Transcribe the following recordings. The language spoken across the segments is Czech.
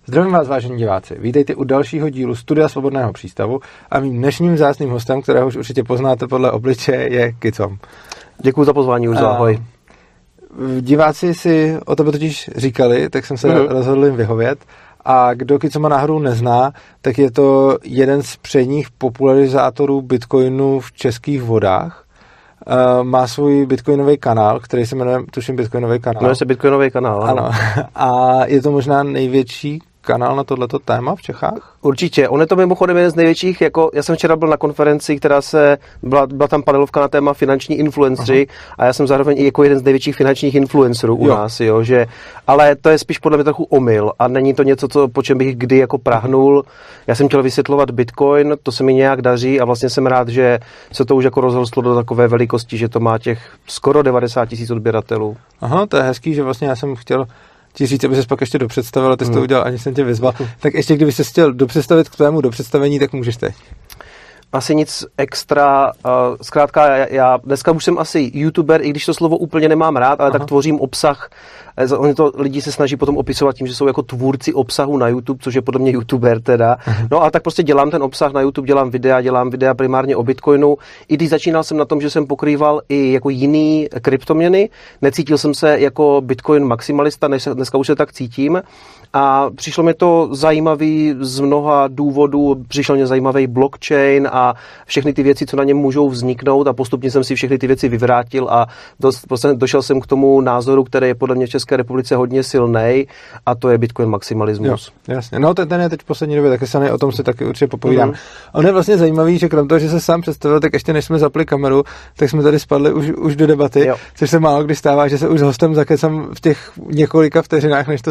Zdravím vás, vážení diváci. Vítejte u dalšího dílu Studia Svobodného přístavu a mým dnešním vzácným hostem, kterého už určitě poznáte podle obličeje, je Kicom. Děkuji za pozvání, už ahoj. Diváci si o tebe totiž říkali, tak jsem se rozhodl jim vyhovět. A kdo Kicoma náhodou nezná, tak je to jeden z předních popularizátorů Bitcoinu v českých vodách. Má svůj bitcoinový kanál, který se jmenuje, tuším, Bitcoinový kanál. Jmenuje se Bitcoinový kanál, ano. A je to možná největší kanál na tohleto téma v Čechách? Určitě. On je to mimochodem jeden z největších, jako já jsem včera byl na konferenci, která byla tam panelovka na téma finanční influenceři a já jsem zároveň i jako jeden z největších finančních influencerů u nás, jo, že, ale to je spíš podle mě trochu omyl a není to něco, po čem bych kdy jako prahnul. Já jsem chtěl vysvětlovat Bitcoin, to se mi nějak daří a vlastně jsem rád, že se to už jako rozrostlo do takové velikosti, že to má těch skoro 90 000 odběratelů. Aha, to je hezký, že vlastně já jsem chtěl ti říct, aby ses pak ještě dopředstavil, a ty jsi to udělal, ani jsem tě vyzval. Tak ještě kdyby ses chtěl dopředstavit k tvému dopředstavení, tak můžeš teď. Asi nic extra, zkrátka já dneska už jsem asi youtuber, i když to slovo úplně nemám rád, ale tak tvořím obsah. Oni to lidi se snaží potom opisovat tím, že jsou jako tvůrci obsahu na YouTube, což je podle mě youtuber teda. No a tak prostě dělám ten obsah na YouTube, dělám videa primárně o Bitcoinu. I když začínal jsem na tom, že jsem pokrýval i jako jiný kryptoměny, necítil jsem se jako Bitcoin maximalista, dneska už se tak cítím. A přišlo mi to zajímavý z mnoha důvodů, přišel mě zajímavý blockchain a všechny ty věci, co na něm můžou vzniknout a postupně jsem si všechny ty věci vyvrátil a došel jsem k tomu názoru, který je podle mě v České republice hodně silnej a to je Bitcoin maximalismus. Jo, jasně. No ten je teď v poslední době taky silný, o tom si taky určitě popovídám. On je vlastně zajímavý, že krom toho, že se sám představil, tak ještě než jsme zapli kameru, tak jsme tady spadli už do debaty, což se málo kdy stává, že se už s hostem zakecám v těch několika vteřinách, než to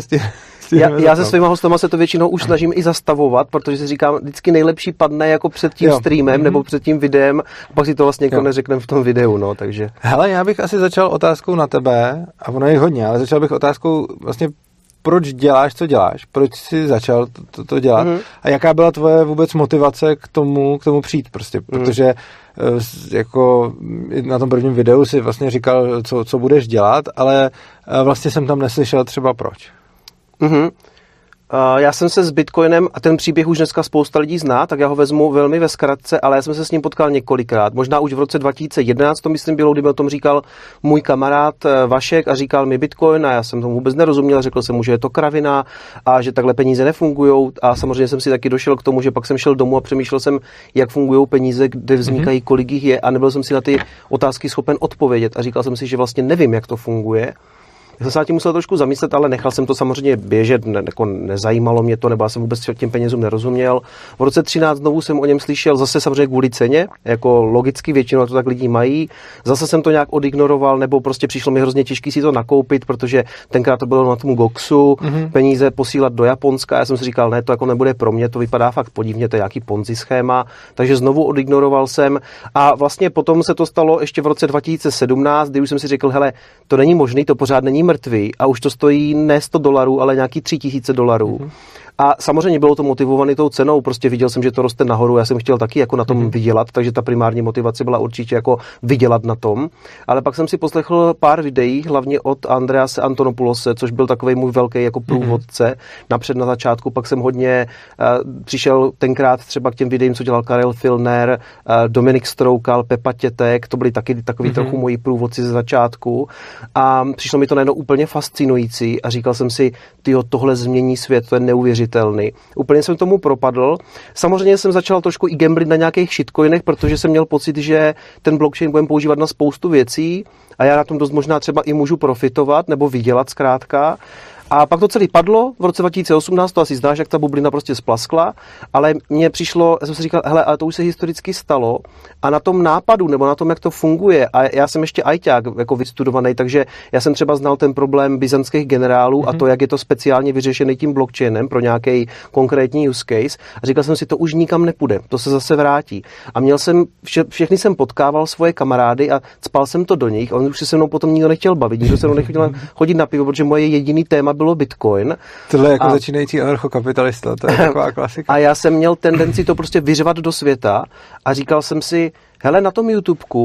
Já se svýma hostama se to většinou už snažím i zastavovat, protože si říkám, vždycky nejlepší padne jako před tím streamem nebo před tím videem, a pak si to vlastně neřekneme v tom videu, no, takže. Hele, já bych asi začal otázkou na tebe, a ono je hodně, ale začal bych otázkou vlastně, proč děláš, co děláš, proč jsi začal to dělat a jaká byla tvoje vůbec motivace k tomu přijít prostě, protože jako na tom prvním videu si vlastně říkal, co budeš dělat, ale vlastně jsem tam neslyšel třeba proč. Já jsem se s Bitcoinem, a ten příběh už dneska spousta lidí zná, tak já ho vezmu velmi ve zkratce, ale já jsem se s ním potkal několikrát. Možná už v roce 2011 to myslím bylo, kdy o tom říkal můj kamarád Vašek a říkal mi Bitcoin a já jsem tomu vůbec nerozuměl, řekl jsem mu, že je to kravina a že takhle peníze nefungujou a samozřejmě jsem si taky došel k tomu, že pak jsem šel domů a přemýšlel jsem, jak fungují peníze, kde vznikají, kolik jich je a nebyl jsem si na ty otázky schopen odpovědět a říkal jsem si, že vlastně nevím, jak to funguje. Já jsem se na tím musel trošku zamyslet, ale nechal jsem to samozřejmě běžet, jako nezajímalo mě to, nebo já jsem vůbec těm penězům nerozuměl. V roce 2013 znovu jsem o něm slyšel, zase samozřejmě kvůli ceně, jako logicky většinou to tak lidi mají. Zase jsem to nějak odignoroval, nebo prostě přišlo mi hrozně těžké si to nakoupit, protože tenkrát to bylo na tom Goxu, peníze posílat do Japonska. Já jsem si říkal, ne, to jako nebude pro mě, to vypadá fakt podivně, to je nějaký Ponzi schéma, takže znovu odignoroval jsem. A vlastně potom se to stalo ještě v roce 2017, kdy už jsem si řekl, hele, to není možný, to pořád není mrtvý a už to stojí ne $100, ale nějaký $3000. A samozřejmě bylo to motivované tou cenou, prostě viděl jsem, že to roste nahoru, já jsem chtěl taky jako na tom vydělat, takže ta primární motivace byla určitě jako vydělat na tom. Ale pak jsem si poslechl pár videí, hlavně od Andrease Antonopoulose, což byl takový můj velký jako průvodce napřed na začátku, pak jsem hodně přišel tenkrát třeba k těm videím, co dělal Karel Filner, Dominik Stroukal, Pepa Tětek, to byli taky takový trochu moji průvodci ze začátku a přišlo mi to najednou úplně fascinující a říkal jsem si, tyjo, tohle změní svět, to je neuvěřitelný. Úplně jsem tomu propadl. Samozřejmě jsem začal trošku i gamblit na nějakých shitcoinech, protože jsem měl pocit, že ten blockchain budeme používat na spoustu věcí a já na tom dost možná třeba i můžu profitovat nebo vydělat zkrátka. A pak to celé padlo, v roce 2018, to asi znáš, jak ta bublina prostě splaskla, ale mně přišlo, já jsem si říkal, hele, ale to už se historicky stalo a na tom nápadu, nebo na tom, jak to funguje, a já jsem ještě ajťák jako vystudovaný, takže já jsem třeba znal ten problém byzantských generálů a to, jak je to speciálně vyřešený tím blockchainem pro nějaký konkrétní use case a říkal jsem si, to už nikam nepůjde, to se zase vrátí. A měl jsem, všechny jsem potkával svoje kamarády a cpal jsem to do nich, a on už se mnou potom nikdo nechtěl bavit, nikdo se mnou nechtěl chodit na pivo, protože moje jediný téma bylo Bitcoin. Tohle je jako začínající anarchokapitalista, to je taková klasika. A já jsem měl tendenci to prostě vyřvat do světa a říkal jsem si, hele, na tom YouTubeku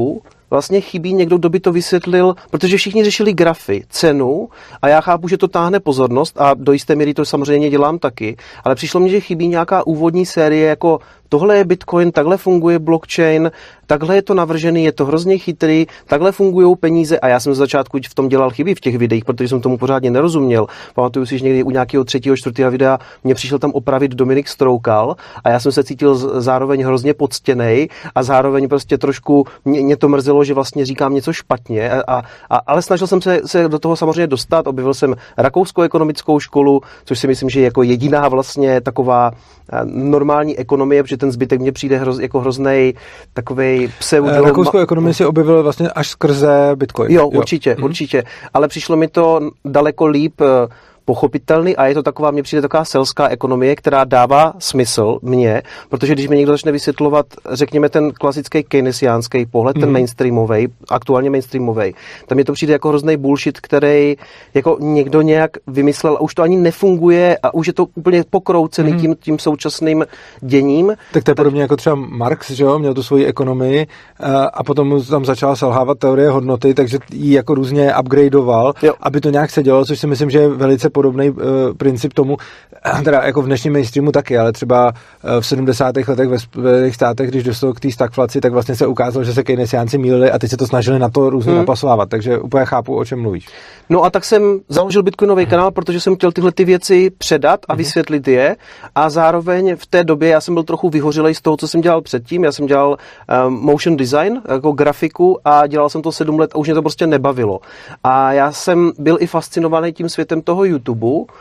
vlastně chybí někdo, kdo by to vysvětlil, protože všichni řešili grafy, cenu a já chápu, že to táhne pozornost a do jisté míry to samozřejmě dělám taky, ale přišlo mi, že chybí nějaká úvodní série jako tohle je Bitcoin, takhle funguje blockchain, takhle je to navržený, je to hrozně chytrý, takhle fungují peníze a já jsem z začátku v tom dělal chyby v těch videích, protože jsem tomu pořádně nerozuměl. Pamatuju si, že někdy u nějakého 3., 4. videa mě přišel tam opravit Dominik Stroukal a já jsem se cítil zároveň hrozně poctěnej a zároveň prostě trošku mě to mrzelo, že vlastně říkám něco špatně, ale snažil jsem se do toho samozřejmě dostat. Objevil jsem Rakouskou ekonomickou školu, což si myslím, že je jako jediná vlastně taková normální ekonomie, protože ten zbytek mně přijde jako hroznej takovej pseudo. Rakouskou ekonomii si objevil vlastně až skrze Bitcoin. Jo, určitě. Ale přišlo mi to daleko líp pochopitelný a je to taková, mně přijde taková selská ekonomie, která dává smysl mně, protože když mi někdo začne vysvětlovat, řekněme, ten klasický keynesiánský pohled, ten mainstreamový, aktuálně mainstreamový, tam mi to přijde jako hrozný bullshit, který jako někdo nějak vymyslel a už to ani nefunguje a už je to úplně pokroucený tím současným děním. Tak to je podobně jako třeba Marx, že jo, měl tu svoji ekonomii a potom mu tam začala selhávat teorie hodnoty, takže ji jako různě upgradeoval, aby to nějak sedělo, což si myslím, že je velice podobný princip tomu, teda jako v dnešním mainstreamu taky, ale třeba v 70. letech ve Spojených státech, když došlo k té stagflaci, tak vlastně se ukázalo, že se keynesiánci mýlili a teď se to snažili na to různě napasovávat, takže úplně chápu, o čem mluvíš. No a tak jsem založil Bitcoinový kanál, protože jsem chtěl tyhle ty věci předat a vysvětlit je a zároveň v té době já jsem byl trochu vyhořelej z toho, co jsem dělal předtím. Já jsem dělal motion design, jako grafiku a dělal jsem to 7 let a už mě to prostě nebavilo. A já jsem byl i fascinovaný tím světem toho YouTube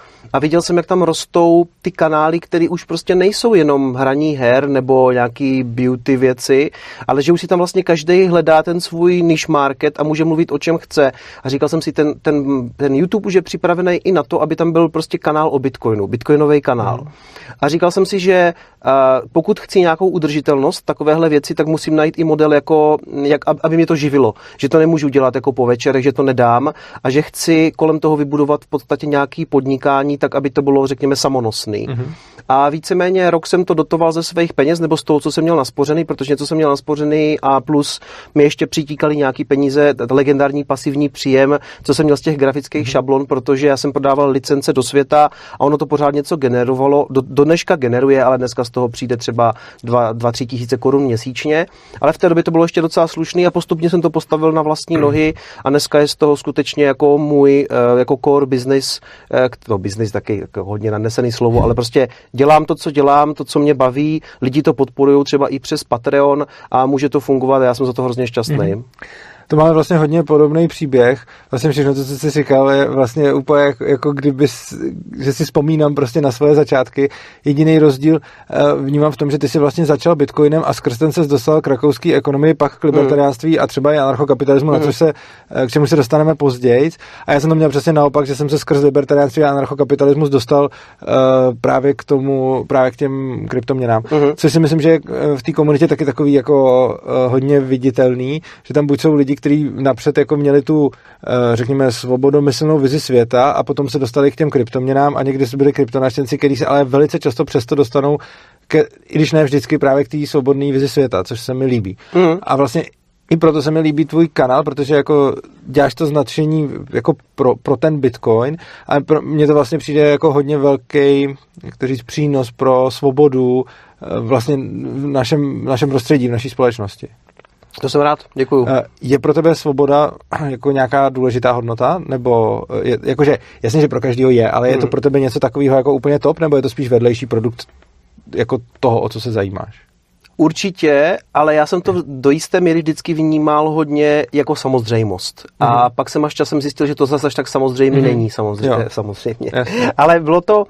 a viděl jsem, jak tam rostou ty kanály, které už prostě nejsou jenom hraní her nebo nějaký beauty věci, ale že už si tam vlastně každý hledá ten svůj niche market a může mluvit o čem chce. A říkal jsem si, ten YouTube už je připravený i na to, aby tam byl prostě kanál o Bitcoinu, Bitcoinový kanál. A říkal jsem si, že pokud chci nějakou udržitelnost takovéhle věci, tak musím najít i model, aby mě to živilo. Že to nemůžu dělat jako po večerech, že to nedám a že chci kolem toho vybudovat v podstatě nějaký podnikání, tak aby to bylo, řekněme, samonosný. A víceméně rok jsem to dotoval ze svých peněz nebo z toho, co jsem měl naspořený, protože něco jsem měl naspořený a plus mi ještě přitíkaly nějaký peníze, legendární pasivní příjem, co jsem měl z těch grafických šablon, protože já jsem prodával licence do světa a ono to pořád něco generovalo. Do dneška generuje, ale dneska z toho přijde třeba 2-3 tisíce korun měsíčně, ale v té době to bylo ještě docela slušný a postupně jsem to postavil na vlastní nohy a dneska je z toho skutečně jako můj jako core business, business taky jako hodně nadnesený slovo, ale prostě dělám to, co dělám, to, co mě baví, lidi to podporují třeba i přes Patreon a může to fungovat a já jsem za to hrozně šťastný. To máme vlastně hodně podobný příběh. Vlastně všechno to, co jsi říkal, je vlastně úplně jako že si vzpomínám prostě na svoje začátky. Jediný rozdíl vnímám v tom, že ty si vlastně začal Bitcoinem a skrz ten ses dostal k rakouské ekonomii, pak k libertariánství a třeba i anarchokapitalismu, na což k čemu se dostaneme později. A já jsem to měl přesně naopak, že jsem se skrz libertariánství a anarchokapitalismus dostal právě k těm kryptoměnám. Což si myslím, že je v té komunitě taky takový jako hodně viditelný, že tam buď jsou lidi, kteří napřed jako měli tu, řekněme, svobodomyslnou vizi světa a potom se dostali k těm kryptoměnám a někdy byli kryptonáštěnci, kteří se ale velice často přesto dostanou, i když ne vždycky, právě k té svobodné vizi světa, což se mi líbí. A vlastně i proto se mi líbí tvůj kanál, protože jako děláš to s nadšení jako pro ten Bitcoin, ale pro mě to vlastně přijde jako hodně velký, jak to říct, přínos pro svobodu vlastně v našem prostředí, v naší společnosti. To jsem rád, děkuju. Je pro tebe svoboda jako nějaká důležitá hodnota? Nebo jakože, jasně, že pro každého je, ale je to pro tebe něco takového jako úplně top, nebo je to spíš vedlejší produkt jako toho, o co se zajímáš? Určitě, ale já jsem to do jisté míry vždycky vnímal hodně jako samozřejmost. A pak jsem až časem zjistil, že to zase až tak samozřejmě není, samozřejmě. Ale bylo to...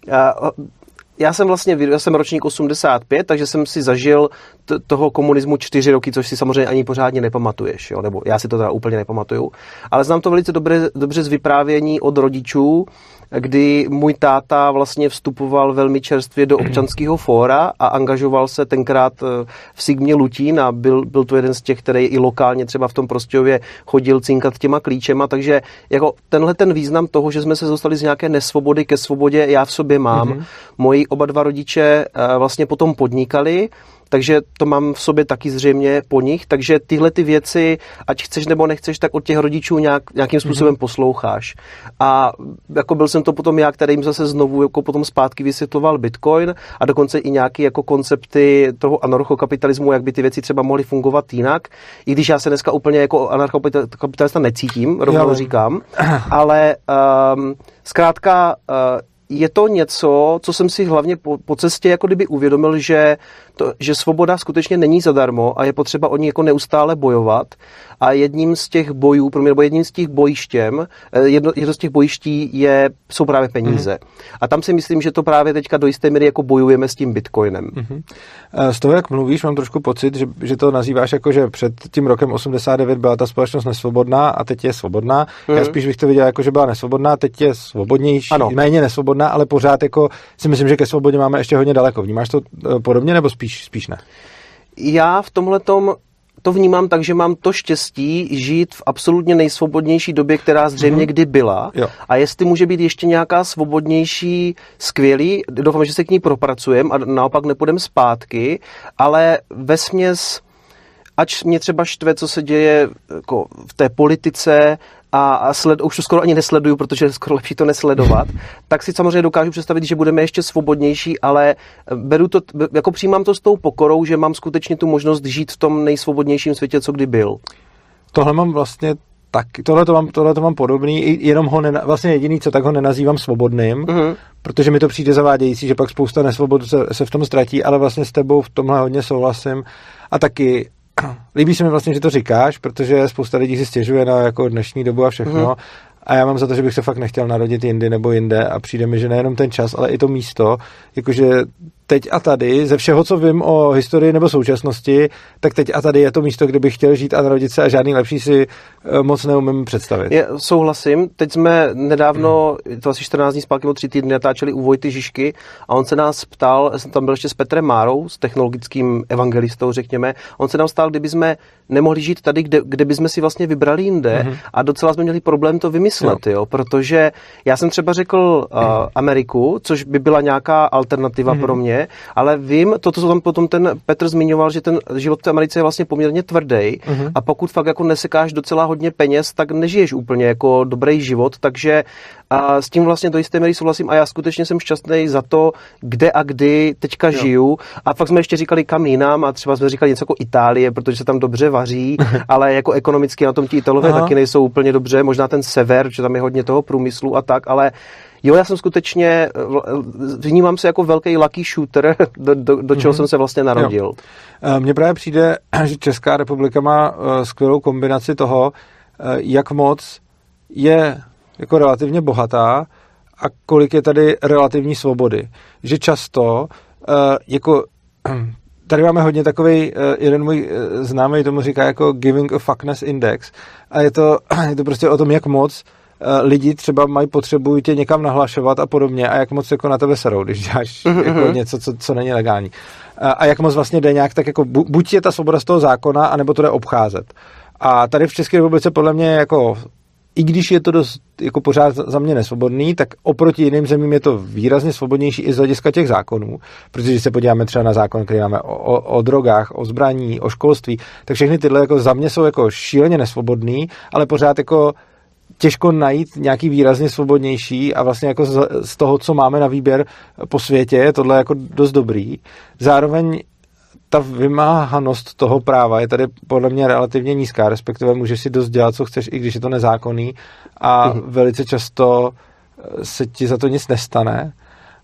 Já jsem ročník 85, takže jsem si zažil toho komunismu 4 roky, což si samozřejmě ani pořádně nepamatuješ, jo? Nebo já si to teda úplně nepamatuju. Ale znám to velice dobře z vyprávění od rodičů, kdy můj táta vlastně vstupoval velmi čerstvě do občanského fóra a angažoval se tenkrát v Sigmě Lutín a byl to jeden z těch, který i lokálně třeba v tom Prostějově chodil cinkat těma klíčema, takže jako tenhle ten význam toho, že jsme se dostali z nějaké nesvobody ke svobodě, já v sobě mám. Moji oba dva rodiče vlastně potom podnikali, takže to mám v sobě taky zřejmě po nich, takže tyhle ty věci, ať chceš nebo nechceš, tak od těch rodičů nějakým způsobem posloucháš. A jako byl jsem to potom já, který jim zase znovu jako potom zpátky vysvětloval Bitcoin a dokonce i nějaké jako koncepty toho anarchokapitalismu, jak by ty věci třeba mohly fungovat jinak, i když já se dneska úplně jako anarchokapitalista necítím, rovnou říkám, ale zkrátka je to něco, co jsem si hlavně po cestě jako kdyby uvědomil, že svoboda skutečně není zadarmo a je potřeba o ní jako neustále bojovat. A jedním z těch bojů, nebo jedním z těch bojištěm, jedno z těch bojiští jsou právě peníze. A tam si myslím, že to právě teďka do jisté míry jako bojujeme s tím Bitcoinem. Z toho, jak mluvíš, mám trošku pocit, že to nazýváš jako, že před tím rokem 89 byla ta společnost nesvobodná a teď je svobodná. Já spíš bych to viděl jako, že byla nesvobodná, teď je svobodnější, méně nesvobodná, ale pořád jako si myslím, že ke svobodě máme ještě hodně daleko. Vnímáš to podobně nebo spíš ne? Já v tomhletom to vnímám tak, že mám to štěstí žít v absolutně nejsvobodnější době, která zřejmě kdy byla. Jo. A jestli může být ještě nějaká svobodnější, skvělý, doufám, že se k ní propracujeme a naopak nepůjdeme zpátky, ale vesměs, ač mě třeba štve, co se děje jako v té politice, už to skoro ani nesleduju, protože je skoro lepší to nesledovat, tak si samozřejmě dokážu představit, že budeme ještě svobodnější, ale jako přijímám to s tou pokorou, že mám skutečně tu možnost žít v tom nejsvobodnějším světě, co kdy byl. Tohle mám vlastně tak, tohle to mám podobný, jenom vlastně jediný, co tak ho nenazývám svobodným, protože mi to přijde zavádějící, že pak spousta nesvobod se v tom ztratí, ale vlastně s tebou v tomhle hodně souhlasím a taky líbí se mi vlastně, že to říkáš, protože spousta lidí si stěžuje na jako dnešní dobu a všechno. A já mám za to, že bych se fakt nechtěl narodit jindy nebo jinde a přijde mi, že nejenom ten čas, ale i to místo, jakože teď a tady, ze všeho, co vím o historii nebo současnosti, tak teď a tady je to místo, kde bych chtěl žít a narodit se a žádný lepší si moc neumím představit. Souhlasím. Teď jsme nedávno, to asi 14 dní zpátky, 3 týdny natáčeli u Vojty Žižky a on se nás ptal, já jsem tam byl ještě s Petrem Márou, s technologickým evangelistou, řekněme, on se nás ptal, kdyby jsme nemohli žít tady, kde bychom si vlastně vybrali jinde a docela jsme měli problém to vymyslet, jo, protože já jsem třeba řekl Ameriku, což by byla nějaká alternativa pro mě, ale vím, to, co tam potom ten Petr zmiňoval, že ten život v té Americe je vlastně poměrně tvrdý a pokud fakt jako nesekáš docela hodně peněz, tak nežiješ úplně jako dobrý život, takže s tím vlastně do jisté míry souhlasím a já skutečně jsem šťastný za to, kde a kdy teďka žiju a fakt jsme ještě říkali kam jinam a třeba jsme říkali něco jako Itálie, protože se tam dobře vaří, ale jako ekonomicky na tom ti Italové taky nejsou úplně dobře, možná ten sever, že tam je hodně toho průmyslu a tak, ale jo, já jsem skutečně, vnímám se jako velký lucky shooter, do čeho jsem se vlastně narodil. Mně právě přijde, že Česká republika má skvělou kombinaci toho, jak moc je jako relativně bohatá a kolik je tady relativní svobody. Že často jako tady máme hodně takovej, jeden můj známý tomu říká jako giving a fuckness index a je to prostě o tom, jak moc lidi třeba potřebují tě někam nahlašovat a podobně a jak moc jako na tebe serou, když děláš jako něco, co není legální. A jak moc vlastně jde nějak tak jako, buď je ta svoboda z toho zákona, anebo to jde obcházet. A tady v České republice podle mě jako, i když je to dost jako pořád za mě nesvobodný, tak oproti jiným zemím je to výrazně svobodnější i z hlediska těch zákonů, protože když se podíváme třeba na zákon, který máme o drogách, o zbraní, o školství, tak všechny tyhle jako za mě jsou jako šíleně nesvobodný, ale pořád jako těžko najít nějaký výrazně svobodnější a vlastně jako z toho, co máme na výběr po světě, je tohle jako dost dobrý. Zároveň ta vymáhanost toho práva je tady podle mě relativně nízká, respektive můžeš si dost dělat, co chceš, i když je to nezákonný a velice často se ti za to nic nestane.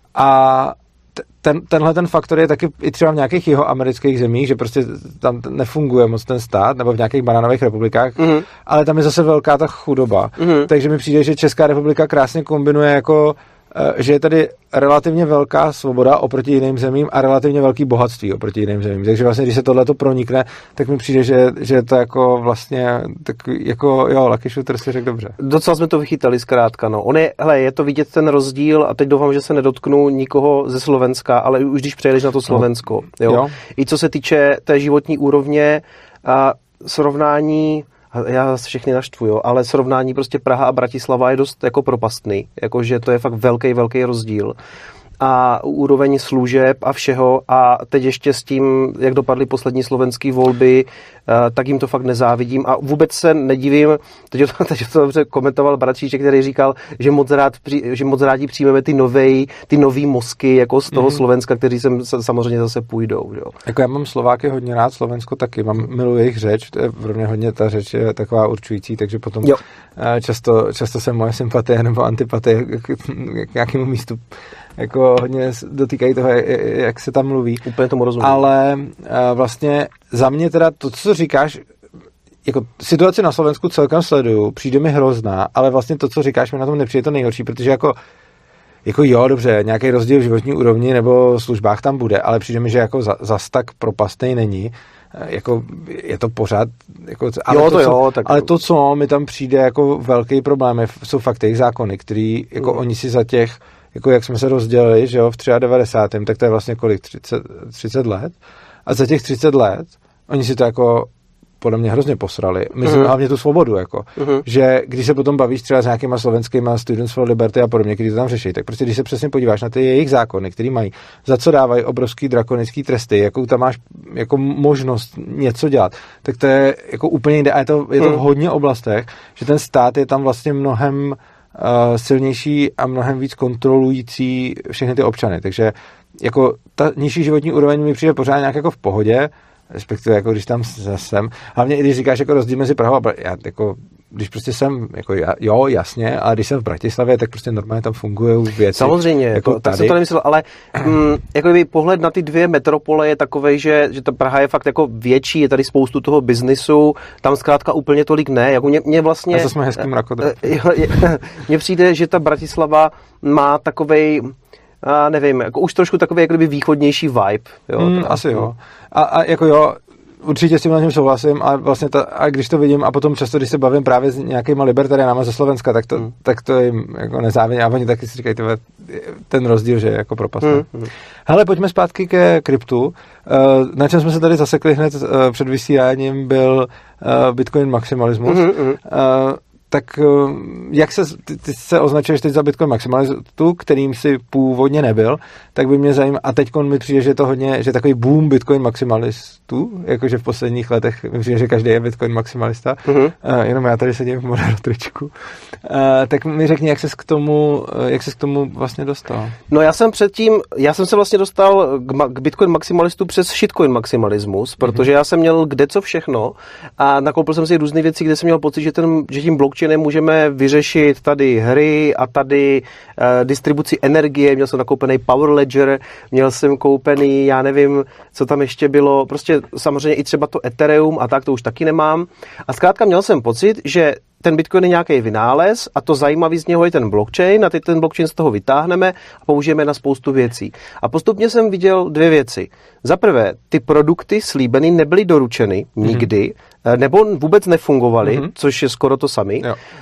A tenhle ten faktor je taky i třeba v nějakých jihoamerických zemích, že prostě tam nefunguje moc ten stát, nebo v nějakých banánových republikách, ale tam je zase velká ta chudoba. Takže mi přijde, že Česká republika krásně kombinuje jako, že je tady relativně velká svoboda oproti jiným zemím a relativně velký bohatství oproti jiným zemím. Takže vlastně, když se tohleto pronikne, tak mi přijde, že je to jako vlastně tak jako, jo, lucky shooter si řekl dobře. Docela jsme to vychytali zkrátka, no. Je to vidět ten rozdíl a teď doufám, že se nedotknu nikoho ze Slovenska, ale už když přejdeš na to Slovensko, jo. I co se týče té životní úrovně a srovnání, já zase všechny naštvu, jo, ale srovnání prostě Praha a Bratislava je dost jako propastný, jakože to je fakt velký rozdíl. a úroveň služeb a všeho a teď ještě s tím, jak dopadly poslední slovenské volby, tak jim to fakt nezávidím a vůbec se nedivím, teď to dobře komentoval Bratříček, který říkal, že moc rádi přijmeme ty nový mozky jako z toho Slovenska, kteří sem samozřejmě zase půjdou. Jo. Jako já mám Slováky hodně rád, Slovensko taky, miluji jejich řeč, to je pro mě hodně, ta řeč je taková určující, takže potom často se moje sympatie nebo antipatie k nějakému místu jako hodně dotýkají toho, jak se tam mluví. Úplně tomu rozumím. Ale vlastně za mě teda to, co říkáš, jako situaci na Slovensku celkem sleduju, přijde mi hrozná, ale vlastně to, co říkáš, mi na tom nepřijde to nejhorší, protože jako jo, dobře, nějaký rozdíl v životní úrovni nebo službách tam bude, ale přijde mi, že jako zas tak propastnej není. Jako je to pořád, jako, ale to, co mi tam přijde jako velký problém, jsou fakt těch zákony, který jako oni si za těch, jako jak jsme se rozdělili, že jo, v 93. tak to je vlastně kolik, 30 let. A za těch 30 let oni si to jako podle mě hrozně posrali. Myslím hlavně tu svobodu, jako. Že když se potom bavíš třeba s nějakýma slovenskýma Students for Liberty a podobně, kteří to tam řeší, tak prostě když se přesně podíváš na ty jejich zákony, který mají, za co dávají obrovský drakonický tresty, jakou tam máš jako možnost něco dělat, tak to je jako úplně jinde. A je to v hodně oblastech, že ten stát je tam vlastně mnohem silnější a mnohem víc kontrolující všechny ty občany. Takže jako ta nižší životní úroveň mi přijde pořád nějak jako v pohodě, respektive jako když tam jsem. Hlavně i když říkáš jako rozdíl mezi Prahou a já jako když prostě jsem, jako jo, jasně, ale když jsem v Bratislavě, tak prostě normálně tam fungují věci. Samozřejmě, jako tak jsem to nemyslel, ale jako pohled na ty dvě metropole je takovej, že ta Praha je fakt jako větší, je tady spoustu toho biznisu, tam zkrátka úplně tolik ne, jako mě vlastně... A to jsme hezkým rakodrem. Mně přijde, že ta Bratislava má takovej, nevím, jako už trošku takový jako kdyby východnější vibe. Jo, asi jo. A jako jo, určitě s tím na něm souhlasím a vlastně a když to vidím a potom často, když se bavím právě s nějakýma libertariánama ze Slovenska, tak to jim jako nezávidím a oni taky si říkají ten rozdíl, že je jako propastný. Hele, pojďme zpátky ke kryptu. Na čem jsme se tady zasekli hned před vysíláním byl Bitcoin maximalismus. Tak jak ty se označuješ teď za Bitcoin maximalistu, kterým si původně nebyl, tak by mě zajímalo, a teď mi přijde, že je to hodně, že takový boom Bitcoin maximalistů, jakože v posledních letech mi přijde, že každý je Bitcoin maximalista, jenom já tady sedím v moderatoričku. Tak mi řekni, jak ses k tomu vlastně dostal? No já jsem se vlastně dostal k Bitcoin maximalistu přes shitcoin maximalismus, protože já jsem měl kde co všechno a nakoupil jsem si různé věci, kde jsem měl pocit, že tím blockchainem můžeme vyřešit tady hry a tady distribuci energie, měl jsem nakoupený Power Ledger, měl jsem koupený, já nevím, co tam ještě bylo, prostě samozřejmě i třeba to Ethereum a tak, to už taky nemám. A zkrátka měl jsem pocit, že ten Bitcoin je nějaký vynález a to zajímavý z něho je ten blockchain a teď ten blockchain z toho vytáhneme a použijeme na spoustu věcí. A postupně jsem viděl dvě věci. Za prvé, ty produkty slíbený nebyly doručeny nikdy, nebo vůbec nefungovaly, což je skoro to samé.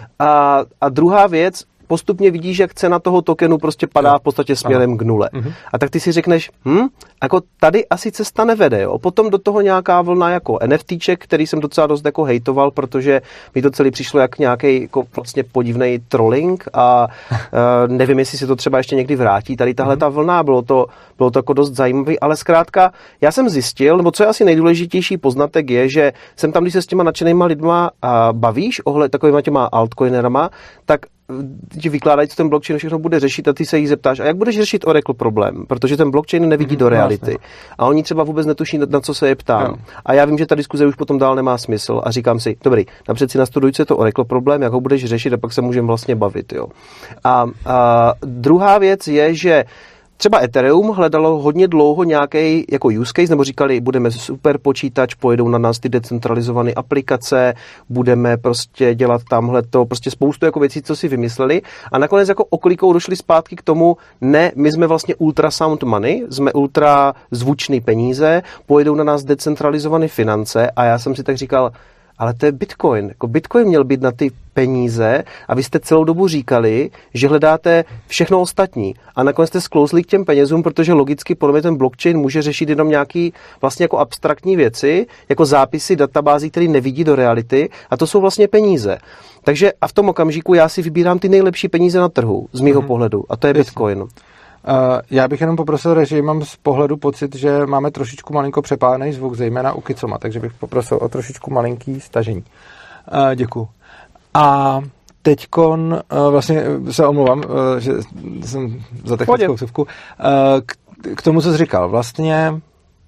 A druhá věc, postupně vidíš, jak cena toho tokenu prostě padá v podstatě směrem k nule. A tak ty si řekneš, jako tady asi cesta nevede, jo. Potom do toho nějaká vlna jako NFTček, který jsem docela dost jako hejtoval, protože mi to celý přišlo jak nějaký jako vlastně podivnej trolling a nevím, jestli se to třeba ještě někdy vrátí. Tady tahle ta vlna, bylo to jako dost zajímavý, ale zkrátka já jsem zjistil, nebo co je asi nejdůležitější poznatek je, že jsem tam, když se s těma nadšenýma lidma bavíš takovýma těma altcoinerama, tak ti vykládají, co ten blockchain všechno bude řešit a ty se jí zeptáš, a jak budeš řešit Oracle problém, protože ten blockchain nevidí do reality. A oni třeba vůbec netuší, na co se je ptám. Jo. A já vím, že ta diskuze už potom dál nemá smysl a říkám si, dobrý, napřed si nastuduj, co je to Oracle problém, jak ho budeš řešit a pak se můžeme vlastně bavit. Jo. A druhá věc je, že třeba Ethereum hledalo hodně dlouho nějaký jako use case, nebo říkali, budeme super počítač, pojedou na nás ty decentralizované aplikace, budeme prostě dělat tamhleto, prostě spoustu jako věcí, co si vymysleli. A nakonec jako oklikou došli zpátky k tomu, ne, my jsme vlastně ultra sound money, jsme ultra zvučný peníze, pojedou na nás decentralizované finance a já jsem si tak říkal, ale to je Bitcoin. Jako Bitcoin měl být na ty peníze a vy jste celou dobu říkali, že hledáte všechno ostatní. A nakonec jste sklouzli k těm penězům, protože logicky podle mě ten blockchain může řešit jenom nějaký vlastně jako abstraktní věci, jako zápisy databází, které nevidí do reality a to jsou vlastně peníze. Takže a v tom okamžiku já si vybírám ty nejlepší peníze na trhu z mýho pohledu a to je Bitcoin. Já bych jenom poprosil režii, mám z pohledu pocit, že máme trošičku malinko přepálený zvuk, zejména u Kicoma, takže bych poprosil o trošičku malinký stažení. Děkuju. A teďkon vlastně se omlouvám, že jsem za technickou vsuvku. K tomu, co jsi říkal, vlastně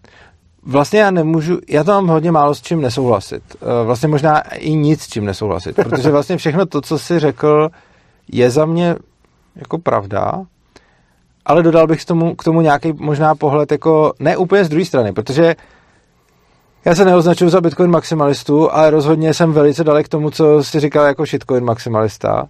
já nemůžu, já to mám hodně málo s čím nesouhlasit. Vlastně možná i nic s čím nesouhlasit, protože vlastně všechno to, co jsi řekl, je za mě jako pravda, ale dodal bych k tomu nějaký možná pohled jako ne úplně z druhé strany, protože já se neoznačuju za Bitcoin maximalistu, ale rozhodně jsem velice dalek tomu, co jsi říkal jako shitcoin maximalista,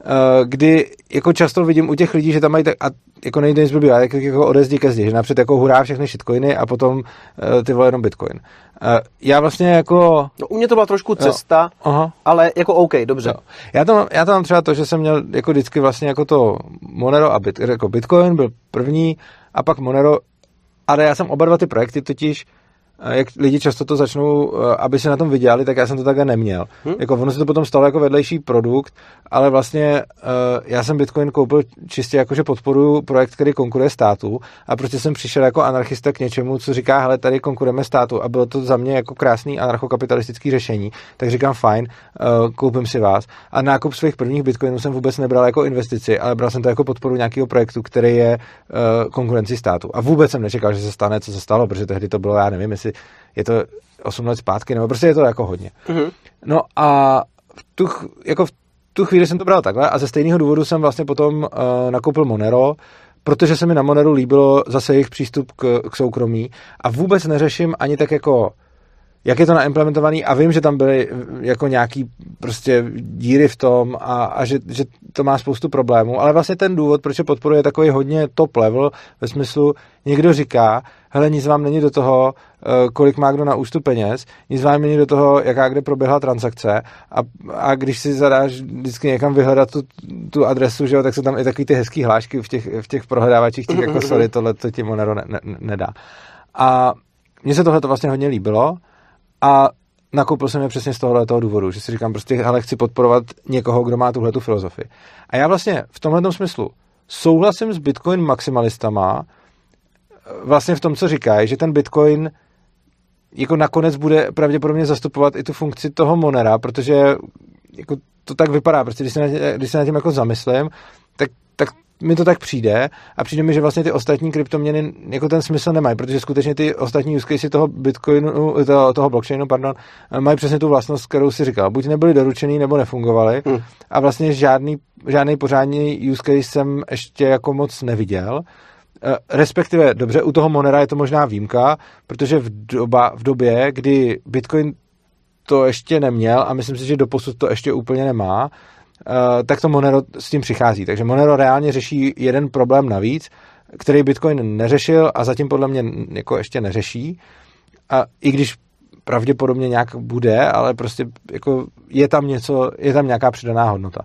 kdy jako často vidím u těch lidí, že tam mají tak, a jako nejde nic blbý, ale jako odezdi ke zdi, že napřed jako hurá všechny shitcoiny a potom ty vole jenom Bitcoin. Já vlastně jako... No, u mě to byla trošku cesta, ale jako OK, dobře. Jo. Já to mám třeba to, že jsem měl jako vždycky vlastně jako to Monero a jako Bitcoin byl první a pak Monero, ale já jsem oba dva ty projekty totiž jak lidi často to začnou, aby se na tom vydělali, tak já jsem to takhle neměl. Jako ono se to potom stalo jako vedlejší produkt, ale vlastně já jsem Bitcoin koupil čistě jako, že podporuju projekt, který konkuruje státu a prostě jsem přišel jako anarchista k něčemu, co říká, hele, tady konkurujeme státu a bylo to za mě jako krásný anarchokapitalistický řešení, tak říkám fajn, koupím si vás. A nákup svých prvních Bitcoinů jsem vůbec nebral jako investici, ale bral jsem to jako podporu nějakého projektu, který je konkurenci státu. A vůbec jsem nečekal, že se stane, co se stalo, protože tehdy to bylo, já nevím, jestli je to 8 let zpátky, nebo prostě je to jako hodně. No a v tu chvíli jsem to bral takhle a ze stejného důvodu jsem vlastně potom nakoupil Monero, protože se mi na Moneru líbilo zase jejich přístup k soukromí a vůbec neřeším ani tak jako jak je to naimplementovaný a vím, že tam byly jako nějaký prostě díry v tom a že to má spoustu problémů, ale vlastně ten důvod, proč je podporuje takový hodně top level, ve smyslu někdo říká, hele, nic vám není do toho, kolik má kdo na účtu peněz, nic vám není do toho, jaká kde proběhla transakce a když si zadáš vždycky někam vyhledat tu adresu, že jo, tak jsou tam i takový ty hezký hlášky v těch prohledávačích, těch jako sorry, tohle to ti Monero nedá. A mně se tohle to vlastně hodně líbilo a nakoupil jsem je přesně z tohoto důvodu, že si říkám prostě, hele, chci podporovat někoho, kdo má tuhletu filozofii. A já vlastně v tomhletom smyslu souhlasím s Bitcoin maximalistama vlastně v tom, co říkají, že ten Bitcoin jako nakonec bude pravděpodobně zastupovat i tu funkci toho Monera, protože jako to tak vypadá, prostě když se na tím jako zamyslím, tak mi to tak přijde a přijde mi, že vlastně ty ostatní kryptoměny jako ten smysl nemají, protože skutečně ty ostatní use case toho Bitcoinu, toho blockchainu, mají přesně tu vlastnost, kterou si říkal. Buď nebyly doručený, nebo nefungovaly a vlastně žádný pořádný use case jsem ještě jako moc neviděl. Respektive, dobře, u toho Monera je to možná výjimka, protože v době, kdy Bitcoin to ještě neměl a myslím si, že doposud to ještě úplně nemá, tak to Monero s tím přichází. Takže Monero reálně řeší jeden problém navíc, který Bitcoin neřešil a zatím podle mě jako ještě neřeší. A i když pravděpodobně nějak bude, ale prostě jako je tam nějaká přidaná hodnota.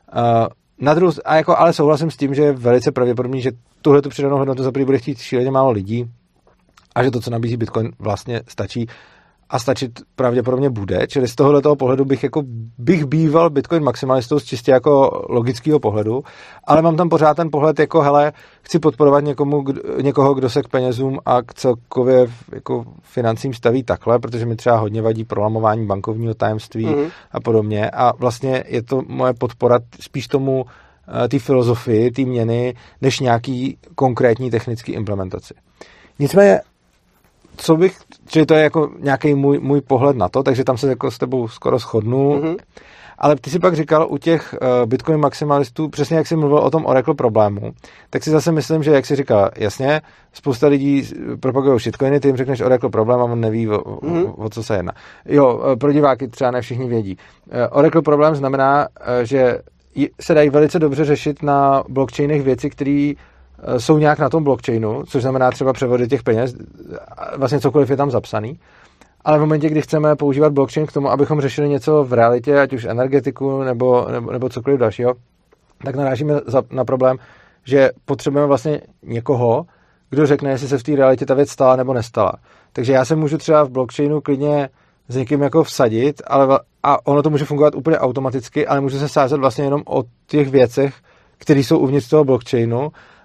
Ale souhlasím s tím, že je velice pravděpodobný, že tuhle tu přidanou hodnotu za první bude chtít šíleně málo lidí a že to, co nabízí Bitcoin, vlastně stačí a stačit pravděpodobně bude, čili z tohoto pohledu bych býval Bitcoin maximalistou z čistě jako logického pohledu, ale mám tam pořád ten pohled jako hele, chci podporovat někoho, kdo se k penězům a k celkově jako financím staví takhle, protože mi třeba hodně vadí prolamování bankovního tajemství a podobně a vlastně je to moje podpora spíš tomu té filozofii, té měny, než nějaký konkrétní technický implementaci. Nicméně čili to je jako nějaký můj pohled na to, takže tam se jako s tebou skoro shodnu. Ale ty si pak říkal u těch Bitcoin maximalistů, přesně jak jsi mluvil o tom Oracle problému, tak si zase myslím, že jak jsi říkal, jasně, spousta lidí propagují shitcoiny, ty jim řekneš Oracle problém a on neví, o co se jedná. Jo, pro diváky třeba ne všichni vědí. Oracle problém znamená, že se dají velice dobře řešit na blockchainech věci, které jsou nějak na tom blockchainu, což znamená třeba převody těch peněz, vlastně cokoliv je tam zapsaný. Ale v momentě, kdy chceme používat blockchain k tomu, abychom řešili něco v realitě, ať už energetiku nebo cokoliv dalšího, tak narážíme na problém, že potřebujeme vlastně někoho, kdo řekne, jestli se v té realitě ta věc stala nebo nestala. Takže já se můžu třeba v blockchainu klidně s někým jako vsadit, a ono to může fungovat úplně automaticky, ale můžu se sázet vlastně jenom o těch věcech, které jsou uvnitř toho blockchainu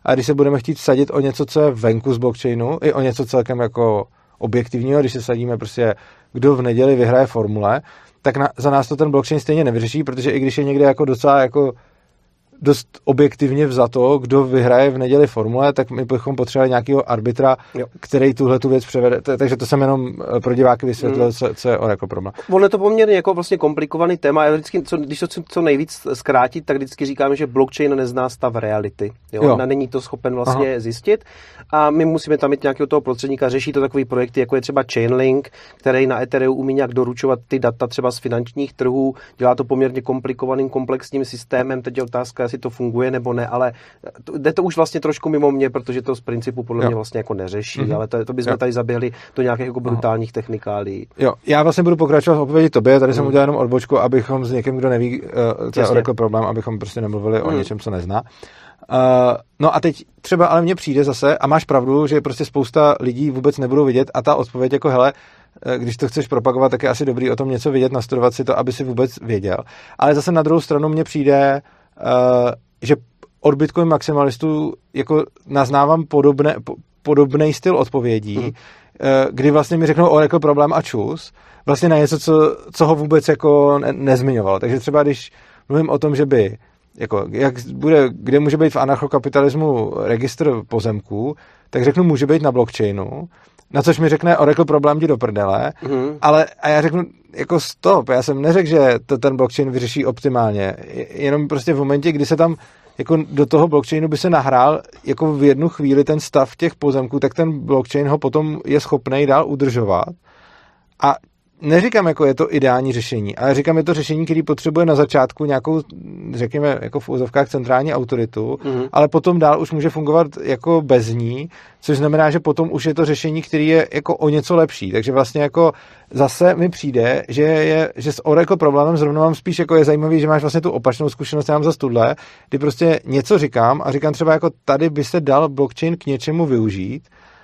A když se budeme chtít vsadit o něco, co je venku z blockchainu, i o něco celkem jako objektivního, když se sadíme prostě, kdo v neděli vyhraje formule, tak za nás to ten blockchain stejně nevyřeší, protože i když je někde jako docela jako dost objektivně vzato, kdo vyhraje v neděli formule, tak my bychom potřebovali nějakého arbitra, který tuhle tu věc převede. Takže to jsem jenom pro diváky vysvětlil, co je Oracle problém. On je to poměrně jako vlastně komplikovaný téma. Já vždycky, když to co nejvíc zkrátit, tak vždycky říkám, že blockchain nezná stav reality. Jo? Není to schopen vlastně zjistit. A my musíme tam mít nějakého toho prostředníka, řeší to takový projekty, jako je třeba Chainlink, který na Ethereum umí nějak doručovat ty data třeba z finančních trhů, dělá to poměrně komplikovaným, komplexním systémem. Teď je otázka, jestli to funguje nebo ne, ale jde to už vlastně trošku mimo mě, protože to z principu podle mě vlastně jako neřeší, ale to bychom tady zaběhli do nějakých jako brutálních technikálí. Jo, já vlastně budu pokračovat v odpovědi tobě, tady jsem udělal jenom odbočku, abychom s někým, kdo neví, co je Oracle problém, abychom prostě nemluvili o něčem, co nezná. No a teď třeba ale mně přijde zase, a máš pravdu, že prostě spousta lidí vůbec nebudou vidět a ta odpověď jako hele, když to chceš propagovat, tak je asi dobrý o tom něco vidět, nastudovat si to, aby si vůbec věděl. Ale zase na druhou stranu mně přijde, že od Bitcoin maximalistů jako naznávám podobný styl odpovědí, kdy vlastně mi řeknou Oracle problém a čus, vlastně na něco, co ho vůbec jako nezmiňovalo. Takže třeba když mluvím o tom, že by jako, kde může být v anarchokapitalismu registr pozemků, tak řeknu, může být na blockchainu, na což mi řekne Oracle problém jdi do prdele, ale a já řeknu, jako stop, já jsem neřekl, že to ten blockchain vyřeší optimálně, jenom prostě v momentě, kdy se tam jako do toho blockchainu by se nahrál jako v jednu chvíli ten stav těch pozemků, tak ten blockchain ho potom je schopný dál udržovat. A neříkám, jako je to ideální řešení, ale říkám, je to řešení, který potřebuje na začátku nějakou, řekněme, jako v úzovkách centrální autoritu, ale potom dál už může fungovat jako bez ní, což znamená, že potom už je to řešení, který je jako o něco lepší. Takže vlastně jako zase mi přijde, že s Oracle problémem zrovna mám spíš jako je zajímavý, že máš vlastně tu opačnou zkušenost, já mám za studle, kdy prostě něco říkám a říkám třeba jako tady by se dal blockchain k něčemu využít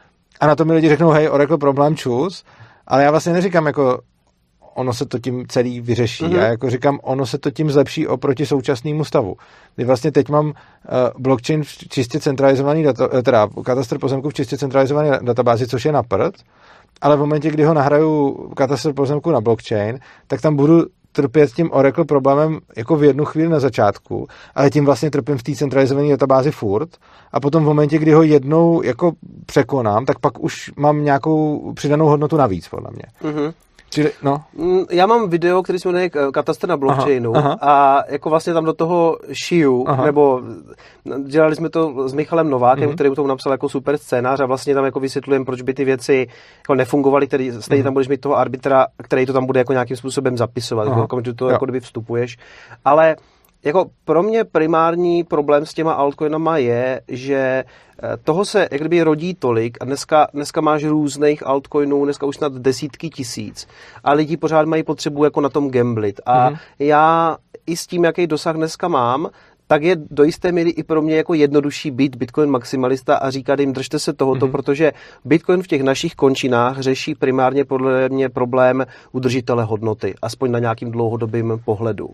a na to mi lidi řeknou, hej, Oracle problém čus, ale já vlastně neříkám jako ono se to tím celý vyřeší. Já jako říkám, ono se to tím zlepší oproti současnému stavu. Kdy vlastně teď mám blockchain v čistě centralizovaný teda katastr pozemků v čistě centralizované databázi, což je na prd, ale v momentě, kdy ho nahraju katastr pozemků na blockchain, tak tam budu trpět tím Oracle problémem jako v jednu chvíli na začátku, ale tím vlastně trpím v té centralizované databázi furt a potom v momentě, kdy ho jednou jako překonám, tak pak už mám nějakou přidanou hodnotu navíc, podle mě. Čili, no. Já mám video, který se jmenuje Katastr na blockchainu a jako vlastně tam do toho šiju, nebo dělali jsme to s Michalem Novákem, který tomu napsal jako super scénář a vlastně tam jako vysvětlujeme, proč by ty věci jako nefungovaly, který stejně tam budeš mít toho arbitra, který to tam bude jako nějakým způsobem zapisovat, když to jako kdyby vstupuješ, ale jako pro mě primární problém s těma altcoinama je, že toho se jak kdyby rodí tolik a dneska máš různých altcoinů, dneska už snad desítky tisíc a lidi pořád mají potřebu jako na tom gamblit a já i s tím, jaký dosah dneska mám, tak je do jisté míry i pro mě jako jednodušší být Bitcoin maximalista a říkat jim držte se tohoto, protože Bitcoin v těch našich končinách řeší primárně podle mě problém udržitele hodnoty, aspoň na nějakým dlouhodobým pohledu.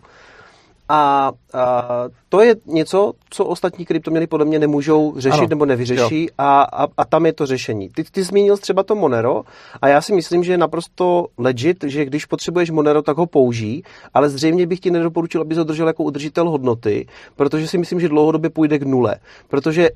A to je něco, co ostatní kryptoměny podle mě nemůžou řešit nebo nevyřeší a tam je to řešení. Ty zmínil třeba to Monero a já si myslím, že je naprosto legit, že když potřebuješ Monero, tak ho použij, ale zřejmě bych ti nedoporučil, aby ho držel jako udržitel hodnoty, protože si myslím, že dlouhodobě půjde k nule, protože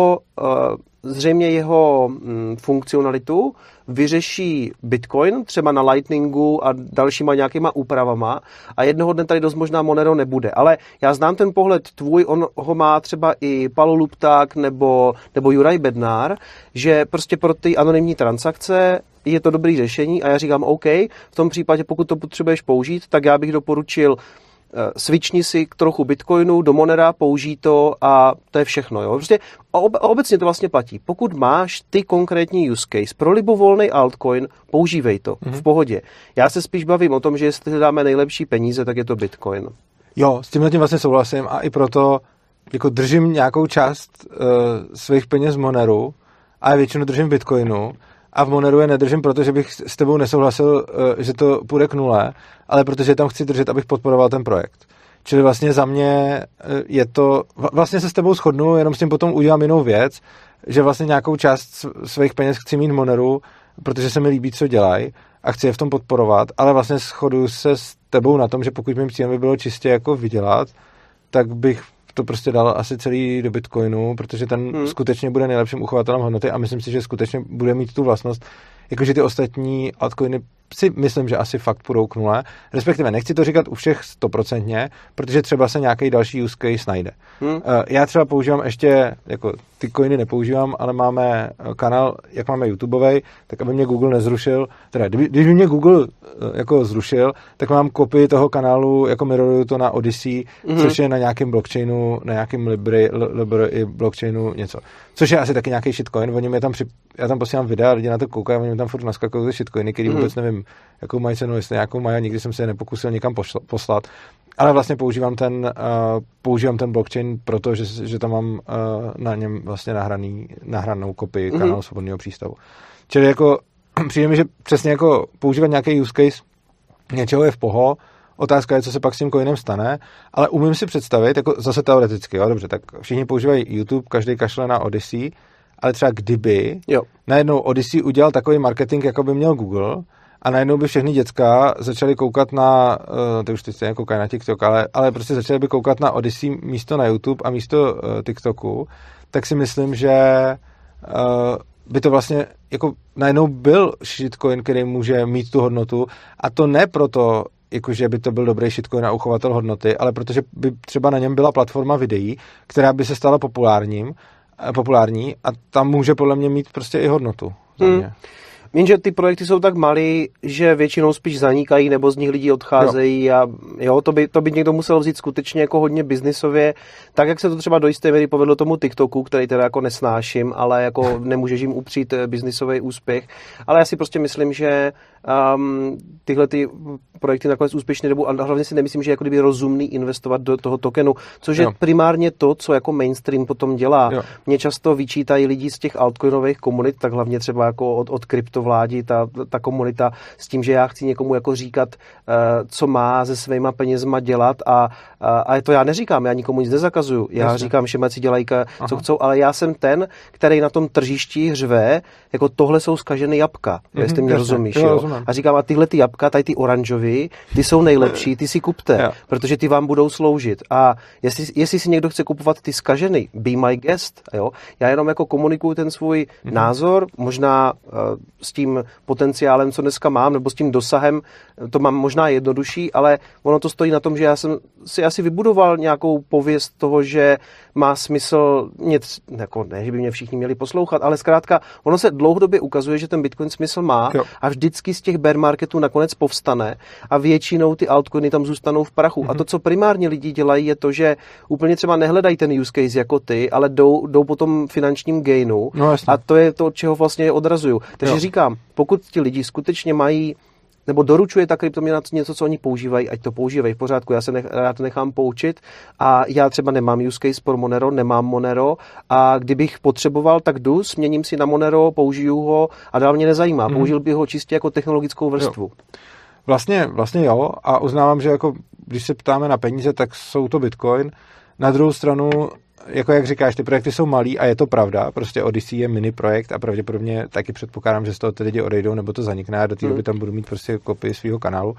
zřejmě jeho funkcionalitu vyřeší Bitcoin, třeba na Lightningu a dalšíma nějakýma úpravama a jednoho dne tady dost možná Monero nebude. Ale já znám ten pohled tvůj, on ho má třeba i Palo Lupták nebo Juraj Bednár, že prostě pro ty anonymní transakce je to dobrý řešení a já říkám OK, v tom případě pokud to potřebuješ použít, tak já bych doporučil switchni si trochu Bitcoinu do Monera, použij to a to je všechno. Jo? Prostě obecně to vlastně platí. Pokud máš ty konkrétní use case pro libovolný altcoin, používej to v pohodě. Já se spíš bavím o tom, že jestli dáme nejlepší peníze, tak je to Bitcoin. Jo, s tímhle tím vlastně souhlasím a i proto jako držím nějakou část svých peněz v Moneru a většinu držím v Bitcoinu. A v Moneru je nedržím, protože bych s tebou nesouhlasil, že to půjde k nule, ale protože tam chci držet, abych podporoval ten projekt. Čili vlastně za mě je to, vlastně se s tebou shodnu, jenom s tím potom udělám jinou věc, že vlastně nějakou část svých peněz chci mít v Moneru, protože se mi líbí, co dělají a chci je v tom podporovat, ale vlastně shoduju se s tebou na tom, že pokud mým cílem by bylo čistě jako vydělat, tak bych to prostě dal asi celý do Bitcoinu, protože ten skutečně bude nejlepším uchovatelem hodnoty a myslím si, že skutečně bude mít tu vlastnost, jakože ty ostatní altcoiny si myslím, že asi fakt půjdou k nule. Respektive nechci to říkat u všech 100%, protože třeba se nějaký další use case najde. Já třeba používám ještě, jako ty coiny nepoužívám, ale máme kanál, jak máme YouTubeovej, tak aby mě Google nezrušil, teda když by mě Google jako zrušil, tak mám kopii toho kanálu, jako miroruju to na Odyssey, což je na nějakém blockchainu, na nějakém Libry blockchainu něco. Což je asi taky nějaký shitcoin, oni mě tam já tam posílám videa, lidi na to koukají, oni mě tam furt naskakují ty shitcoiny, který vůbec nevím, jakou mají cenu, jestli nějakou mají, nikdy jsem se je nepokusil někam poslat. Ale vlastně používám ten blockchain, protože tam mám na něm vlastně nahranou kopii kanálu Svobodného přístavu. Čili jako přijde mi, že přesně jako používat nějaký use case něčeho je v poho, otázka je, co se pak s tím coinem stane, ale umím si představit, jako zase teoreticky, jo, dobře, tak všichni používají YouTube, každý kašle na Odyssey, ale třeba kdyby najednou Odyssey udělal takový marketing, jako by měl Google, a najednou by všechny děcka začaly koukat na, ty už teď koukají na TikTok, ale prostě začaly by koukat na Odyssey místo na YouTube a místo TikToku, tak si myslím, že by to vlastně jako najednou byl shitcoin, který může mít tu hodnotu, a to ne proto, jakože by to byl dobrý shitcoin a uchovatel hodnoty, ale protože by třeba na něm byla platforma videí, která by se stala populární a tam může podle mě mít prostě i hodnotu. Jenže ty projekty jsou tak malý, že většinou spíš zanikají nebo z nich lidi odcházejí a to by někdo musel vzít skutečně jako hodně biznisově, tak jak se to třeba do jisté míry povedlo tomu TikToku, který teda jako nesnáším, ale jako nemůžeš jim upřít biznisový úspěch, ale já si prostě myslím, že tyhle ty projekty nakonec úspěšné nebudou, a hlavně si nemyslím, že je jako kdyby rozumný investovat do toho tokenu, což je primárně to, co jako mainstream potom dělá. Mě často vyčítají lidi z těch altcoinových komunit, tak hlavně třeba jako od kryptovládí, ta komunita s tím, že já chci někomu jako říkat, co má se svýma penězma dělat a to já neříkám, já nikomu nic nezakazuju. Já říkám, že si dělají, co chcou, ale já jsem ten, který na tom tržišti řve, jako tohle jsou zkažené jabka, jestli mě rozumíš. A říkám, a tyhle ty jabka, tady ty oranžový, ty jsou nejlepší, ty si kupte, protože ty vám budou sloužit. A jestli si někdo chce kupovat ty zkažený, be my guest, jo? Já jenom jako komunikuju ten svůj názor, možná s tím potenciálem, co dneska mám, nebo s tím dosahem, to mám možná jednodušší, ale ono to stojí na tom, že já jsem si asi vybudoval nějakou pověst toho, že má smysl, jako ne, že by mě všichni měli poslouchat, ale zkrátka, ono se dlouhodobě ukazuje, že ten Bitcoin smysl má a vždycky z těch bear marketů nakonec povstane a většinou ty altcoiny tam zůstanou v prachu. A to, co primárně lidi dělají, je to, že úplně třeba nehledají ten use case jako ty, ale jdou po tom finančním gainu a to je to, od čeho vlastně odrazuju. Takže říkám, pokud ti lidi skutečně mají nebo doručuje ta kryptoměna něco, co oni používají, ať to používají v pořádku, já to nechám poučit a já třeba nemám use case pro Monero, nemám Monero a kdybych potřeboval, tak jdu, směním si na Monero, použiju ho a dál mě nezajímá. Použil bych ho čistě jako technologickou vrstvu. Vlastně jo, a uznávám, že jako když se ptáme na peníze, tak jsou to Bitcoin. Na druhou stranu, jako jak říkáš, ty projekty jsou malý a je to pravda, prostě Odyssey je mini projekt a pravděpodobně taky předpokládám, že z toho ty lidi odejdou nebo to zanikne a do té doby tam budu mít prostě kopii svého kanálu.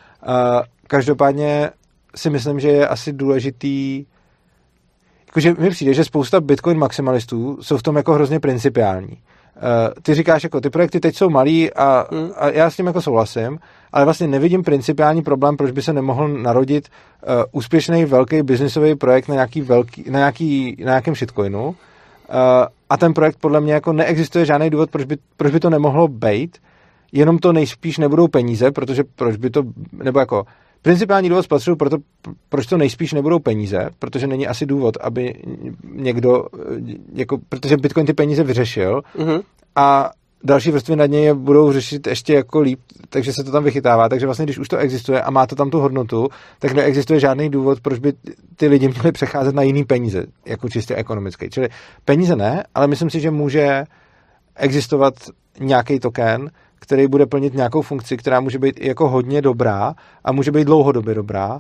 Každopádně si myslím, že je asi důležitý, jakože mi přijde, že spousta Bitcoin maximalistů jsou v tom jako hrozně principiální. Ty říkáš, jako ty projekty teď jsou malý a já s tím jako souhlasím, ale vlastně nevidím principiální problém, proč by se nemohl narodit úspěšný velký biznisový projekt na nějakém shitcoinu. A ten projekt podle mě jako neexistuje žádný důvod, proč by to nemohlo být, jenom to nejspíš nebudou peníze, protože proč by to, nebo jako principiální důvod spatřuju proto, proč to nejspíš nebudou peníze, protože není asi důvod, aby někdo, jako, protože Bitcoin ty peníze vyřešil a další vrstvy nad něj je budou řešit ještě jako líp, takže se to tam vychytává. Takže vlastně, když už to existuje a má to tam tu hodnotu, tak neexistuje žádný důvod, proč by ty lidi měli přecházet na jiný peníze, jako čistě ekonomický. Čili peníze ne, ale myslím si, že může existovat nějaký token, který bude plnit nějakou funkci, která může být jako hodně dobrá a může být dlouhodobě dobrá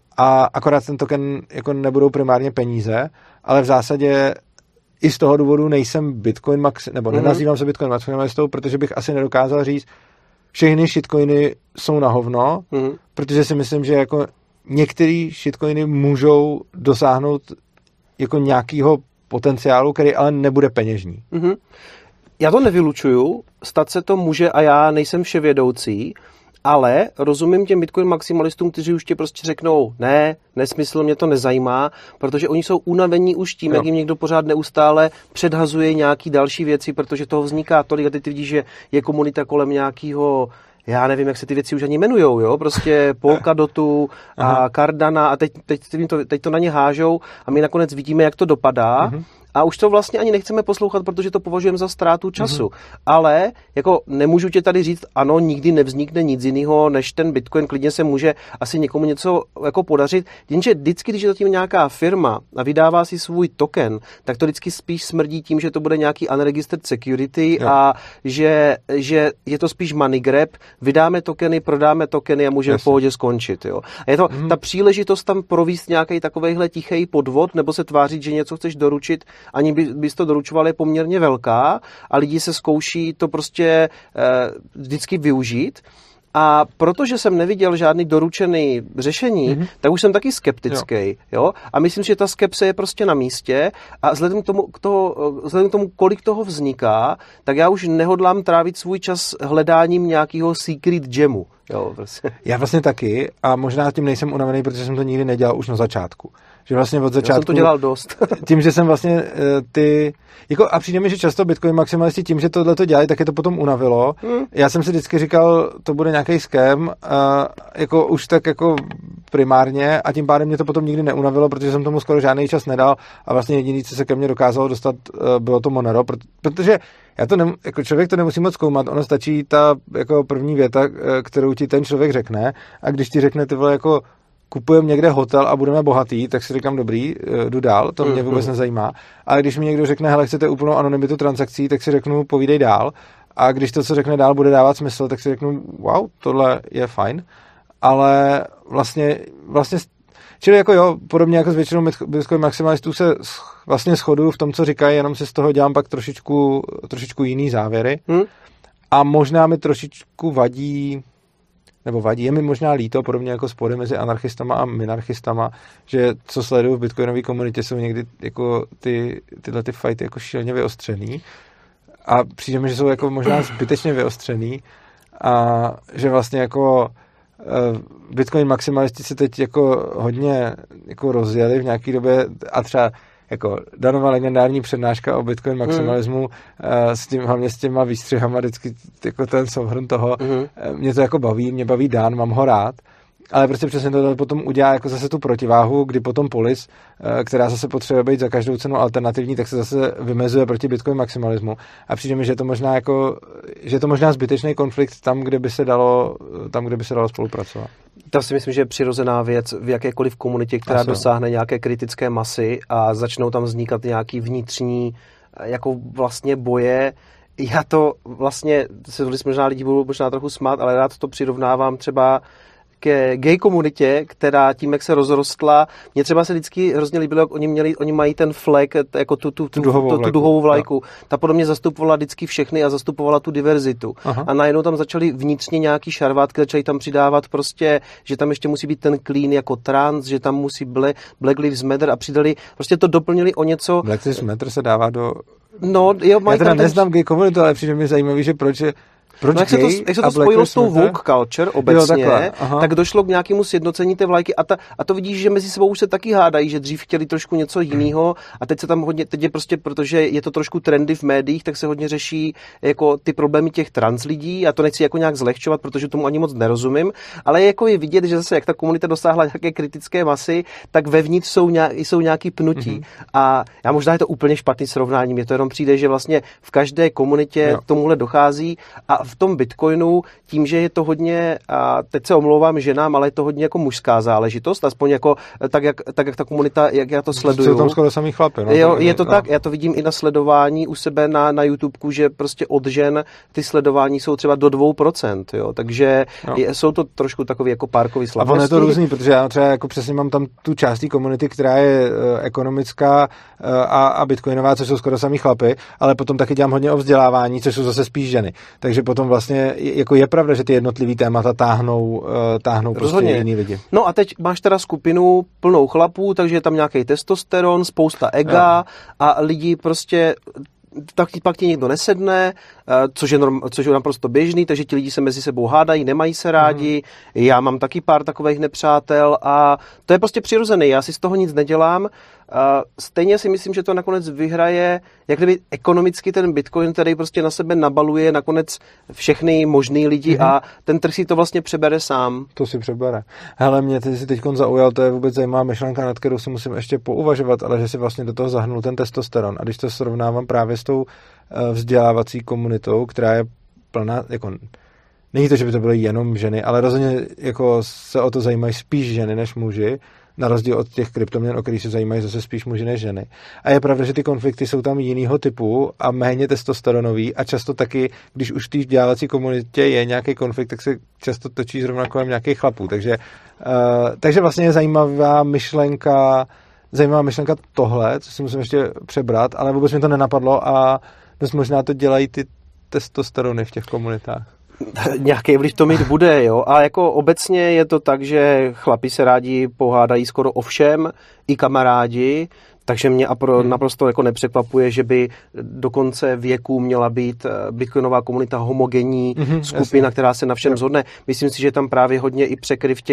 a akorát ten token jako nebudou primárně peníze, ale v zásadě i z toho důvodu nejsem Bitcoin nebo nenazývám se Bitcoin maximalistou, protože bych asi nedokázal říct, všechny shitcoiny jsou na hovno, protože si myslím, že jako některé shitcoiny můžou dosáhnout jako nějakého potenciálu, který ale nebude peněžní. Já to nevylučuju, stát se to může a já nejsem vševědoucí, ale rozumím těm Bitcoin maximalistům, kteří už ti prostě řeknou, ne, nesmysl, mě to nezajímá, protože oni jsou unavení už tím, jak jim někdo pořád neustále předhazuje nějaký další věci, protože toho vzniká tolik a ty vidíš, že je komunita kolem nějakého, já nevím, jak se ty věci už ani jmenujou, jo, prostě Polkadotu a Cardana a teď to na ně hážou a my nakonec vidíme, jak to dopadá. A už to vlastně ani nechceme poslouchat, protože to považujeme za ztrátu času. Ale jako nemůžu tě tady říct, ano, nikdy nevznikne nic jiného, než ten Bitcoin, klidně se může asi někomu něco jako podařit. Jenže vždycky, když je to tím nějaká firma a vydává si svůj token, tak to vždycky spíš smrdí tím, že to bude nějaký unregistered security a že je to spíš money grab, vydáme tokeny, prodáme tokeny a můžeme v pohodě skončit. Jo. A je to ta příležitost tam provést nějaký takovejhle tichý podvod nebo se tvářit, že něco chceš doručit, ani bys to doručoval, je poměrně velká a lidi se zkouší to prostě vždycky využít. A protože jsem neviděl žádný doručený řešení, tak už jsem taky skeptický. Jo? A myslím, že ta skepse je prostě na místě a vzhledem k tomu, kolik toho vzniká, tak já už nehodlám trávit svůj čas hledáním nějakého secret gemu. Jo, prostě. Já vlastně taky a možná tím nejsem unavený, protože jsem to nikdy nedělal už na začátku. Že vlastně od začátku... Já jsem to dělal dost. Tím, že jsem vlastně a přijde mi, že často Bitcoin maximalisti tím, že tohle to dělají, tak je to potom unavilo. Já jsem si vždycky říkal, to bude nějaký scam, jako už tak jako primárně a tím pádem mě to potom nikdy neunavilo, protože jsem tomu skoro žádný čas nedal a vlastně jediný, co se ke mně dokázalo dostat, bylo to Monero, protože jako člověk to nemusí moc zkoumat, ono stačí ta jako první věta, kterou ti ten člověk řekne a když ti řekne ty vole jako kupujeme někde hotel a budeme bohatý, tak si říkám dobrý, jdu dál, to mě vůbec nezajímá. Ale když mi někdo řekne, hele, chcete úplnou anonymitu transakcí, tak si řeknu, povídej dál. A když to, co řekne dál, bude dávat smysl, tak si řeknu, wow, tohle je fajn. Ale vlastně čili jako jo, podobně jako s většinou Bitcoin maximalistů se vlastně shoduju v tom, co říkají, jenom si z toho dělám pak trošičku jiný závěry. A možná mi trošičku vadí, je mi možná líto, podobně jako spory mezi anarchistama a minarchistama, že co sleduju v bitcoinové komunitě, jsou někdy jako tyhle fighty jako šíleně vyostřený a přijde mi, že jsou jako možná zbytečně vyostřený a že vlastně jako Bitcoin maximalisti se teď jako hodně jako rozjeli v nějaké době a třeba jako Danova legendární přednáška o Bitcoin maximalismu hlavně s těma výstřihama vždycky jako ten souhrn toho, mě to jako baví, mě baví Dan, mám ho rád, ale prostě přesně to potom udělá jako zase tu protiváhu, kdy potom Polis, která zase potřebuje být za každou cenu alternativní, tak se zase vymezuje proti Bitcoin maximalismu a přijde mi, že je to možná zbytečný konflikt tam, kde by se dalo spolupracovat. To si myslím, že je přirozená věc v jakékoliv komunitě, která dosáhne nějaké kritické masy a začnou tam vznikat nějaký vnitřní jako vlastně boje. Já to vlastně, možná lidi budou možná trochu smát, ale rád to přirovnávám třeba ke gay komunitě, která tím, jak se rozrostla, mě třeba se vždycky hrozně líbilo, jak oni mají ten flag, jako tu duhovou vlajku. Ta podobně zastupovala vždycky všechny a zastupovala tu diverzitu. Aha. A najednou tam začali vnitřně nějaký šarvátky, začali tam přidávat prostě, že tam ještě musí být ten clean jako trans, že tam musí Black Lives Matter a přidali, prostě to doplnili o něco. Black Lives Matter se dává do... No, jo, mají já teda neznám gay komunitu, ale přijde mi zajímavý, že proč jak se to spojilo s tou woke culture obecně, tak došlo k nějakému sjednocení té vlajky a to vidíš, že mezi sebou už se taky hádají, že dřív chtěli trošku něco jiného a teď se tam teď je prostě, protože je to trošku trendy v médiích, tak se hodně řeší jako ty problémy těch trans lidí a to nechci jako nějak zlehčovat, protože tomu ani moc nerozumím, ale jako je vidět, že zase jak ta komunita dosáhla nějaké kritické masy, tak vevnitř jsou nějaký pnutí. A já možná je to úplně špatný srovnání, mně to jenom přijde, že vlastně v každé komunitě k tomuhle dochází a A v tom Bitcoinu, tím, že je to hodně, a teď se omlouvám ženám, ale je to hodně jako mužská záležitost, aspoň jako tak jak ta komunita, jak já to sleduju. Jsou tam skoro samý chlapy. No, jo, je to tak, já to vidím i na sledování u sebe na YouTubeku, že prostě od žen ty sledování jsou třeba do 2%, jo, takže jsou to trošku takový jako párkový slabnosti. A ono je to různý, protože já třeba jako přesně mám tam tu část té komunity, která je ekonomická a bitcoinová, což jsou skoro samý chlapy, ale potom taky dělám hodně o vzdělávání, což jsou zase spíš ženy. Takže potom vlastně jako je pravda, že ty jednotlivý témata táhnou prostě jiný lidi. No a teď máš teda skupinu plnou chlapů, takže je tam nějaký testosteron, spousta ega a lidi prostě pak ti někdo nesedne, což je naprosto běžný, takže ti lidi se mezi sebou hádají, nemají se rádi, já mám taky pár takových nepřátel a to je prostě přirozený, já si z toho nic nedělám. Stejně si myslím, že to nakonec vyhraje, jak kdyby ekonomicky ten Bitcoin, který prostě na sebe nabaluje nakonec všechny možný lidi a ten trh si to vlastně přebere sám. To si přebere. Hele, mě ty si teďkon zaujal, to je vůbec zajímavá myšlenka, nad kterou si musím ještě pouvažovat, ale že si vlastně do toho zahrnul ten testosteron. A když to srovnávám právě s tou vzdělávací komunitou, která je plná, jako není to, že by to byly jenom ženy, ale rozhodně jako se o to zajímají spíš ženy než muži, na rozdíl od těch kryptoměn, o kterých se zajímají zase spíš muži než ženy. A je pravda, že ty konflikty jsou tam jinýho typu a méně testosteronový a často taky, když už v té vzdělávací komunitě je nějaký konflikt, tak se často točí zrovna kolem nějakých chlapů. Takže vlastně je zajímavá myšlenka tohle, co si musím ještě přebrat, ale vůbec mi to nenapadlo a dost možná to dělají ty testosterony v těch komunitách. Nějaký vliv to mít bude, jo. A jako obecně je to tak, že chlapi se rádi pohádají skoro o všem, i kamarádi, takže mě naprosto jako nepřekvapuje, že by do konce věku měla být bitcoinová komunita homogenní skupina, jasně, která se na všem shodne. Myslím si, že tam právě hodně i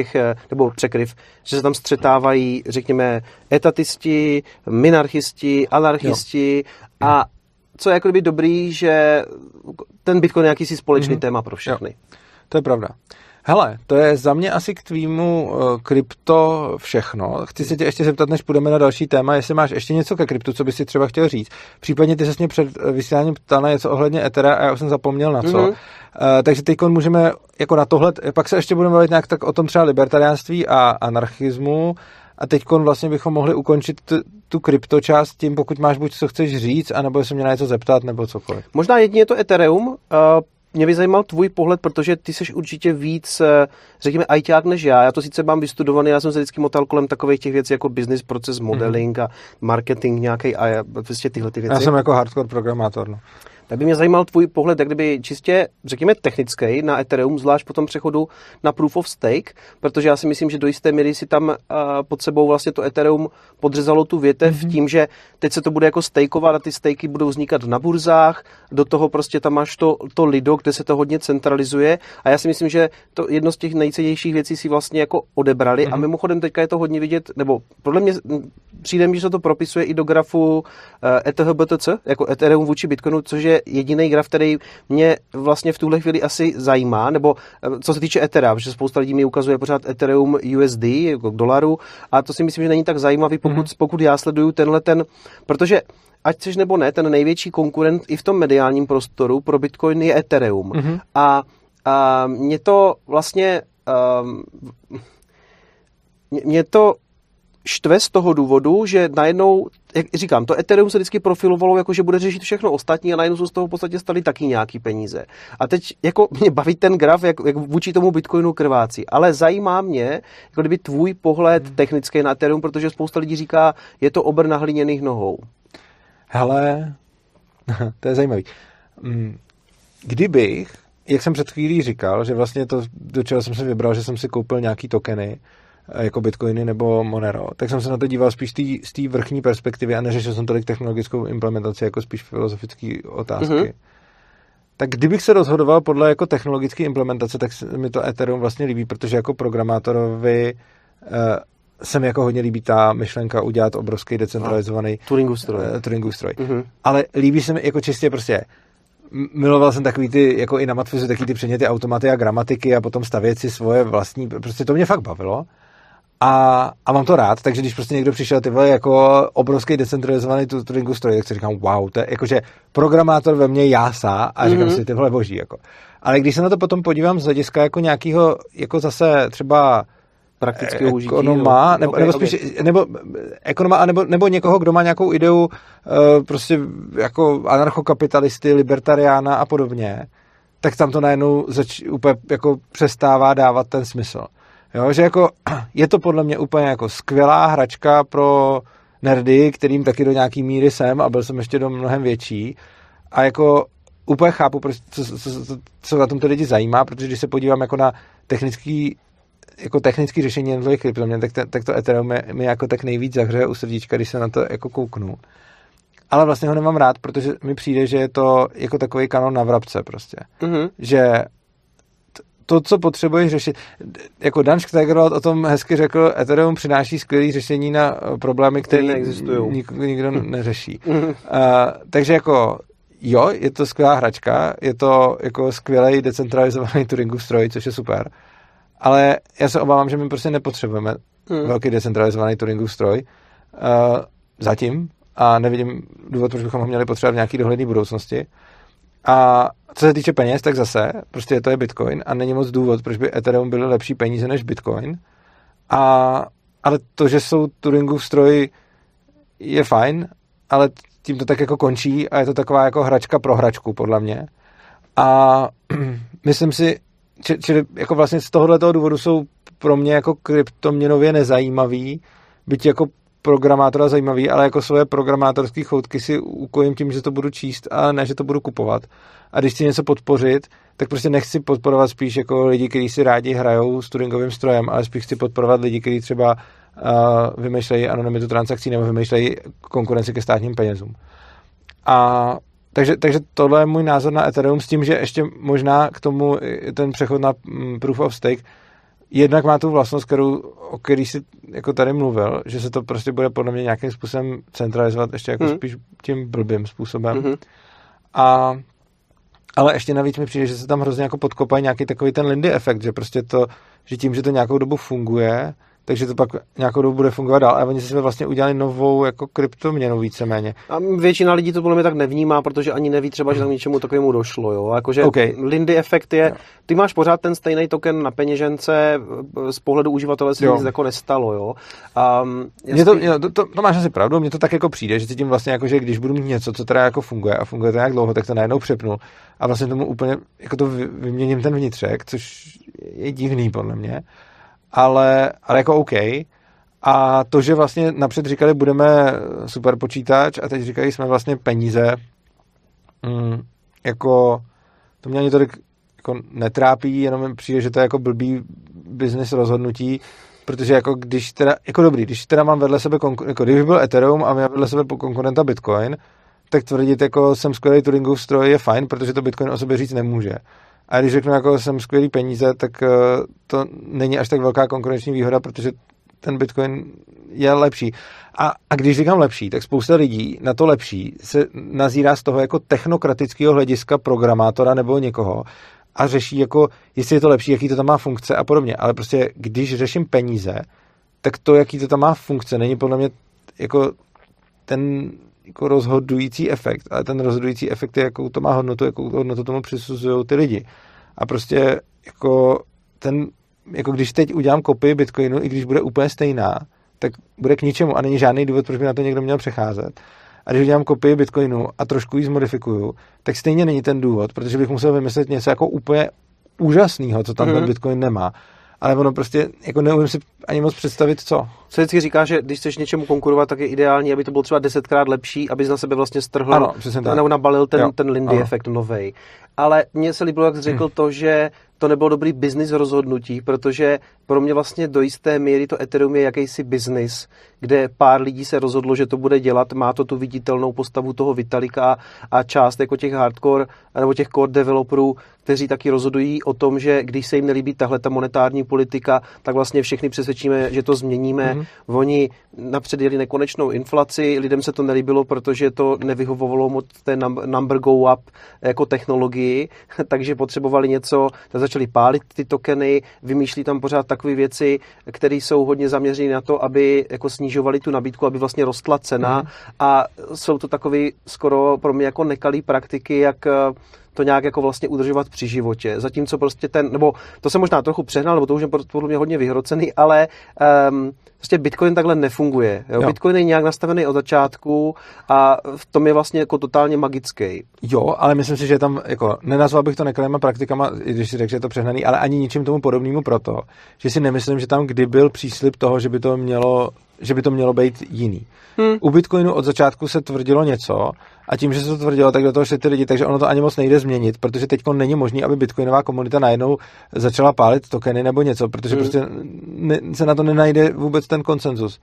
že se tam střetávají, řekněme, etatisti, minarchisti, anarchisti a co je jako by dobrý, že ten Bitcoin je jakýsi společný téma pro všechny. Jo, to je pravda. Hele, to je za mě asi k tvýmu krypto všechno. Chci se tě ještě zeptat, než půjdeme na další téma, jestli máš ještě něco ke kryptu, co bys si třeba chtěl říct. Případně ty ses mě před vysíláním ptal na něco ohledně Ethera a já už jsem zapomněl na co. Takže teďkon můžeme jako na tohle, pak se ještě budeme bavit nějak tak o tom třeba libertariánství a anarchismu. A teďkon vlastně bychom mohli ukončit tu kryptočást tím, pokud máš buď co chceš říct, anebo jestli mě na něco zeptat, nebo cokoliv. Možná jedině to Ethereum. Mě by zajímal tvůj pohled, protože ty seš určitě víc, řekněme, ajťák než já. Já to sice mám vystudovaný, já jsem se vždycky motal kolem takových těch věcí jako business proces modeling a marketing nějaký a vlastně tyhle ty věci. Já jsem jako hardcore programátor, no. Tak by mě zajímal tvůj pohled, jak kdyby čistě, řekněme, technický na Ethereum, zvlášť po tom přechodu na Proof of Stake, protože já si myslím, že do jisté míry si tam pod sebou vlastně to Ethereum podřezalo tu větev tím, že teď se to bude jako stakeovat a ty stakey budou vznikat na burzách, do toho prostě tam máš to Lido, kde se to hodně centralizuje a já si myslím, že to jedno z těch nejcennějších věcí si vlastně jako odebrali a mimochodem teďka je to hodně vidět, nebo podle mě přijde mi, že se to propisuje i do grafu ETHBTC, jako Ethereum vůči Bitcoinu, což je jediný graf, který mě vlastně v tuhle chvíli asi zajímá, nebo co se týče Ethera, protože spousta lidí mi ukazuje pořád Ethereum USD, jako dolaru, a to si myslím, že není tak zajímavý, pokud já sleduju protože ať chceš nebo ne, ten největší konkurent i v tom mediálním prostoru pro Bitcoin je Ethereum. A mě to vlastně mě to štve z toho důvodu, že najednou, jak říkám, to Ethereum se vždycky profilovalo, jako že bude řešit všechno ostatní a najednou se z toho v podstatě staly taky nějaký peníze. A teď jako mě baví ten graf, jak vůči tomu Bitcoinu krvácí. Ale zajímá mě, jako kdyby tvůj pohled technický na Ethereum, protože spousta lidí říká, je to obr na hliněných nohou. Hele, to je zajímavý. Kdybych, jak jsem před chvílí říkal, že vlastně to, do čeho jsem se vybral, že jsem si koupil nějaký tokeny, jako Bitcoiny nebo Monero, tak jsem se na to díval spíš z té vrchní perspektivy a neřešil jsem tolik technologickou implementaci, jako spíš filozofické otázky. Tak kdybych se rozhodoval podle jako technologické implementace, tak mi to Ethereum vlastně líbí, protože jako programátorovi se mi jako hodně líbí ta myšlenka udělat obrovský decentralizovaný Turingův stroj. Ale líbí se mi jako čistě prostě miloval jsem takový ty, jako i na matfizu, taky ty předměty automaty a gramatiky a potom stavět si svoje vlastní, prostě to mě fakt bavilo. A mám to rád, takže když prostě někdo přišel ty vole jako obrovský decentralizovaný Turingův stroj, tak si říkám, wow, to je jakože programátor ve mně jásá a říkám si, ty vole boží, jako. Ale když se na to potom podívám z hlediska jako nějakého, jako zase třeba praktického užití, ekonoma, nebo ekonoma, nebo někoho, kdo má nějakou ideu prostě jako anarchokapitalisty, libertariána a podobně, tak tam to najednou úplně jako přestává dávat ten smysl. Jo, že jako je to podle mě úplně jako skvělá hračka pro nerdy, kterým taky do nějaký míry jsem a byl jsem ještě do mnohem větší a jako úplně chápu, co na tom ty lidi zajímá, protože když se podívám jako na technický řešení jednotlivých kryptoměn, tak to Ethereum mi jako tak nejvíc zahřeje u srdíčka, když se na to jako kouknu. Ale vlastně ho nemám rád, protože mi přijde, že je to jako takový kanon na vrabce prostě. Mm-hmm. Že to, co potřebuješ řešit, jako Dan Steigerwald o tom hezky řekl, Ethereum přináší skvělé řešení na problémy, které nikdo neřeší. Takže jako jo, je to skvělá hračka, je to jako skvělý decentralizovaný Turingův stroj, což je super, ale já se obávám, že my prostě nepotřebujeme velký decentralizovaný Turingův stroj zatím a nevidím důvod, proč bychom ho měli potřebovat v nějaký dohledné budoucnosti. A co se týče peněz, tak zase, prostě to je Bitcoin a není moc důvod, proč by Ethereum byly lepší peníze než Bitcoin. Ale to, že jsou Turingův stroj, je fajn, ale tím to tak jako končí a je to taková jako hračka pro hračku, podle mě. A myslím si, čili jako vlastně z tohoto důvodu jsou pro mě jako kryptoměnově nezajímavý, byť jako programátora zajímavý, ale jako svoje programátorské choutky si ukojím tím, že to budu číst a ne, že to budu kupovat. A když chci něco podpořit, tak prostě nechci podporovat spíš jako lidi, kteří si rádi hrajou s Turingovým strojem, ale spíš chci podporovat lidi, kteří třeba vymýšlejí anonymitu transakcí nebo vymýšlejí konkurenci ke státním penězům. Takže tohle je můj názor na Ethereum s tím, že ještě možná k tomu ten přechod na Proof of Stake jednak má tu vlastnost, o který si jako tady mluvil, že se to prostě bude podle mě nějakým způsobem centralizovat ještě jako spíš tím blbým způsobem. Mm-hmm. Ale ještě navíc mi přijde, že se tam hrozně jako podkopají nějaký takový ten Lindy efekt, že prostě že tím, že to nějakou dobu funguje, takže to pak nějakou dobu bude fungovat dál. A oni si vlastně udělali novou jako kryptoměnu víceméně. A většina lidí to podle mě tak nevnímá, protože ani neví třeba, že tam něčemu takovému došlo. Jo? Jakože Lindy efekt je, ty máš pořád ten stejný token na peněžence, z pohledu uživatele se nic jako nestalo. Jo? To máš asi pravdu, mně to tak jako přijde, že tím vlastně jako, že když budu mít něco, co teda jako funguje a funguje to nějak dlouho, tak to najednou přepnu a vlastně tomu úplně jako to vyměním ten vnitřek, což je divný podle mě. Ale jako OK. A to, že vlastně napřed říkali, budeme super počítač a teď říkají, jsme vlastně peníze, jako to mě ani tolik jako netrápí, jenom mi přijde, že to je jako blbý business rozhodnutí, protože jako když teda mám vedle sebe jako kdyby byl Ethereum a mám vedle sebe konkurenta Bitcoin, tak tvrdit jako jsem skvělý Turingův stroj je fajn, protože to Bitcoin o sobě říct nemůže. A když řeknu, jako jsem skvělý peníze, tak to není až tak velká konkurenční výhoda, protože ten Bitcoin je lepší. A když říkám lepší, tak spousta lidí na to lepší se nazírá z toho jako technokratického hlediska programátora nebo někoho a řeší jako, jestli je to lepší, jaký to tam má funkce a podobně. Ale prostě, když řeším peníze, tak to, jaký to tam má funkce, není podle mě jako ten jako rozhodující efekt, ale ten rozhodující efekt je, jakou to má hodnotu, jakou hodnotu tomu přisuzují ty lidi. A prostě jako když teď udělám kopii Bitcoinu, i když bude úplně stejná, tak bude k ničemu a není žádný důvod, proč by na to někdo měl přecházet. A když udělám kopii Bitcoinu a trošku ji zmodifikuju, tak stejně není ten důvod, protože bych musel vymyslet něco jako úplně úžasného, co tam ten Bitcoin nemá. Ale ono prostě, jako neumím si ani moc představit, co. Se vždycky říká, že když chceš něčemu konkurovat, tak je ideální, aby to bylo třeba 10krát lepší, abys na sebe vlastně strhl, nebo nabalil ten Lindy efekt novej. Ale mně se líbilo, jak jsi řekl to, že to nebylo dobrý business rozhodnutí, protože pro mě vlastně do jisté míry to Ethereum je jakýsi business, kde pár lidí se rozhodlo, že to bude dělat, má to tu viditelnou postavu toho Vitalika a část jako těch hardcore nebo těch core developerů, kteří taky rozhodují o tom, že když se jim nelíbí tahle ta monetární politika, tak vlastně všechny přesvědčíme, že to změníme. Oni napřed jeli nekonečnou inflaci, lidem se to nelíbilo, protože to nevyhovovalo moc té number go up jako technologii, takže potřebovali něco, tak začali pálit ty tokeny, vymýšlí tam pořád takové věci, které jsou hodně zaměřené na to, aby jako snižovali tu nabídku, aby vlastně rostla cena a jsou to takové skoro pro mě jako nekalý praktiky, jak to nějak jako vlastně udržovat při životě. Zatímco prostě nebo to jsem možná trochu přehnal, nebo to už je podle mě hodně vyhrocený, ale prostě Bitcoin takhle nefunguje. Jo? Bitcoin je nějak nastavený od začátku a v tom je vlastně jako totálně magický. Jo, ale myslím si, že tam jako nenazval bych to nekalýma praktikama, i když si řekl, že je to přehnaný, ale ani ničím tomu podobnému proto, že si nemyslím, že tam kdy byl příslib toho, že by to mělo být jiný. U Bitcoinu od začátku se tvrdilo něco a tím, že se to tvrdilo, tak do toho šli ty lidi, takže ono to ani moc nejde změnit, protože teď není možné, aby bitcoinová komunita najednou začala pálit tokeny nebo něco, protože prostě se na to nenajde vůbec ten konsenzus.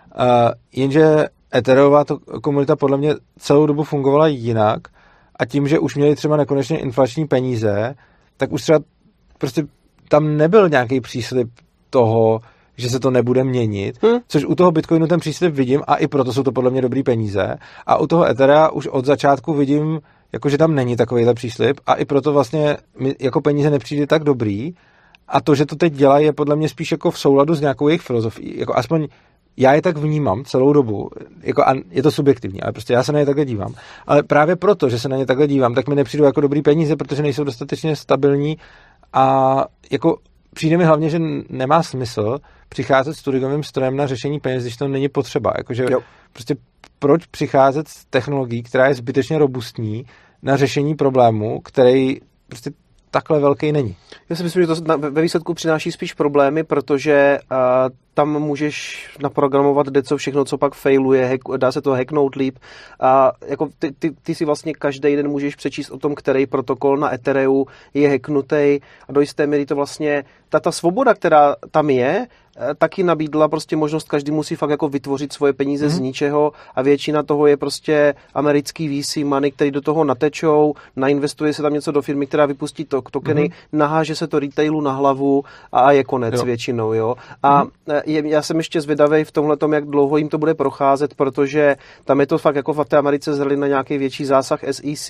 Jenže Ethereová komunita podle mě celou dobu fungovala jinak a tím, že už měli třeba nekonečně inflační peníze, tak už třeba prostě tam nebyl nějaký příslib toho, že se to nebude měnit, což u toho Bitcoinu ten příslib vidím a i proto jsou to podle mě dobrý peníze a u toho Ethera už od začátku vidím, jako že tam není takovýhle příslib a i proto vlastně mi jako peníze nepřijde tak dobrý a to, že to teď dělají, je podle mě spíš jako v souladu s nějakou jejich filozofií, jako aspoň já je tak vnímám celou dobu, jako a je to subjektivní, ale prostě já se na ně takhle dívám. Ale právě proto, že se na ně takhle dívám, tak mi nepřijdou jako dobrý peníze, protože nejsou dostatečně stabilní a jako přijde mi hlavně, že nemá smysl přicházet s Turingovým strojem na řešení peněz, když to není potřeba. Jakože prostě proč přicházet s technologií, která je zbytečně robustní na řešení problému, který prostě takhle velký není. Já si myslím, že to ve výsledku přináší spíš problémy, protože tam můžeš naprogramovat co všechno, co pak failuje, dá se to hacknout líp. A jako ty si vlastně každý den můžeš přečíst o tom, který protokol na Ethereu je hacknutý a do jisté míry to vlastně ta svoboda, která tam je, taky nabídla prostě možnost, každý musí fakt jako vytvořit svoje peníze z ničeho a většina toho je prostě americký VC money, který do toho natečou, nainvestuje se tam něco do firmy, která vypustí tokeny, naháže se to retailu na hlavu a je konec většinou, jo. A já jsem ještě zvědavej v tomhletom, jak dlouho jim to bude procházet, protože tam je to fakt jako v té Americe zrli na nějaký větší zásah SEC,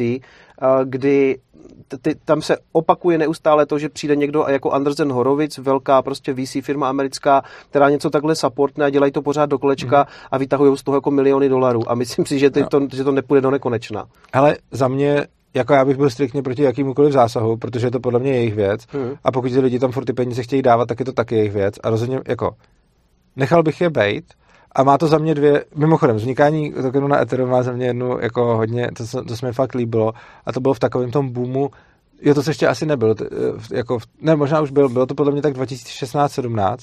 kdy tam se opakuje neustále to, že přijde někdo jako Andreessen Horowitz, velká prostě VC firma americká, která něco takhle supportne a dělají to pořád do kolečka a vytahují z toho jako miliony dolarů. A myslím si, že to nepůjde do nekonečna. Ale za mě jako já bych byl striktně proti jakýmukoliv zásahu, protože je to podle mě jejich věc a pokud ty lidi tam furt ty peníze chtějí dávat, tak je to taky jejich věc a rozhodně jako nechal bych je bejt a má to za mě mimochodem vznikání tokenu na Ethereum má za mě jednu jako hodně, to se mi fakt líbilo a to bylo v takovém tom boomu, jo to se ještě asi nebylo, ne možná už bylo to podle mě tak 2016-17,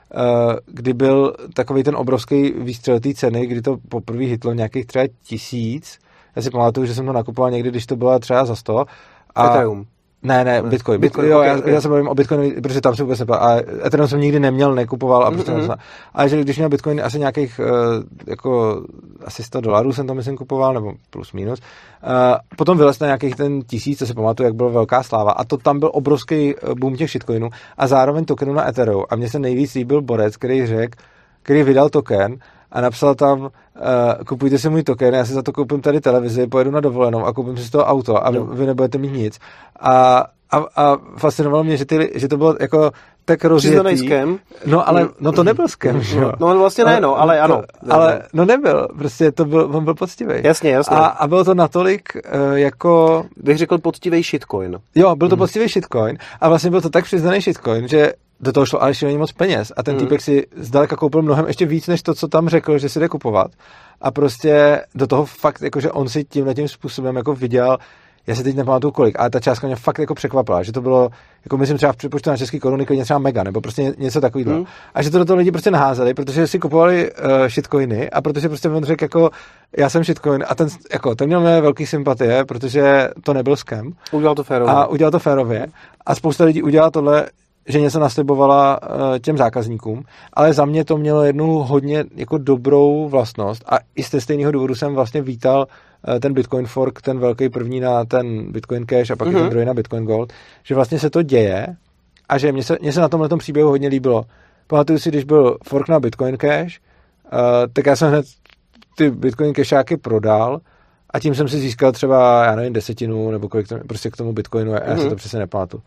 kdy byl takový ten obrovský výstřel té ceny, kdy to poprvé hitlo nějakých třeba 1000. Já si pamatuju, že jsem to nakupoval někdy, když to bylo třeba za 100. Ethereum. Ne, Bitcoin. Jo, okay. Já se bavím o Bitcoinu, protože tam se vůbec nepal. A Ethereum jsem nikdy neměl, nekupoval. A prostě ale že když měl Bitcoin asi nějakých jako asi $100 jsem to myslím kupoval, nebo plus minus. Potom vylez na nějakých ten 1000, co si pamatuju, jak byla velká sláva. A to tam byl obrovský boom těch shitcoinů. A zároveň tokenu na Ethereum. A mně se nejvíc líbil borec, který vydal token a napsal tam, kupujte si můj token, já si za to koupím tady televizi, pojedu na dovolenou a koupím si z toho auto a vy nebudete mít nic. A fascinovalo mě, že to bylo jako tak rozjetý. Scam. No ale to nebyl scam, že jo? No vlastně ne, no, ale ano. Ale nebyl, prostě on byl poctivý. Jasně. A bylo to natolik jako... Bych řekl poctivý shitcoin. Jo, byl to poctivý shitcoin a vlastně byl to tak přiznaný shitcoin, že do toho šlo ale šíleně moc peněz a ten týpek si zdaleka koupil mnohem ještě víc, než to, co tam řekl, že si jde kupovat. A prostě do toho fakt, jakože on si tímhletím způsobem jako viděl, já si teď nepamatuju kolik, ale ta částka mě fakt jako překvapila, že to bylo, jako myslím třeba v přepočtu na český koruny, klidně třeba mega, nebo prostě něco takového. A že to do toho lidi prostě naházeli, protože si kupovali shitcoiny a protože prostě on řekl jako, já jsem shitcoin a ten měl mé velký sympatie, protože to nebyl scam. Udělal to férově. A spousta lidí udělala tohle, že něco naslibovala těm zákazníkům, ale za mě to mělo jednu hodně jako dobrou vlastnost a i z té stejného důvodu jsem vlastně vítal ten Bitcoin fork, ten velký první na ten Bitcoin Cash a pak ten druhý na Bitcoin Gold, že vlastně se to děje a že mně se na tomhletom příběhu hodně líbilo. Pamatuju si, když byl fork na Bitcoin Cash, tak já jsem hned ty Bitcoin Casháky prodal a tím jsem si získal třeba, já nevím, 10 nebo kolik to, prostě k tomu Bitcoinu, já si to přesně nepamatuju.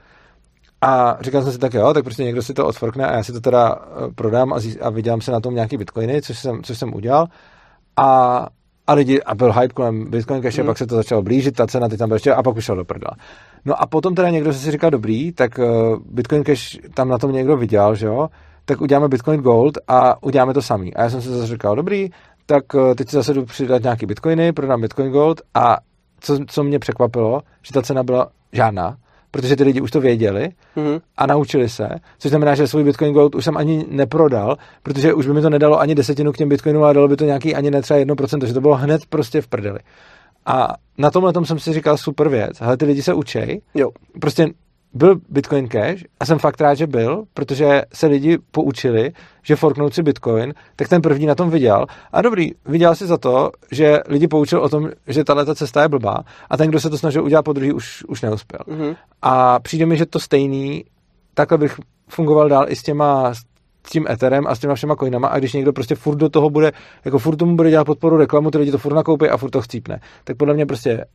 A říkal jsem si tak jo, tak prostě někdo si to odforkne a já si to teda prodám a vydělám se na tom nějaký bitcoiny, což jsem udělal. A a byl hype kolem Bitcoin Cash, pak se to začalo blížit, ta cena teď tam byla ještě, a pak už šel do prdela. No a potom teda někdo si říkal, dobrý, tak Bitcoin Cash tam na tom někdo vydělal, že jo, tak uděláme Bitcoin Gold a uděláme to samý. A já jsem si zase říkal, dobrý, tak teď si zase jdu přidat nějaký bitcoiny, prodám Bitcoin Gold a co mě překvapilo, že ta cena byla žádná, protože ty lidi už to věděli a naučili se, což znamená, že svůj Bitcoin Gold už jsem ani neprodal, protože už by mi to nedalo ani 10 k těm Bitcoinům, ale dalo by to nějaký ani ne třeba 1%, že to bylo hned prostě v prdeli. A na tomhle tom jsem si říkal super věc, hele, ty lidi se učej, prostě byl Bitcoin Cash a jsem fakt rád, že byl, protože se lidi poučili, že forknout si Bitcoin, tak ten první na tom vydělal. A dobrý, vydělal si za to, že lidi poučil o tom, že tato cesta je blbá a ten, kdo se to snažil udělat po druhý, už neuspěl. A přijde mi, že to stejný, takhle bych fungoval dál i s tím Etherem a s těma všema coinama a když někdo prostě furt do toho bude, jako furt tomu bude dělat podporu reklamu, ty lidi to furt nakoupí a furt to chcípne. Tak podle mě prostě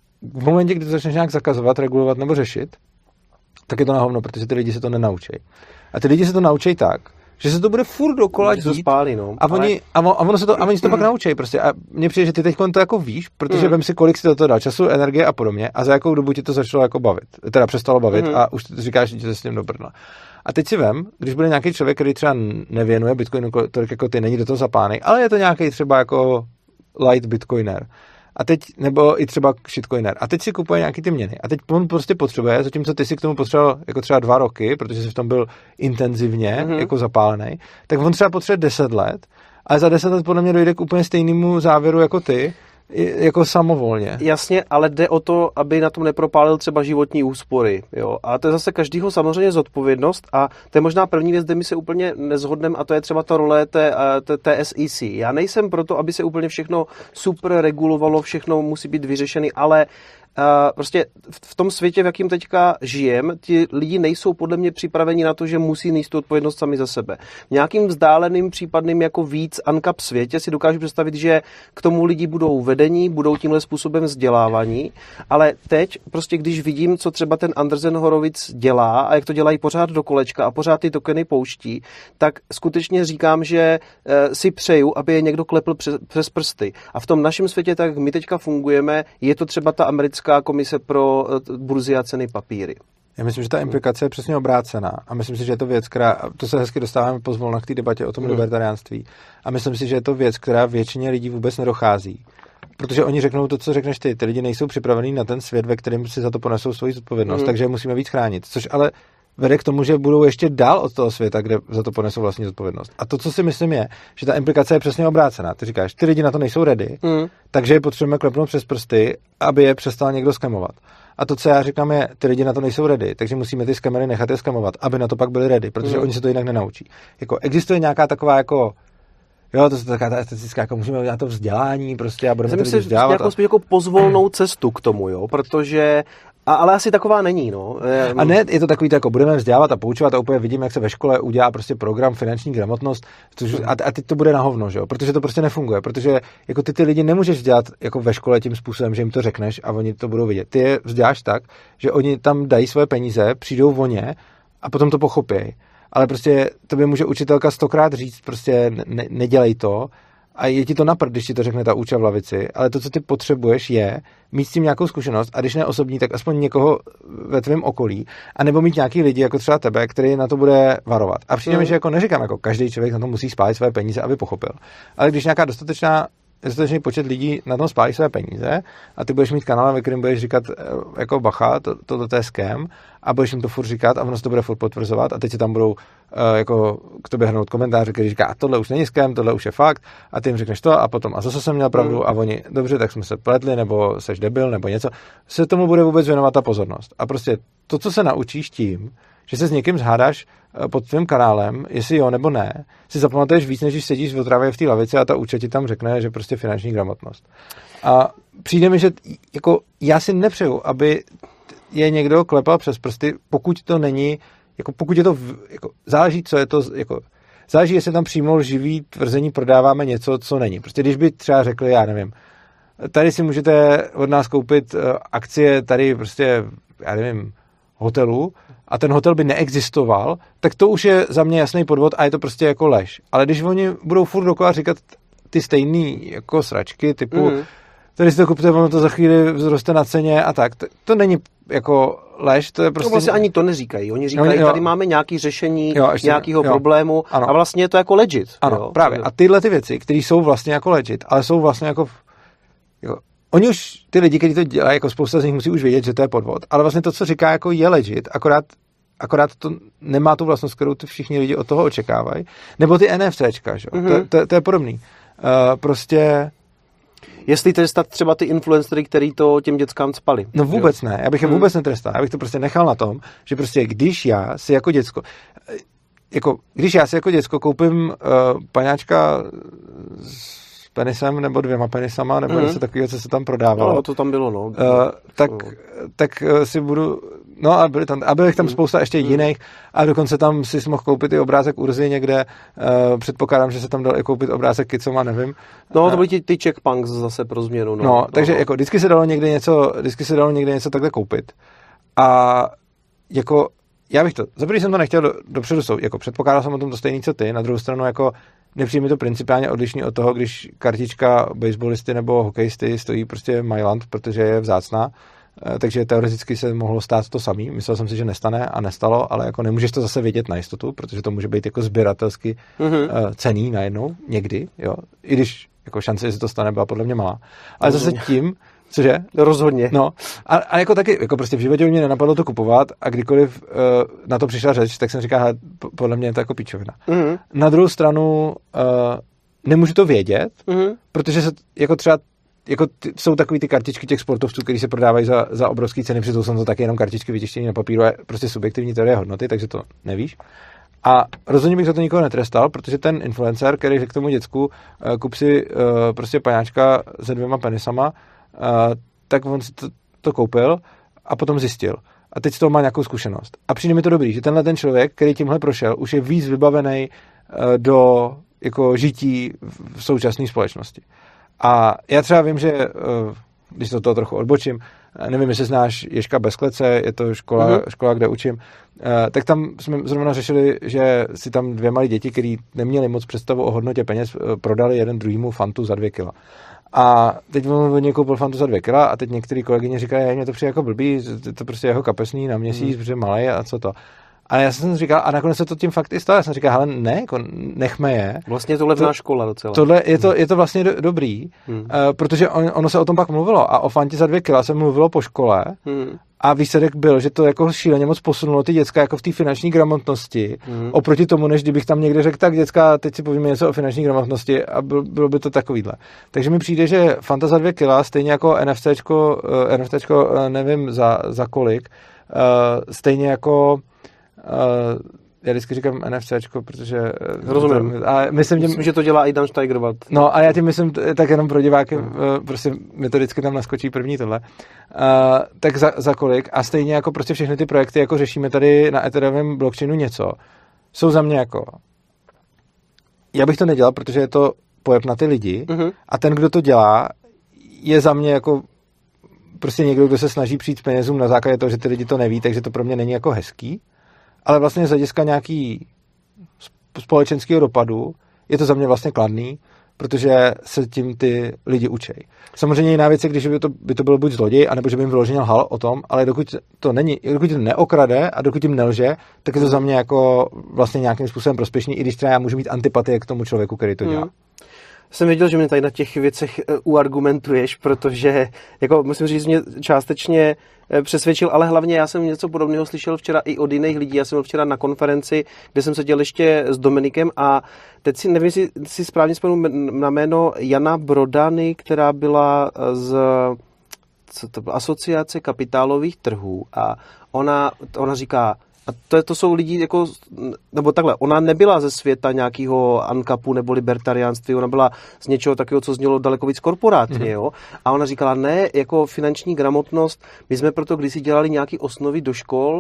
v momentě, kdy to začneš nějak zakazovat, regulovat nebo řešit, tak je to na hovno, protože ty lidi se to nenaučí. A ty lidi se to naučí tak, že se to bude furt dokola dít spálí, no. a oni se to pak naučí prostě. A mně přijde, že ty teď to jako víš, protože vem si, kolik si do toho dal času, energie a podobně a za jakou dobu ti to začalo jako bavit. Teda přestalo bavit a už říkáš, že se s tím dobrno. A teď si vem, když bude nějaký člověk, který třeba nevěnuje Bitcoinu tolik jako ty, není do toho zapánej, ale je to nějaký třeba jako light bitcoiner. A teď, nebo i třeba shitcoiner. A teď si kupuje nějaký ty měny. A teď on prostě potřebuje, zatímco ty si k tomu potřeboval jako třeba 2 roky, protože jsi v tom byl intenzivně jako zapálený, tak on třeba potřebuje 10 let, ale za 10 let podle mě dojde k úplně stejnému závěru jako ty, jako samovolně. Jasně, ale jde o to, aby na tom nepropálil třeba životní úspory. Jo? A to je zase každýho samozřejmě zodpovědnost a to je možná první věc, kde my se úplně nezhodneme a to je třeba ta role té SEC. Já nejsem proto, aby se úplně všechno super regulovalo, všechno musí být vyřešený, ale prostě v tom světě, v jakým teďka žijem, ti lidi nejsou podle mě připraveni na to, že musí nést tu odpovědnost sami za sebe. V nějakým vzdáleným případným jako víc uncap světě si dokážu představit, že k tomu lidi budou vedení, budou tímhle způsobem vzdělávaní, ale teď prostě když vidím, co třeba ten Andreessen Horowitz dělá a jak to dělají pořád do kolečka a pořád ty tokeny pouští, tak skutečně říkám, že si přeju, aby je někdo klepl přes prsty. A v tom našem světě, tak jak my teďka fungujeme, je to třeba ta americká komise pro burzy a ceny papíry. Já myslím, že ta implikace je přesně obrácená. A myslím si, že je to věc, která, to se hezky dostáváme pozvolna k té debatě o tom libertariánství. A myslím si, že je to věc, která většině lidí vůbec nedochází. Protože oni řeknou to, co řekneš ty. Ty lidi nejsou připravení na ten svět, ve kterém si za to ponesou svoji zodpovědnost, takže je musíme víc chránit. Což ale vede k tomu, že budou ještě dál od toho světa, kde za to ponesou vlastní zodpovědnost. A to, co si myslím, je, že ta implikace je přesně obrácená. Ty říkáš, ty lidi na to nejsou ready, takže je potřebujeme klepnout přes prsty, aby je přestal někdo skemovat. A to, co já říkám, je, ty lidi na to nejsou ready, takže musíme ty skamery nechat je skemovat, aby na to pak byli ready, protože oni se to jinak nenaučí. Jako existuje nějaká taková jako jo, to je taková ta estetická, jako můžeme udělat to vzdělání prostě a budeme to lidi vzdělávat. Nějakou spíš jako pozvolnou cestu k tomu, jo, protože ale asi taková není, no. A ne, je to takový, jako budeme vzdělávat a poučovat a úplně vidím, jak se ve škole udělá prostě program finanční gramotnost a teď to bude na hovno, že jo, protože to prostě nefunguje, protože jako ty lidi nemůžeš vzdělat jako ve škole tím způsobem, že jim to řekneš a oni to budou vidět. Ty je vzděláš tak, že oni tam dají svoje peníze, přijdou voně a potom to pochopí. Ale prostě tobě může učitelka 100krát říct, prostě nedělej to a je ti to na prd, když ti to řekne ta úča v lavici, ale to, co ty potřebuješ, je mít s tím nějakou zkušenost a když ne osobní, tak aspoň někoho ve tvém okolí a nebo mít nějaký lidi, jako třeba tebe, který na to bude varovat. A přijde mi, že jako neříkám, jako každý člověk na to musí spálit své peníze, aby pochopil. Ale když nějaká dostatečný počet lidí na tom spálí své peníze a ty budeš mít kanál, ve kterém budeš říkat jako bacha, to je scam a budeš jim to furt říkat a ono se to bude furt potvrzovat a teď se tam budou jako k tobě hrnout komentáře, který říká, a tohle už není scam, tohle už je fakt a ty jim řekneš to a potom a zase jsem měl pravdu a oni, dobře, tak jsme se pletli nebo seš debil nebo něco, se tomu bude vůbec věnovat ta pozornost. A prostě to, co se naučíš tím, že se s někým zhádáš pod tvým kanálem, jestli jo nebo ne, si zapamatuješ víc, než když sedíš v otravě v té lavici a ta účet ti tam řekne, že prostě finanční gramotnost. A přijde mi, že jako já si nepřeju, aby je někdo klepal přes prsty, pokud to není, jako pokud je to, jako záleží, co je to, jako záleží, jestli tam přímo lživý tvrzení prodáváme něco, co není. Prostě když by třeba řekli, já nevím, tady si můžete od nás koupit akcie tady prostě, já nevím, hotelu a ten hotel by neexistoval, tak to už je za mě jasný podvod a je to prostě jako lež. Ale když oni budou furt dokola říkat ty stejný jako sračky, typu tady si to kupte, ono to za chvíli vzroste na ceně a tak. To není jako lež, to je prostě... No vlastně ani to neříkají. Oni říkají, tady máme nějaké řešení nějakého problému a vlastně je to jako legit. Ano, jo? Právě. A tyhle ty věci, které jsou vlastně jako legit, ale jsou vlastně jako oni už, ty lidi, kteří to dělají, jako spousta z nich musí už vědět, že to je podvod, ale vlastně to, co říká, jako je legit, akorát to nemá tu vlastnost, kterou ty všichni lidi od toho očekávají. Nebo ty NFCčka, že? To je podobný. Prostě... Jestli trestat třeba ty influencery, který to těm dětskám cpali. No vůbec ne, já bych je vůbec netrestal. Já bych to prostě nechal na tom, že prostě když já si jako děcko koupím paňáčka s penisem nebo 2 penisama, nebo něco takového, co se tam prodávalo. No, to tam bylo, no. Tak si budu... No a byly tam spousta ještě jiných a dokonce tam si mohl koupit i obrázek Urzy někde. Předpokládám, že se tam dal i koupit obrázek Kicoma, nevím. No to byly ty Czech Punks zase pro změnu. No, takže jako vždycky se dalo někde něco takhle koupit. A jako já bych to, za první jsem to nechtěl dopředu jako předpokládal jsem o tom to stejný, co ty, na druhou stranu jako nepřijde mi to principiálně odlišný od toho, když kartička baseballisty nebo hokejisty stojí prostě Mailand, protože je vzácná. Takže teoreticky se mohlo stát to samý. Myslel jsem si, že nestane a nestalo, ale jako nemůžeš to zase vědět na jistotu, protože to může být jako sběratelsky cenný najednou, někdy, jo. I když jako šance, že se to stane, byla podle mě malá. Ale zase tím, cože? Rozhodně. No. A jako taky, jako prostě v životě mě nenapadlo to kupovat a kdykoliv na to přišla řeč, tak jsem říkal, podle mě je to jako píčovina. Na druhou stranu nemůžu to vědět, protože se jako třeba jsou takový ty kartičky těch sportovců, které se prodávají za obrovské ceny, přitom jsou to taky jenom kartičky vytištěné na papíru a prostě subjektivní teorie hodnoty, takže to nevíš. A rozhodně bych za to nikoho netrestal, protože ten influencer, který řekl k tomu děcku, kup si prostě paňáčka se 2 penisama, tak on si to koupil a potom zjistil. A teď z toho má nějakou zkušenost. A přijde mi to dobrý, že tenhle ten člověk, který tímhle prošel, už je víc vybavený do jako žití v současné společnosti. A já třeba vím, že když to toho trochu odbočím, nevím, jestli znáš Ježka bez klece, je to škola, kde učím, tak tam jsme zrovna řešili, že si tam 2 malé děti, který neměli moc představu o hodnotě peněz, prodali jeden druhýmu Fantu za 2 kila. A teď on někoho koupil Fantu za 2 kila a teď některý kolegyně říkají, mě to přijde jako blbý, to prostě jeho kapesný na měsíc, protože malej a co to. A já jsem říkal, a nakonec se to tím fakt i stalo. Já jsem říkal, hele, ne, jako nechme je. Vlastně je to levná škola docela. Tohle je to vlastně dobrý, protože ono se o tom pak mluvilo a o Fantě za 2 kila se mluvilo po škole a výsledek byl, že to jako šíleně moc posunulo ty děcka jako v té finanční gramotnosti oproti tomu, než kdybych tam někde řekl, tak děcka, teď si povíme něco o finanční gramotnosti a bylo by to takovýhle. Takže mi přijde, že Fanta za 2 kila, stejně jako NFTčko nevím za kolik, stejně jako já vždycky říkám NFCčko, protože... Rozumím. Myslím, že to dělá i Dan Steigerwald. No a já tím myslím, tak jenom pro diváky, prostě mi to vždycky tam naskočí první tohle. Tak za kolik? A stejně jako prostě všechny ty projekty, jako řešíme tady na Ethereum blockchainu něco, jsou za mě jako... Já bych to nedělal, protože je to pojeb na ty lidi a ten, kdo to dělá, je za mě jako prostě někdo, kdo se snaží přijít s penězům na základě toho, že ty lidi to neví, takže to pro mě není jako hezký. Ale vlastně z hlediska nějaký společenského dopadu je to za mě vlastně kladný, protože se tím ty lidi učej. Samozřejmě jiná věc je, když by to bylo buď zloděj, anebo že by jim vyloženě lhal o tom, ale dokud to neokrade a dokud jim nelže, tak je to za mě jako vlastně nějakým způsobem prospěšný, i když třeba já můžu mít antipatie k tomu člověku, který to dělá. Jsem věděl, že mě tady na těch věcech uargumentuješ, protože jako musím říct, mě částečně přesvědčil, ale hlavně já jsem něco podobného slyšel včera i od jiných lidí. Já jsem byl včera na konferenci, kde jsem seděl ještě s Dominikem a teď si nevím, jestli si správně vzpomenu na jméno Jana Brodany, která byla z Asociace kapitálových trhů a ona říká, a to jsou lidi jako, nebo takhle, ona nebyla ze světa nějakého ANCAPu nebo libertariánství, ona byla z něčeho takového, co znělo daleko víc korporátně, jo. A ona říkala, ne, jako finanční gramotnost, my jsme proto kdysi dělali nějaké osnovy do škol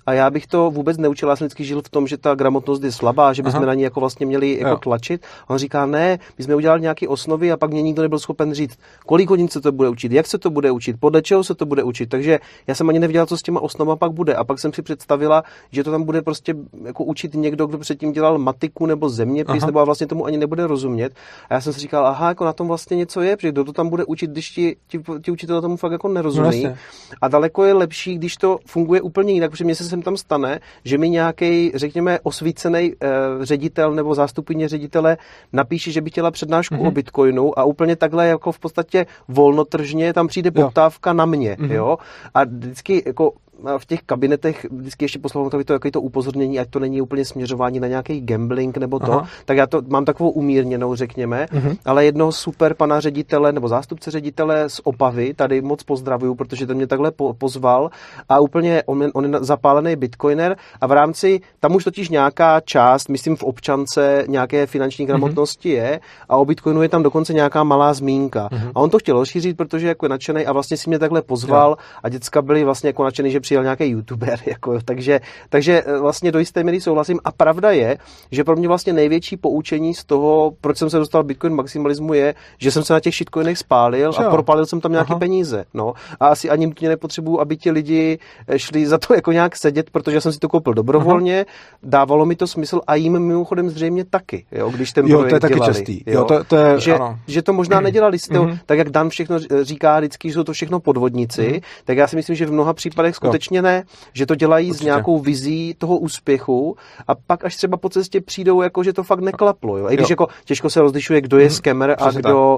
a já bych to vůbec neučil. Já jsem vždycky žil v tom, že ta gramotnost je slabá, že bychom na ní jako vlastně měli jako tlačit. A on říká, ne, my jsme udělali nějaké osnovy a pak mě nikdo nebyl schopen říct, kolik hodin se to bude učit, jak se to bude učit, podle čeho se to bude učit. Takže já jsem ani nevěděl, co s těma osnovama pak bude. A pak jsem si představila, že to tam bude prostě jako učit někdo, kdo předtím dělal matiku nebo zeměpis, nebo vlastně tomu ani nebude rozumět. A já jsem si říkal, aha, jako na tom vlastně něco je, protože kdo to tam bude učit, když ti učitelé tomu fakt jako nerozumí. No, a daleko je lepší, když to funguje úplně jinak, protože mně se sem tam stane, že mi nějaký, řekněme, osvícený ředitel nebo zástupkyně ředitele napíše, že by chtěla přednášku o Bitcoinu a úplně takhle jako v podstatě volnotržně tam přijde poptávka na mě, jo. A vždycky jako v těch kabinetech vždycky ještě poslal to jaké to upozornění, ať to není úplně směřování na nějaký gambling nebo to, tak já to mám takovou umírněnou, řekněme, ale jednoho super pana ředitele nebo zástupce ředitele z Opavy, tady moc pozdravuju, protože ten mě takhle pozval a úplně on je zapálený bitcoiner a v rámci, tam už totiž nějaká část, myslím v občance nějaké finanční gramotnosti je a o Bitcoinu je tam dokonce nějaká malá zmínka. A on to chtěl rozšířit, protože jako je nadšenej a vlastně si mě takhle pozval a děcka byli vlastně jako nadšený, že přijel nějaký youtuber, jako, takže vlastně do jisté míry souhlasím a pravda je, že pro mě vlastně největší poučení z toho, proč jsem se dostal Bitcoin maximalismu je, že jsem se na těch shitcoinech spálil a propálil jsem tam nějaké peníze, no. A asi ani nutně nepotřebuju, aby ti lidi šli za to jako nějak sedět, protože jsem si to koupil dobrovolně, dávalo mi to smysl a jim mimochodem zřejmě taky, jo, když ten projekt to je taky dělali, častý. Jo, to je, že to možná nedělali z toho, tak jak Dan všechno říká vždycky, že jsou to všechno podvodníci, tak já si myslím, že v mnoha případech skutečně ne, že to dělají s nějakou vizí toho úspěchu a pak až třeba po cestě přijdou, jako že to fakt neklaplo. Jo? I když jako těžko se rozlišuje, kdo je scammer a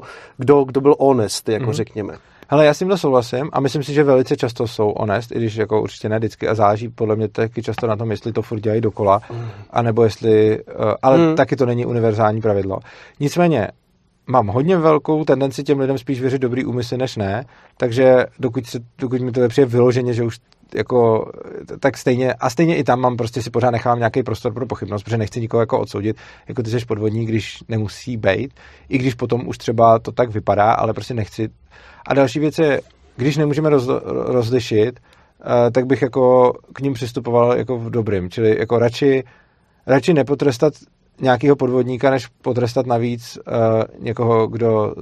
kdo byl honest, jako řekněme. Hele, já s tímhle souhlasím a myslím si, že velice často jsou honest, i když jako určitě ne vždycky a záleží podle mě taky často na tom, jestli to furt dělají dokola, anebo jestli, ale taky to není univerzální pravidlo. Nicméně, mám hodně velkou tendenci těm lidem spíš věřit dobrý úmysly než ne, takže dokud mi to přijde vyloženě, že už jako, tak stejně i tam mám prostě si pořád nechám nějaký prostor pro pochybnost, protože nechci nikoho jako odsoudit, jako ty jsi podvodník, když nemusí být, i když potom už třeba to tak vypadá, ale prostě nechci. A další věc je, když nemůžeme rozlišit, tak bych jako k ním přistupoval jako v dobrým, čili jako radši nepotrestat nějakého podvodníka, než potrestat navíc někoho, kdo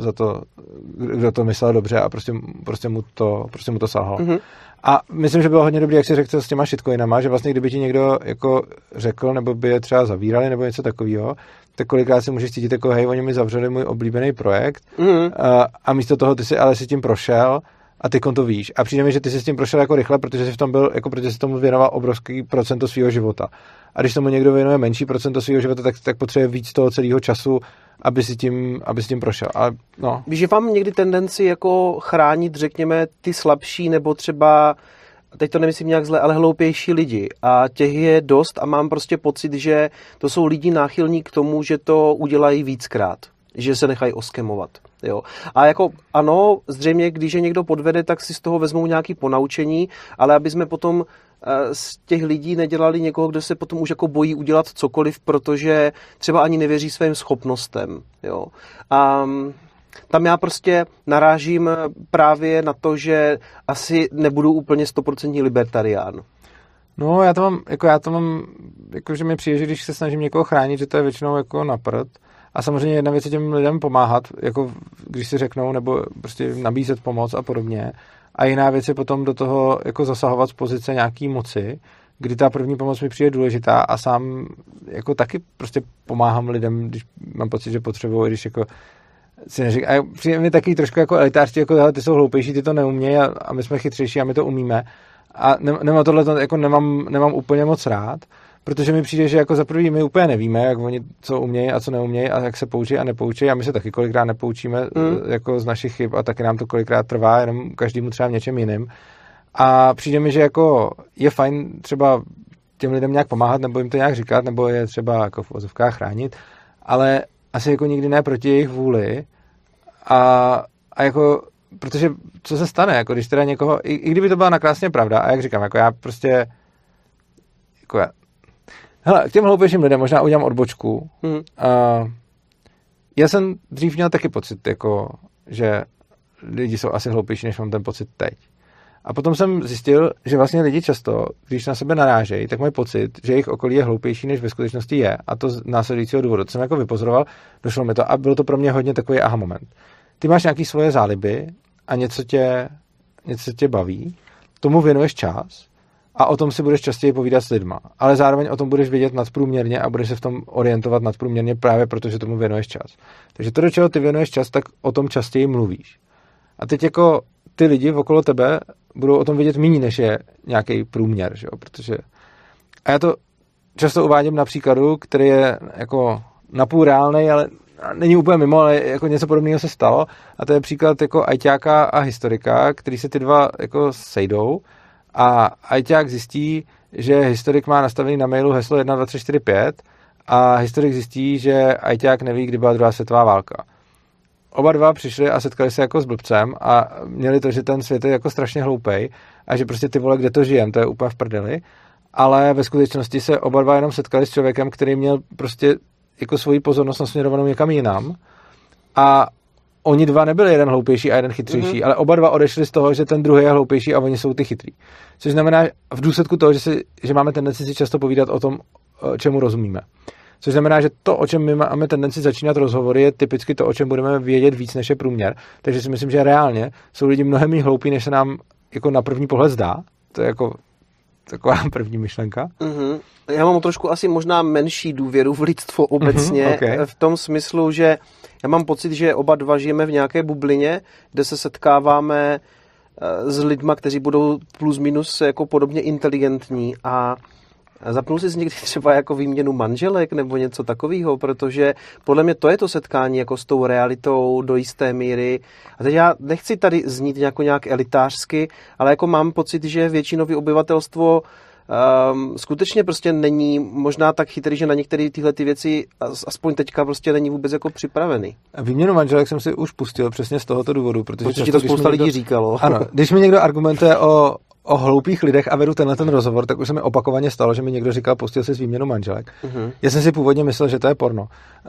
to myslel dobře a prostě mu to salhal. A myslím, že bylo hodně dobrý, jak jsi řekl s těma shitcoinama, že vlastně kdyby ti někdo jako řekl, nebo by je třeba zavírali, nebo něco takového, tak kolikrát si můžeš cítit jako hej, oni mi zavřeli můj oblíbený projekt a místo toho ty si ale si tím prošel a ty to víš. A přijde mi, že ty jsi s tím prošel jako rychle, protože jsi v tom byl, jako protože jsi tomu věnoval obrovský procento svého života. A když tomu někdo věnuje menší procento svého života, tak potřebuje víc toho celého času, aby si tím prošel. Ale, no. Víš, že mám někdy tendenci jako chránit, řekněme, ty slabší nebo třeba, teď to nemyslím nějak zle, ale hloupější lidi. A těch je dost a mám prostě pocit, že to jsou lidi náchylní k tomu, že to udělají víckrát. Že se nechají oskemovat. Jo. A jako ano, zřejmě, když je někdo podvede, tak si z toho vezmou nějaké ponaučení, ale aby jsme potom z těch lidí nedělali někoho, kdo se potom už jako bojí udělat cokoliv, protože třeba ani nevěří svým schopnostem. Jo. A tam já prostě narážím právě na to, že asi nebudu úplně 100% libertarián. No, já to mám, že mi přijde, že když se snažím někoho chránit, že to je většinou jako na prd. A samozřejmě jedna věc je těm lidem pomáhat, jako když si řeknou, nebo prostě nabízet pomoc a podobně. A jiná věc je potom do toho jako zasahovat z pozice nějaký moci, kdy ta první pomoc mi přijde důležitá a sám jako taky prostě pomáhám lidem, když mám pocit, že potřebuji, když jako si neříkám. A přijde mi taky trošku jako elitářství, jako hele, ty jsou hloupější, ty to neumějí a my jsme chytřejší a my to umíme. A tohle jako nemám úplně moc rád, protože mi přijde, že jako za prvý my úplně nevíme, jak oni co umějí a co neumějí a jak se poučí a nepoučí a my se taky kolikrát nepoučíme jako z našich chyb a taky nám to kolikrát trvá, jenom každému třeba v něčem jiným. A přijde mi, že jako je fajn třeba těm lidem nějak pomáhat nebo jim to nějak říkat, nebo je třeba jako v ozovkách chránit, ale asi jako nikdy ne proti jejich vůli a jako protože co se stane, jako když teda někoho, i kdyby to byla nakrásně pravda a jak říkám, jako já prostě jako hele, k těm hloupějším lidem možná udělám odbočku. Já jsem dřív měl taky pocit, jako, že lidi jsou asi hloupější, než mám ten pocit teď. A potom jsem zjistil, že vlastně lidi často, když na sebe narážejí, tak mají pocit, že jejich okolí je hloupější, než ve skutečnosti je. A to z následujícího důvodu. To jsem jako vypozoroval, došlo mi to a bylo to pro mě hodně takový aha moment. Ty máš nějaký svoje záliby a něco tě baví, tomu věnuješ čas a o tom si budeš častěji povídat s lidma. Ale zároveň o tom budeš vědět nadprůměrně a budeš se v tom orientovat nadprůměrně právě protože tomu věnuješ čas. Takže to, do čeho ty věnuješ čas, tak o tom častěji mluvíš. A teď jako ty lidi okolo tebe budou o tom vědět méně, než je nějaký průměr, že jo? Protože a já to často uvádím na příkladu, který je jako napůl reálnej, ale není úplně mimo, ale jako něco podobného se stalo. A to je příklad jako ajťáka a historika, který se ty dva jako sejdou a ajťák zjistí, že historik má nastavený na mailu heslo 1, 2, 3, 4, 5 a historik zjistí, že ajťák neví, kdy byla druhá světová válka. Oba dva přišli a setkali se jako s blbcem a měli to, že ten svět je jako strašně hloupej a že prostě ty vole, kde to žijem, to je úplně v prdeli. Ale ve skutečnosti se oba dva jenom setkali s člověkem, který měl prostě jako svoji pozornost nasměrovanou někam jinam a oni dva nebyli jeden hloupější a jeden chytřejší, ale oba dva odešli z toho, že ten druhý je hloupější a oni jsou ty chytrý. Což znamená v důsledku toho, že máme tendenci si často povídat o tom, čemu rozumíme. Což znamená, že to, o čem my máme tendenci začínat rozhovory, je typicky to, o čem budeme vědět víc, než je průměr. Takže si myslím, že reálně jsou lidi mnohem méně hloupí, než se nám jako na první pohled zdá. To je jako taková první myšlenka. Mm-hmm. Já mám trošku asi možná menší důvěru v lidstvo obecně, okay. V tom smyslu, že já mám pocit, že oba dva žijeme v nějaké bublině, kde se setkáváme s lidma, kteří budou plus minus jako podobně inteligentní a zapnul jsi někdy třeba jako výměnu manželek nebo něco takového, protože podle mě to je to setkání jako s tou realitou do jisté míry. A teď já nechci tady znít nějak elitářsky, ale jako mám pocit, že většinové obyvatelstvo skutečně prostě není možná tak chytrý, že na některé tyhle ty věci aspoň teďka prostě není vůbec jako připravený. A výměnu manželek jsem si už pustil přesně z tohoto důvodu, protože ti to spousta lidí říkalo. Ano, když mi někdo argumentuje o hloupých lidech a vedu tenhle ten rozhovor, tak už se mi opakovaně stalo, že mi někdo říkal, pustil si s výměnu manželek. Uh-huh. Já jsem si původně myslel, že to je porno.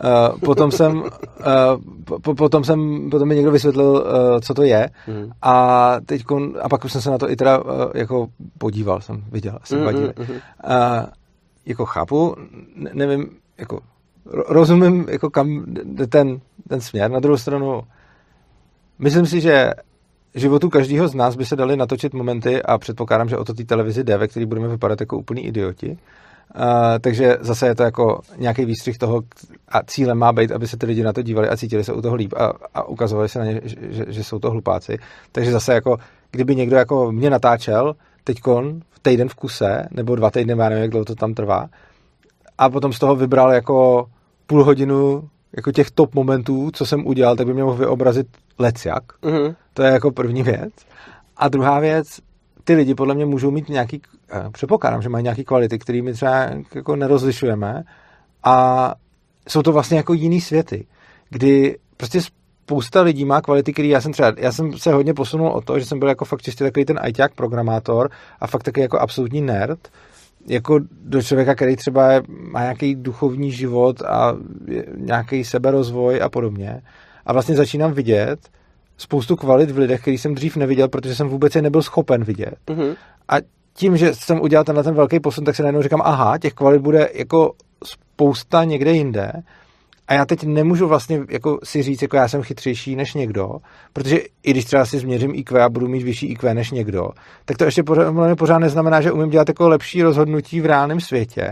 Potom mi někdo vysvětlil, co to je. Uh-huh. A pak už jsem se na to i teda jako podíval, jsem viděl, asi dva díly. Jako chápu, nevím, jako rozumím, jako kam jde ten směr. Na druhou stranu, myslím si, že životu každého z nás by se daly natočit momenty a předpokládám, že o to té televizi jde, ve který budeme vypadat jako úplný idioti. Takže zase je to jako nějaký výstřih toho a cílem má být, aby se ty lidi na to dívali a cítili se u toho líp a ukazovali se na ně, že jsou to hlupáci. Takže zase jako, kdyby někdo jako mě natáčel teďkon týden v kuse, nebo 2 týdny, já nevím, jak dlouho to tam trvá, a potom z toho vybral jako půl hodinu jako těch top momentů, co jsem udělal, tak by mě mohl vyobrazit lecjak. Uh-huh. To je jako první věc. A druhá věc, ty lidi podle mě můžou mít nějaký, předpokládám, že mají nějaký kvality, který my třeba jako nerozlišujeme a jsou to vlastně jako jiný světy, kdy prostě spousta lidí má kvality, který já jsem se hodně posunul od toho, že jsem byl jako fakt čistě takový ten ajťák programátor a fakt taky jako absolutní nerd, jako do člověka, který třeba má nějaký duchovní život a nějaký seberozvoj a podobně. A vlastně začínám vidět spoustu kvalit v lidech, který jsem dřív neviděl, protože jsem vůbec je nebyl schopen vidět. Mm-hmm. A tím, že jsem udělal ten velký posun, tak se najednou říkám, aha, těch kvalit bude jako spousta někde jinde. A já teď nemůžu vlastně jako si říct, jako já jsem chytřejší než někdo, protože i když třeba si změřím IQ a budu mít vyšší IQ než někdo, tak to ještě pořád neznamená, že umím dělat jako lepší rozhodnutí v reálném světě.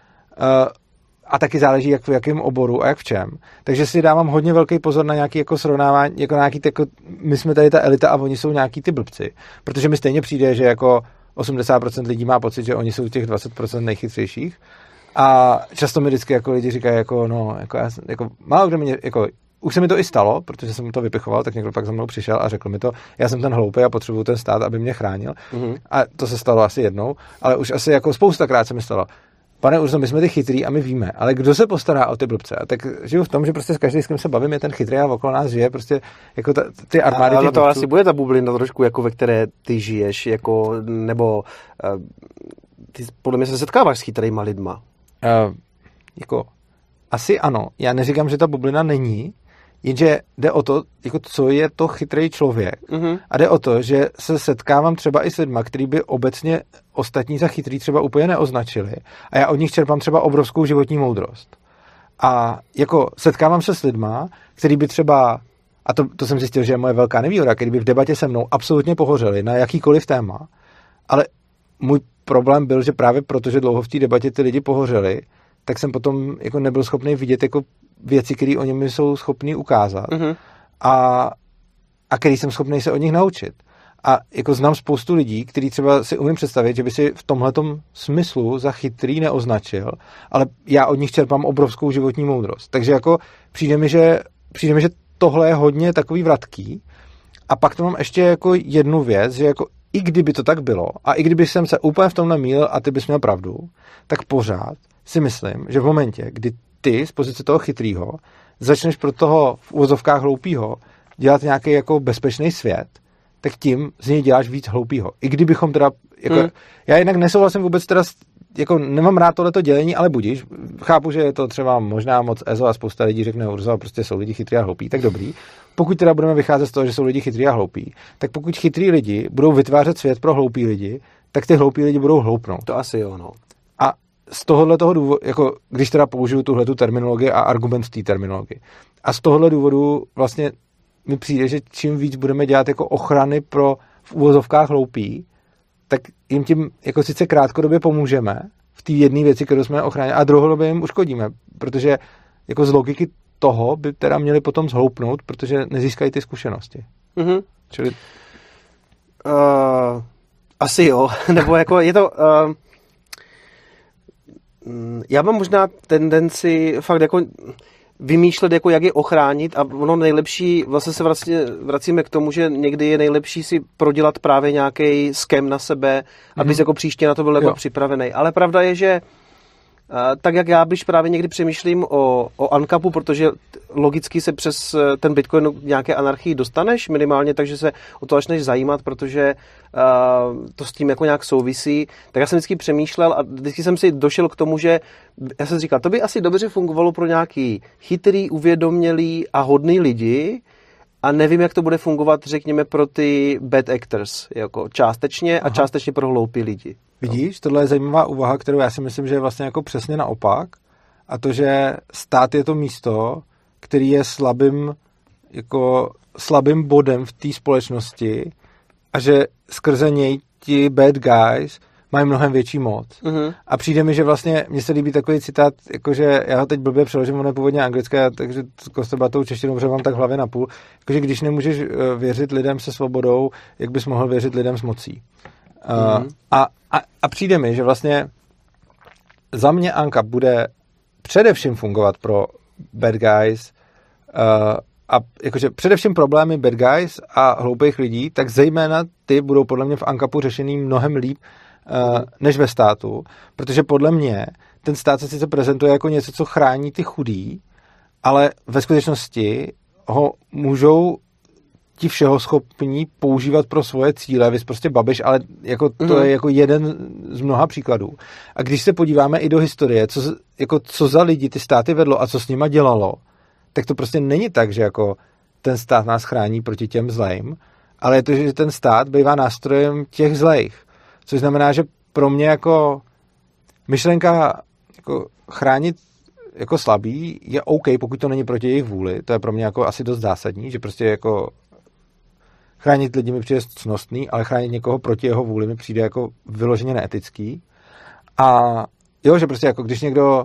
A taky záleží, jak v jakém oboru a jak v čem. Takže si dávám hodně velký pozor na nějaký jako srovnávání, jako nějaký jako, my jsme tady ta elita a oni jsou nějaký ty blbci. Protože mi stejně přijde, že jako 80% lidí má pocit, že oni jsou těch 20% nejchytřejších. A často mi vždycky jako lidi říkají, jako no, jako málo kdo mě, jako už se mi to i stalo, protože jsem to vypichoval, tak někdo pak za mnou přišel a řekl mi to, já jsem ten hloupý a potřebuju ten stát, aby mě chránil. Mm-hmm. A to se stalo asi jednou, ale už asi jako spoustakrát se mi stalo. Pane Urzo, my jsme ty chytrý a my víme, ale kdo se postará o ty blbce? A tak žiju v tom, že prostě s každým, s kým se bavím, je ten chytrý a okolo nás žije prostě jako ty armády. Ale to asi bude ta bublina trošku, jako ve které ty žiješ, jako, nebo ty podle mě se setkáváš s chytrýma lidma. Jako asi ano. Já neříkám, že ta bublina není, Jenže jde o to, jako co je to chytrý člověk. A jde o to, že se setkávám třeba i s lidma, který by obecně ostatní za chytrý třeba úplně neoznačili. A já od nich čerpám třeba obrovskou životní moudrost. A jako setkávám se s lidma, který by třeba, a to jsem zjistil, že je moje velká nevýhoda, který by v debatě se mnou absolutně pohořeli na jakýkoliv téma, ale můj problém byl, že právě protože dlouho v té debatě ty lidi pohořeli, tak jsem potom jako nebyl schopný vidět jako věci, které oni mi jsou schopní ukázat a který jsem schopný se od nich naučit. A jako znám spoustu lidí, který třeba si umím představit, že by si v tomhletom smyslu za chytrý neoznačil, ale já od nich čerpám obrovskou životní moudrost. Takže jako přijde mi, že tohle je hodně takový vratký. A pak to mám ještě jako jednu věc, že jako i kdyby to tak bylo a i kdyby jsem se úplně v tom namýlil a ty bys měl pravdu, tak pořád si myslím, že v momentě, kdy ty z pozice toho chytrýho začneš pro toho v uvozovkách hloupýho dělat nějaký jako bezpečný svět, tak tím z něj děláš víc hloupýho. I kdybychom teda, jako, já jednak nesouhlasím vůbec teda, jako nemám rád tohleto dělení, ale budíš. Chápu, že je to třeba možná moc EZO a spousta lidí řekne, Urzo, prostě jsou lidi chytrý a hloupí, tak dobrý. Pokud teda budeme vycházet z toho, že jsou lidi chytrý a hloupí, tak pokud chytrý lidi budou vytvářet svět pro hloupí lidi, tak ty hloupí lidi budou hloupnout. To asi jo, no. A z tohoto důvodu, jako když teda použiju tuhletu terminologii a argument v té terminologii. A z tohohle důvodu vlastně mi přijde, že čím víc budeme dělat jako ochrany pro v úvozovkách hloupí, tak jim tím jako sice krátkodobě pomůžeme v té jedné věci, kterou jsme ochránili, a dlouhodobě jim uškodíme, protože jako z logiky toho by teda měli potom zhloupnout, protože nezískají ty zkušenosti. Čili... Asi jo, nebo jako je to... Já mám možná tendenci fakt jako vymýšlet, jako jak je ochránit, a ono nejlepší, vlastně se vracíme k tomu, že někdy je nejlepší si prodělat právě nějaký skem na sebe, abys jako příště na to byl jako připravený. Ale pravda je, že tak jak já, když právě někdy přemýšlím o uncapu, protože logicky se přes ten Bitcoin nějaké anarchii dostaneš minimálně, takže se o to začneš zajímat, protože to s tím jako nějak souvisí, tak já jsem vždycky přemýšlel a vždycky jsem si došel k tomu, že já jsem říkal, to by asi dobře fungovalo pro nějaký chytrý, uvědomělý a hodný lidi, a nevím, jak to bude fungovat, řekněme, pro ty bad actors, jako částečně a částečně pro hloupí lidi. Vidíš, tohle je zajímavá úvaha, kterou já si myslím, že je vlastně jako přesně naopak, a to, že stát je to místo, který je slabým bodem v té společnosti a že skrze něj ti bad guys mají mnohem větší moc. A přijde mi, že vlastně, mně se líbí takový citát, jakože já ho teď blbě přeložím, ono je původně anglické, takže kostrbatou češtinu, protože mám tak hlavě na půl, jakože když nemůžeš věřit lidem se svobodou, jak bys mohl věřit lidem s mocí. A přijde mi, že vlastně za mě Ankap bude především fungovat pro bad guys a jakože především problémy bad guys a hloupých lidí, tak zejména ty budou podle mě v Ankapu řešený mnohem líp než ve státu, protože podle mě ten stát se sice prezentuje jako něco, co chrání ty chudý, ale ve skutečnosti ho můžou ti všeho schopní používat pro svoje cíle, vys prostě Babiš, ale jako to je jako jeden z mnoha příkladů. A když se podíváme i do historie, co za lidi ty státy vedlo a co s nima dělalo, tak to prostě není tak, že jako ten stát nás chrání proti těm zlým, ale je to, že ten stát bývá nástrojem těch zlejch. Což znamená, že pro mě jako myšlenka jako chránit jako slabý je OK, pokud to není proti jejich vůli. To je pro mě jako asi dost zásadní, že prostě jako chránit lidi mi přijde cnostný, ale chránit někoho proti jeho vůli mi přijde jako vyloženě neetický. A jo, že prostě jako když někdo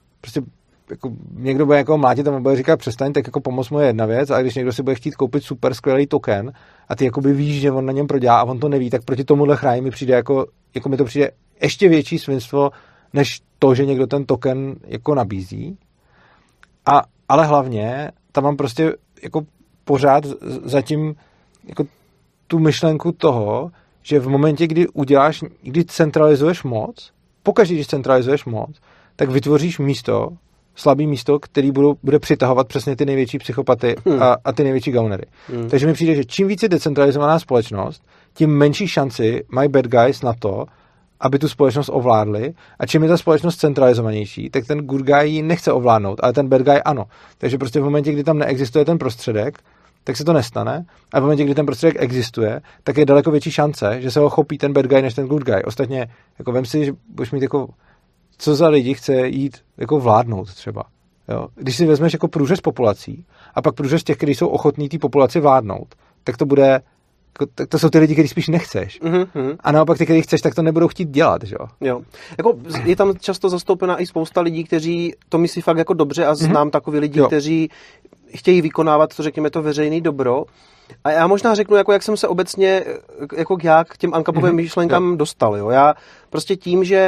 bude jako mlátit a bude říkat přestaň, tak jako pomoc mu je jedna věc, a když někdo si bude chtít koupit super skvělý token a ty jakoby víš, že on na něm prodělá a on to neví, tak proti tomuhle chrání mi přijde jako mi to přijde ještě větší svinstvo, než to, že někdo ten token jako nabízí. Ale hlavně tam mám prostě jako pořád zatím jako tu myšlenku toho, že v momentě, kdy centralizuješ moc, pokaždé, když centralizuješ moc, tak vytvoříš slabý místo, který bude přitahovat přesně ty největší psychopaty a ty největší gaunery. Takže mi přijde, že čím více decentralizovaná společnost, tím menší šanci mají bad guys na to, aby tu společnost ovládli, a čím je ta společnost centralizovanější, tak ten good guy ji nechce ovládnout, ale ten bad guy ano. Takže prostě v momentě, kdy tam neexistuje ten prostředek, tak se to nestane, a v momentě, kdy ten prostředek existuje, tak je daleko větší šance, že se ho chopí ten bad guy než ten good guy. Ostatně, jako vem si, že budeš mít jako, co za lidi chce jít jako vládnout třeba. Jo? Když si vezmeš jako průřez populací a pak průřez těch, kteří jsou ochotní té populaci vládnout, tak to bude, tak to jsou ty lidi, kteří spíš nechceš. Mm-hmm. A naopak ty, kteří chceš, tak to nebudou chtít dělat, že jo? Jo. Jako je tam často zastoupena i spousta lidí, kteří to myslí fakt jako dobře, a znám takový lidi, kteří chtějí vykonávat to, řekněme, to veřejné dobro. A já možná řeknu, jako jak jsem se obecně jako já k těm Ankapovým myšlenkám dostal. Jo? Já prostě tím, že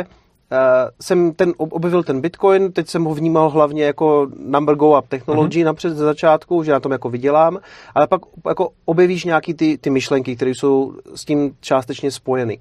jsem objevil ten Bitcoin, teď jsem ho vnímal hlavně jako number go up technology napřed ze začátku, že na tom jako vydělám, ale pak jako objevíš nějaký ty myšlenky, které jsou s tím částečně spojeny.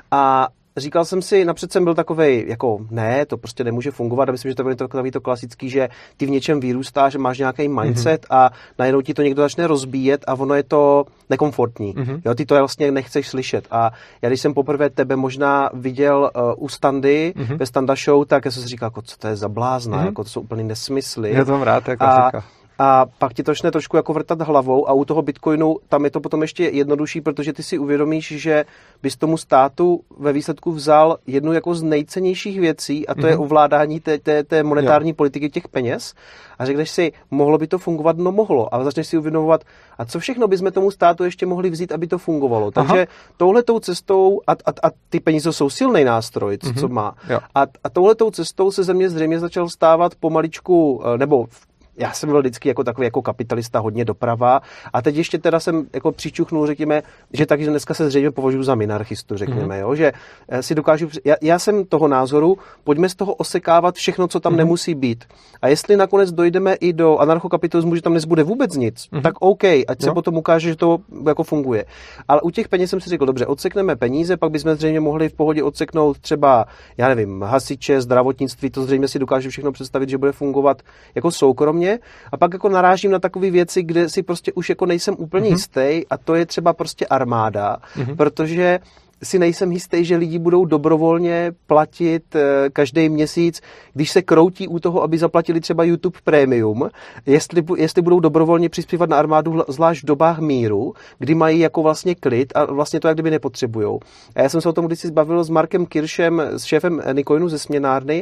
A říkal jsem si, napřed jsem byl takovej, jako ne, to prostě nemůže fungovat, a myslím, že to bylo takový to klasický, že ty v něčem vyrůstáš, že máš nějaký mindset a najednou ti to někdo začne rozbíjet a ono je to nekomfortní. Jo, ty to vlastně nechceš slyšet. A já když jsem poprvé tebe možná viděl u Standy, ve Standa Show, tak já jsem si říkal, jako, co to je za blázna, jako to jsou úplně nesmysly. Já to mám rád, jako říká. A pak ti to začne trošku jako vrtat hlavou, a u toho Bitcoinu tam je to potom ještě jednodušší, protože ty si uvědomíš, že bys tomu státu ve výsledku vzal jednu jako z nejcennějších věcí, a to je ovládání té monetární politiky těch peněz, a řekneš si, mohlo by to fungovat? No mohlo. A začneš si uvědomovat, a co všechno bychom tomu státu ještě mohli vzít, aby to fungovalo. Takže touhletou cestou, a ty peníze jsou silný nástroj, co má. A touhletou cestou se ze mě zřejmě začal stávat pomaličku, nebo já jsem byl vždycky jako takový jako kapitalista, hodně doprava, a teď ještě teda jsem jako přičuchnul, řekněme, že taky dneska se zřejmě považuji za minarchistu, řekněme, jo, že si dokážu, já jsem toho názoru, pojďme z toho osekávat všechno, co tam nemusí být. A jestli nakonec dojdeme i do anarchokapitalismu, že tam nezbude vůbec nic, tak OK, ať se potom ukáže, že to jako funguje. Ale u těch peněz jsem si řekl, dobře, odsekneme peníze, pak bychom zřejmě mohli v pohodě odseknout třeba, já nevím, hasiče, zdravotnictví, to zřejmě si dokážu všechno představit, že bude fungovat jako soukromně. A pak jako narážím na takové věci, kde si prostě už jako nejsem úplně jistý, a to je třeba prostě armáda, protože si nejsem jistý, že lidi budou dobrovolně platit každý měsíc, když se kroutí u toho, aby zaplatili třeba YouTube Premium, jestli budou dobrovolně přispívat na armádu, zvlášť v dobách míru, kdy mají jako vlastně klid a vlastně to jak kdyby nepotřebujou. A já jsem se o tom kdysi zbavil s Markem Kiršem, s šéfem Anycoinu ze směnárny,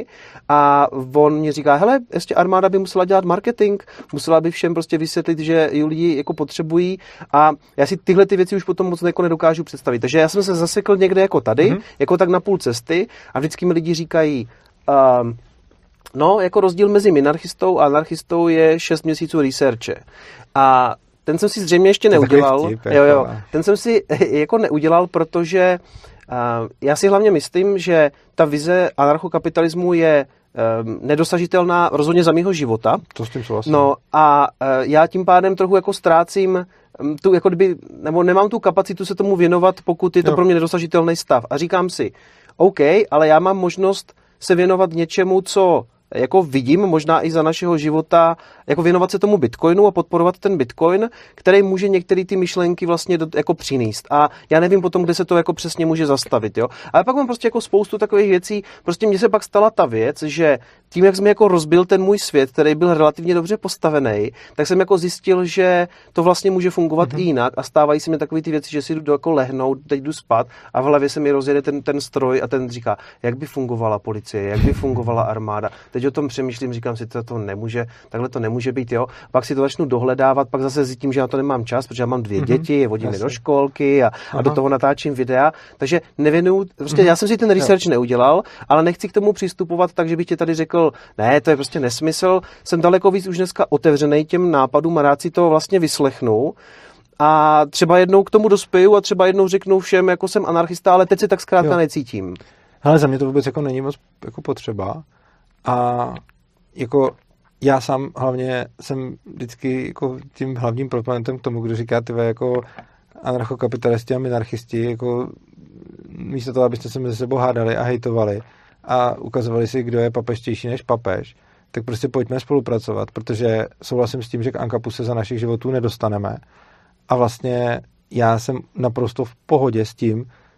a on mě říká, hele, ještě armáda by musela dělat marketing, musela by všem prostě vysvětlit, že ji lidi jako potřebují, a já si tyhle ty věci už potom moc jako nedokážu představit. Takže já jsem se zasekl někde jako tady, jako tak na půl cesty, a vždycky mi lidi říkají, no, jako rozdíl mezi minarchistou a anarchistou je 6 měsíců researche. A ten jsem si zřejmě ještě neudělal. Ten jsem si jako neudělal, protože já si hlavně myslím, že ta vize anarchokapitalismu je nedosažitelná rozhodně za mýho života. To s tím souhlasím. No a já tím pádem trochu jako ztrácím tu, jako kdyby, nebo nemám tu kapacitu se tomu věnovat, pokud je to pro mě nedosažitelný stav. A říkám si, OK, ale já mám možnost se věnovat něčemu, co jako vidím, možná i za našeho života, jako věnovat se tomu Bitcoinu a podporovat ten Bitcoin, který může některé ty myšlenky vlastně jako přinést. A já nevím potom, kde se to jako přesně může zastavit, jo. Ale pak mám prostě jako spoustu takových věcí, prostě mně se pak stala ta věc, že tím, jak jsem jako rozbil ten můj svět, který byl relativně dobře postavený, tak jsem jako zjistil, že to vlastně může fungovat i jinak, a stávají se mi takové ty věci, že si jdu jako lehnout, teď jdu spát a v hlavě se mi rozjede ten stroj a ten říká, jak by fungovala policie, jak by fungovala armáda. Teď o tom přemýšlím, říkám si, to nemůže, takhle to nemůže být, jo. Pak si to začnu dohledávat, pak zase zjistím, že na to nemám čas, protože já mám 2 děti, je vodím je do školky a do toho natáčím videa, takže nevěnuju, prostě já jsem si ten research neudělal, ale nechci k tomu přistupovat tak, že bych ti tady řekl, ne, to je prostě nesmysl. Jsem daleko víc už dneska otevřený těm nápadům a rád si to vlastně vyslechnu. A třeba jednou k tomu dospěju a třeba jednou řeknu všem, jako jsem anarchista, ale teď se tak zkrátka necítím. Ale za mě to vůbec jako není moc jako potřeba. A jako já sám hlavně jsem vždycky jako tím hlavním proponentem k tomu, kdo říká tyhle jako anarchokapitalisti a minarchisti, jako místo toho, abyste se mezi sebou hádali a hejtovali a ukazovali si, kdo je papeštější než papež, tak prostě pojďme spolupracovat, protože souhlasím s tím, že k Ankapu se za našich životů nedostaneme. A vlastně já jsem naprosto v pohodě s tím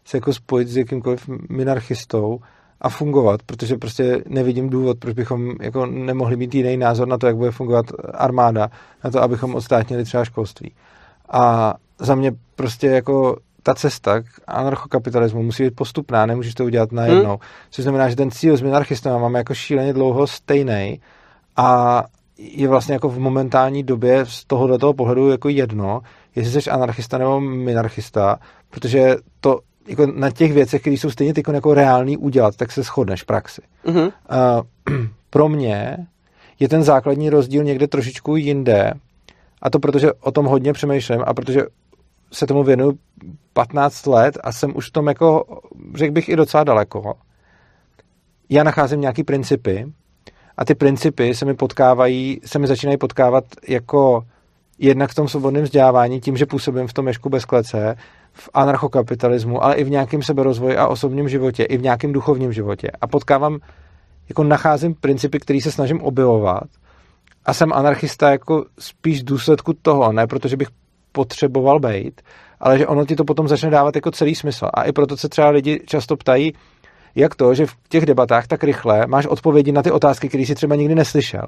se jako spojit s jakýmkoliv minarchistou a fungovat, protože prostě nevidím důvod, proč bychom jako nemohli mít jiný názor na to, jak bude fungovat armáda, na to, abychom odstátnili třeba školství. A za mě prostě jako ta cesta k anarchokapitalismu musí být postupná, nemůžeš to udělat najednou. Což znamená, že ten cíl s minarchistama máme jako šíleně dlouho stejnej a je vlastně jako v momentální době z tohoto pohledu jako jedno, jestli jsi anarchista nebo minarchista, protože to jako na těch věcech, které jsou stejně jako reálný udělat, tak se shodneš v praxi. Pro mě je ten základní rozdíl někde trošičku jinde, a to protože o tom hodně přemýšlím a protože se tomu věnuju 15 let a jsem už v tom jako, řekl bych, i docela daleko. Já nacházím nějaký principy a ty principy se mi začínají potkávat jako jednak v tom svobodném vzdělávání, tím, že působím v tom Ježku bez klece, v anarchokapitalismu, ale i v nějakém seberozvoji a osobním životě, i v nějakém duchovním životě. A nacházím principy, které se snažím objevovat a jsem anarchista jako spíš v důsledku toho, ne protože bych potřeboval bejt, ale že ono ti to potom začne dávat jako celý smysl. A i proto se třeba lidi často ptají, jak to, že v těch debatách tak rychle máš odpovědi na ty otázky, které jsi třeba nikdy neslyšel.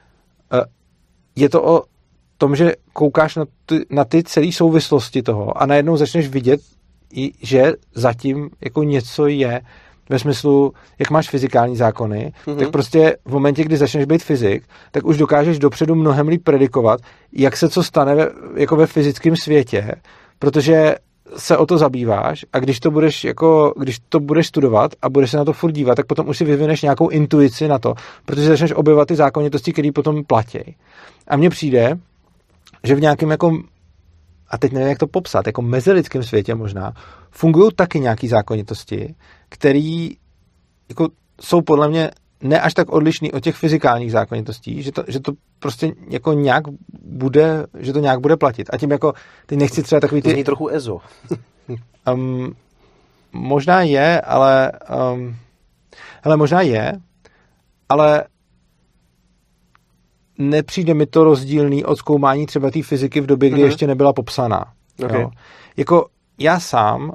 Je to o tom, že koukáš na ty celé souvislosti toho a najednou začneš vidět, že zatím jako něco je ve smyslu, jak máš fyzikální zákony, tak prostě v momentě, kdy začneš být fyzik, tak už dokážeš dopředu mnohem líp predikovat, jak se co stane jako ve fyzickém světě, protože se o to zabýváš a když to budeš studovat a budeš se na to furt dívat, tak potom už si vyvineš nějakou intuici na to, protože začneš objevovat ty zákonitosti, které potom platí. A mně přijde, že v nějakém jako, a teď nevím, jak to popsat, jako mezilidském světě možná, fungují taky nějaký zákonitosti, které jako jsou podle mě ne až tak odlišný od těch fyzikálních zákonitostí, že to prostě jako nějak bude, že to nějak bude platit. A tím jako, teď nechci třeba takový ty... To zní trochu EZO. Možná je, ale nepřijde mi to rozdílný od zkoumání třeba té fyziky v době, kdy ještě nebyla popsaná. Okay. Jo. Jako já sám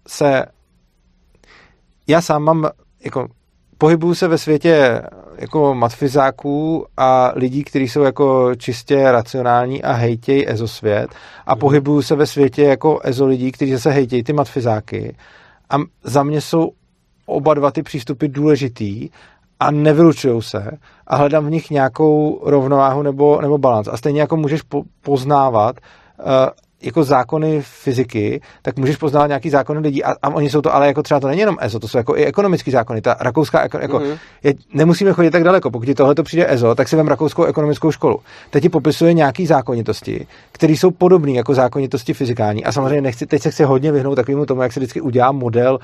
mám jako pohybuju se ve světě jako matfizáků a lidí, kteří jsou jako čistě racionální a hejtějí ezosvět a pohybuju se ve světě jako ezo lidí, kteří zase hejtějí ty matfizáky a za mě jsou oba dva ty přístupy důležitý a nevylučujou se a hledám v nich nějakou rovnováhu nebo balans. A stejně jako můžeš poznávat jako zákony fyziky, tak můžeš poznávat nějaký zákony lidí a oni jsou to, ale jako třeba to není jenom EZO, to jsou jako i ekonomické zákony. Ta rakouská nemusíme chodit tak daleko, pokud tohle to přijde EZO, tak si vem rakouskou ekonomickou školu. Teď ti popisuje nějaký zákonitosti, které jsou podobné jako zákonitosti fyzikální a samozřejmě teď se chci hodně vyhnout takovému tomu, jak se vždycky udělá model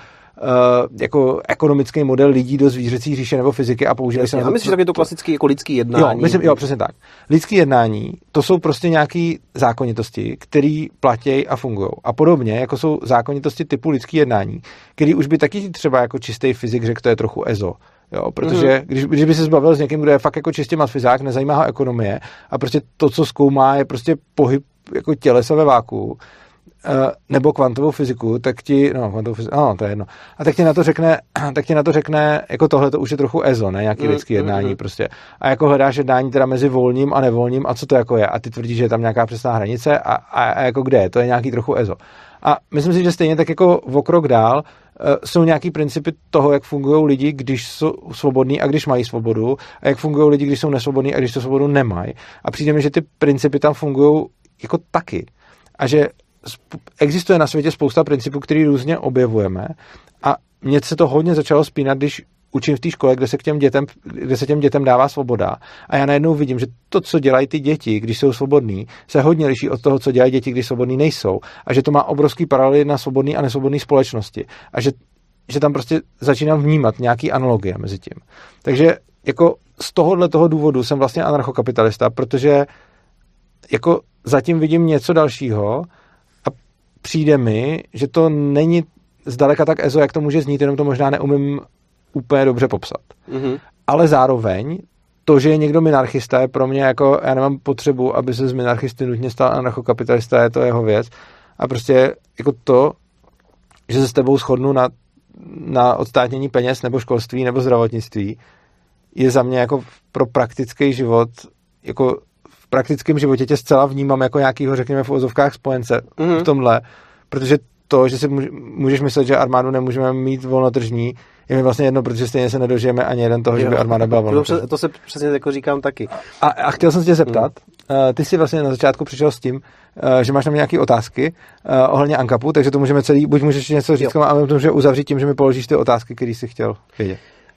jako ekonomický model lidí do zvířecí říše nebo fyziky a používají se na to. Já myslím, že tak je to klasický jako lidský jednání. Jo, přesně tak. Lidský jednání, to jsou prostě nějaké zákonitosti, které platí a fungují. A podobně, jako jsou zákonitosti typu lidský jednání, který už by taky třeba jako čistý fyzik řekl, to je trochu EZO. Jo, protože když by se zbavil s někým, kdo je fakt jako čistě matfyzák, nezajímá ho ekonomie a prostě to, co zkoumá, je prostě pohyb jako tělesa ve váku, nebo kvantovou fyziku, tak ti, to je jedno. A tak ti na to řekne, jako tohle to už je trochu EZO, ne, nějaký lidský jednání prostě. A jako hledáš jednání teda mezi volným a nevolným a co to jako je. A ty tvrdíš, že je tam nějaká přesná hranice a jako kde je, to je nějaký trochu EZO. A myslím si, že stejně tak jako o krok dál jsou nějaký principy toho, jak fungují lidi, když jsou svobodní a když mají svobodu, a jak fungují lidi, když jsou nesvobodní a když tu svobodu nemají. A přijde mi, že ty principy tam fungují jako taky. A že existuje na světě spousta principů, které různě objevujeme a mně se to hodně začalo spínat, když učím v té škole, kde se těm dětem dává svoboda a já najednou vidím, že to, co dělají ty děti, když jsou svobodní, se hodně liší od toho, co dělají děti, když svobodní nejsou a že to má obrovský paralely na svobodný a nesvobodný společnosti a že tam prostě začínám vnímat nějaký analogie mezi tím. Takže jako z tohoto důvodu jsem vlastně anarchokapitalista, protože jako zatím vidím něco dalšího a přijde mi, že to není zdaleka tak EZO, jak to může znít, jenom to možná neumím úplně dobře popsat. Ale zároveň to, že je někdo minarchista, je pro mě jako, já nemám potřebu, aby se z minarchisty nutně stal anarchokapitalista, je to jeho věc. A prostě jako to, že se s tebou shodnu na odstátnění peněz nebo školství nebo zdravotnictví, je za mě jako pro praktický život, jako v praktickém životě tě zcela vnímám jako nějakýho, řekněme v uvozovkách spojence v tomhle, protože to, že si můžeš myslet, že armádu nemůžeme mít volnotržní, je mi vlastně jedno, protože stejně se nedožijeme ani jeden toho, že by armáda byla volnotržní. To se přesně jako říkám taky. A chtěl jsem se tě zeptat, ty jsi vlastně na začátku přišel s tím, že máš na mě nějaké otázky ohledně ANCAPu, takže to můžeme celý, buď můžeš něco říct, a my to můžeme uzavřít tím, že mi položíš ty otázky, které jsi chtěl vědět.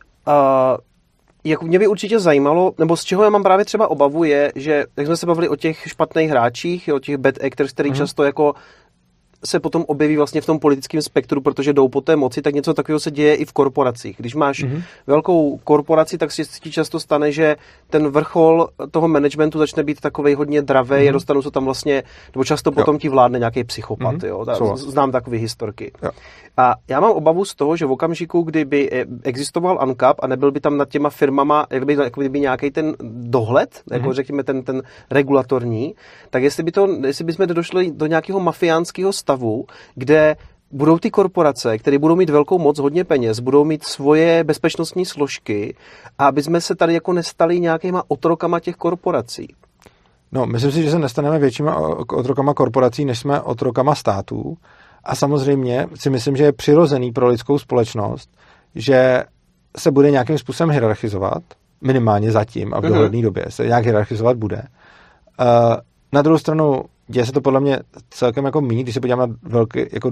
Jak mě by určitě zajímalo, nebo z čeho já mám právě třeba obavu je, že jak jsme se bavili o těch špatných hráčích, o těch bad actors, který často jako se potom objeví vlastně v tom politickém spektru, protože jdou po té moci, tak něco takového se děje i v korporacích. Když máš velkou korporaci, tak si často stane, že ten vrchol toho managementu začne být takovej hodně dravej, dostanou se tam vlastně, nebo často potom ti vládne nějaký psychopat. Jo? Znám takové historky. Jo. A já mám obavu z toho, že v okamžiku, kdyby existoval ANCAP a nebyl by tam nad těma firmama, kdyby nějaký ten dohled, jako řekněme ten regulatorní, tak jestli bychom došli do nějakého mafiánského stavu, kde budou ty korporace, které budou mít velkou moc, hodně peněz, budou mít svoje bezpečnostní složky a aby jsme se tady jako nestali nějakýma otrokama těch korporací. No, myslím si, že se nestaneme většíma otrokama korporací, než jsme otrokama států. A samozřejmě si myslím, že je přirozený pro lidskou společnost, že se bude nějakým způsobem hierarchizovat, minimálně zatím a v dohledné době se nějak hierarchizovat bude. Na druhou stranu děje se to podle mě celkem jako míň, když se podívám na jako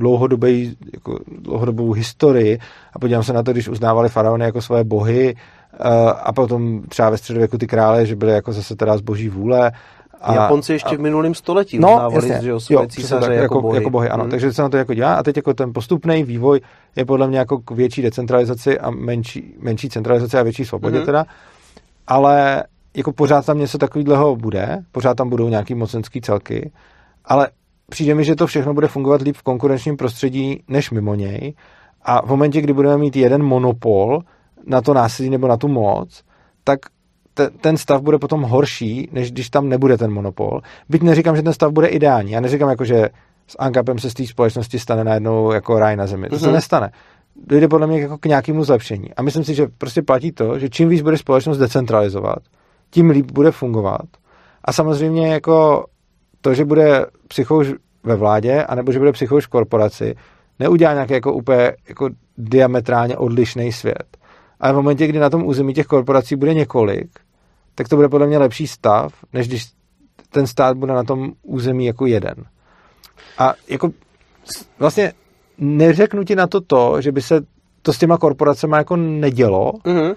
dlouhodobou historii a podívám se na to, když uznávali faraony jako svoje bohy a potom třeba ve středověku ty krále, že byly jako zase teda z boží vůle. Japonci ještě v minulém století uznávali, že své císaře jako bohy. Ano, takže se na to jako dělá a teď jako ten postupný vývoj je podle mě jako k větší decentralizaci a menší centralizaci a větší svobodě teda, ale jako pořád tam něco takového bude, pořád tam budou nějaký mocenský celky, ale přijde mi, že to všechno bude fungovat líp v konkurenčním prostředí než mimo něj a v momentě, kdy budeme mít jeden monopol na to násilí nebo na tu moc, tak ten stav bude potom horší, než když tam nebude ten monopol. Byť neříkám, že ten stav bude ideální. Já neříkám, jako, že s ANCAPem se z té společnosti stane najednou jako ráj na zemi. To se nestane. Dojde podle mě jako k nějakému zlepšení. A myslím si, že prostě platí to, že čím víc bude společnost decentralizovat, tím líp bude fungovat. A samozřejmě jako to, že bude psychouš ve vládě, anebo že bude psychouš v korporaci, neudělá nějaký jako úplně jako diametrálně odlišný svět. Ale v momentě, kdy na tom území těch korporací bude několik, tak to bude podle mě lepší stav, než když ten stát bude na tom území jako jeden. A jako vlastně neřeknu ti na to, že by se to s těma korporacemi jako nedělo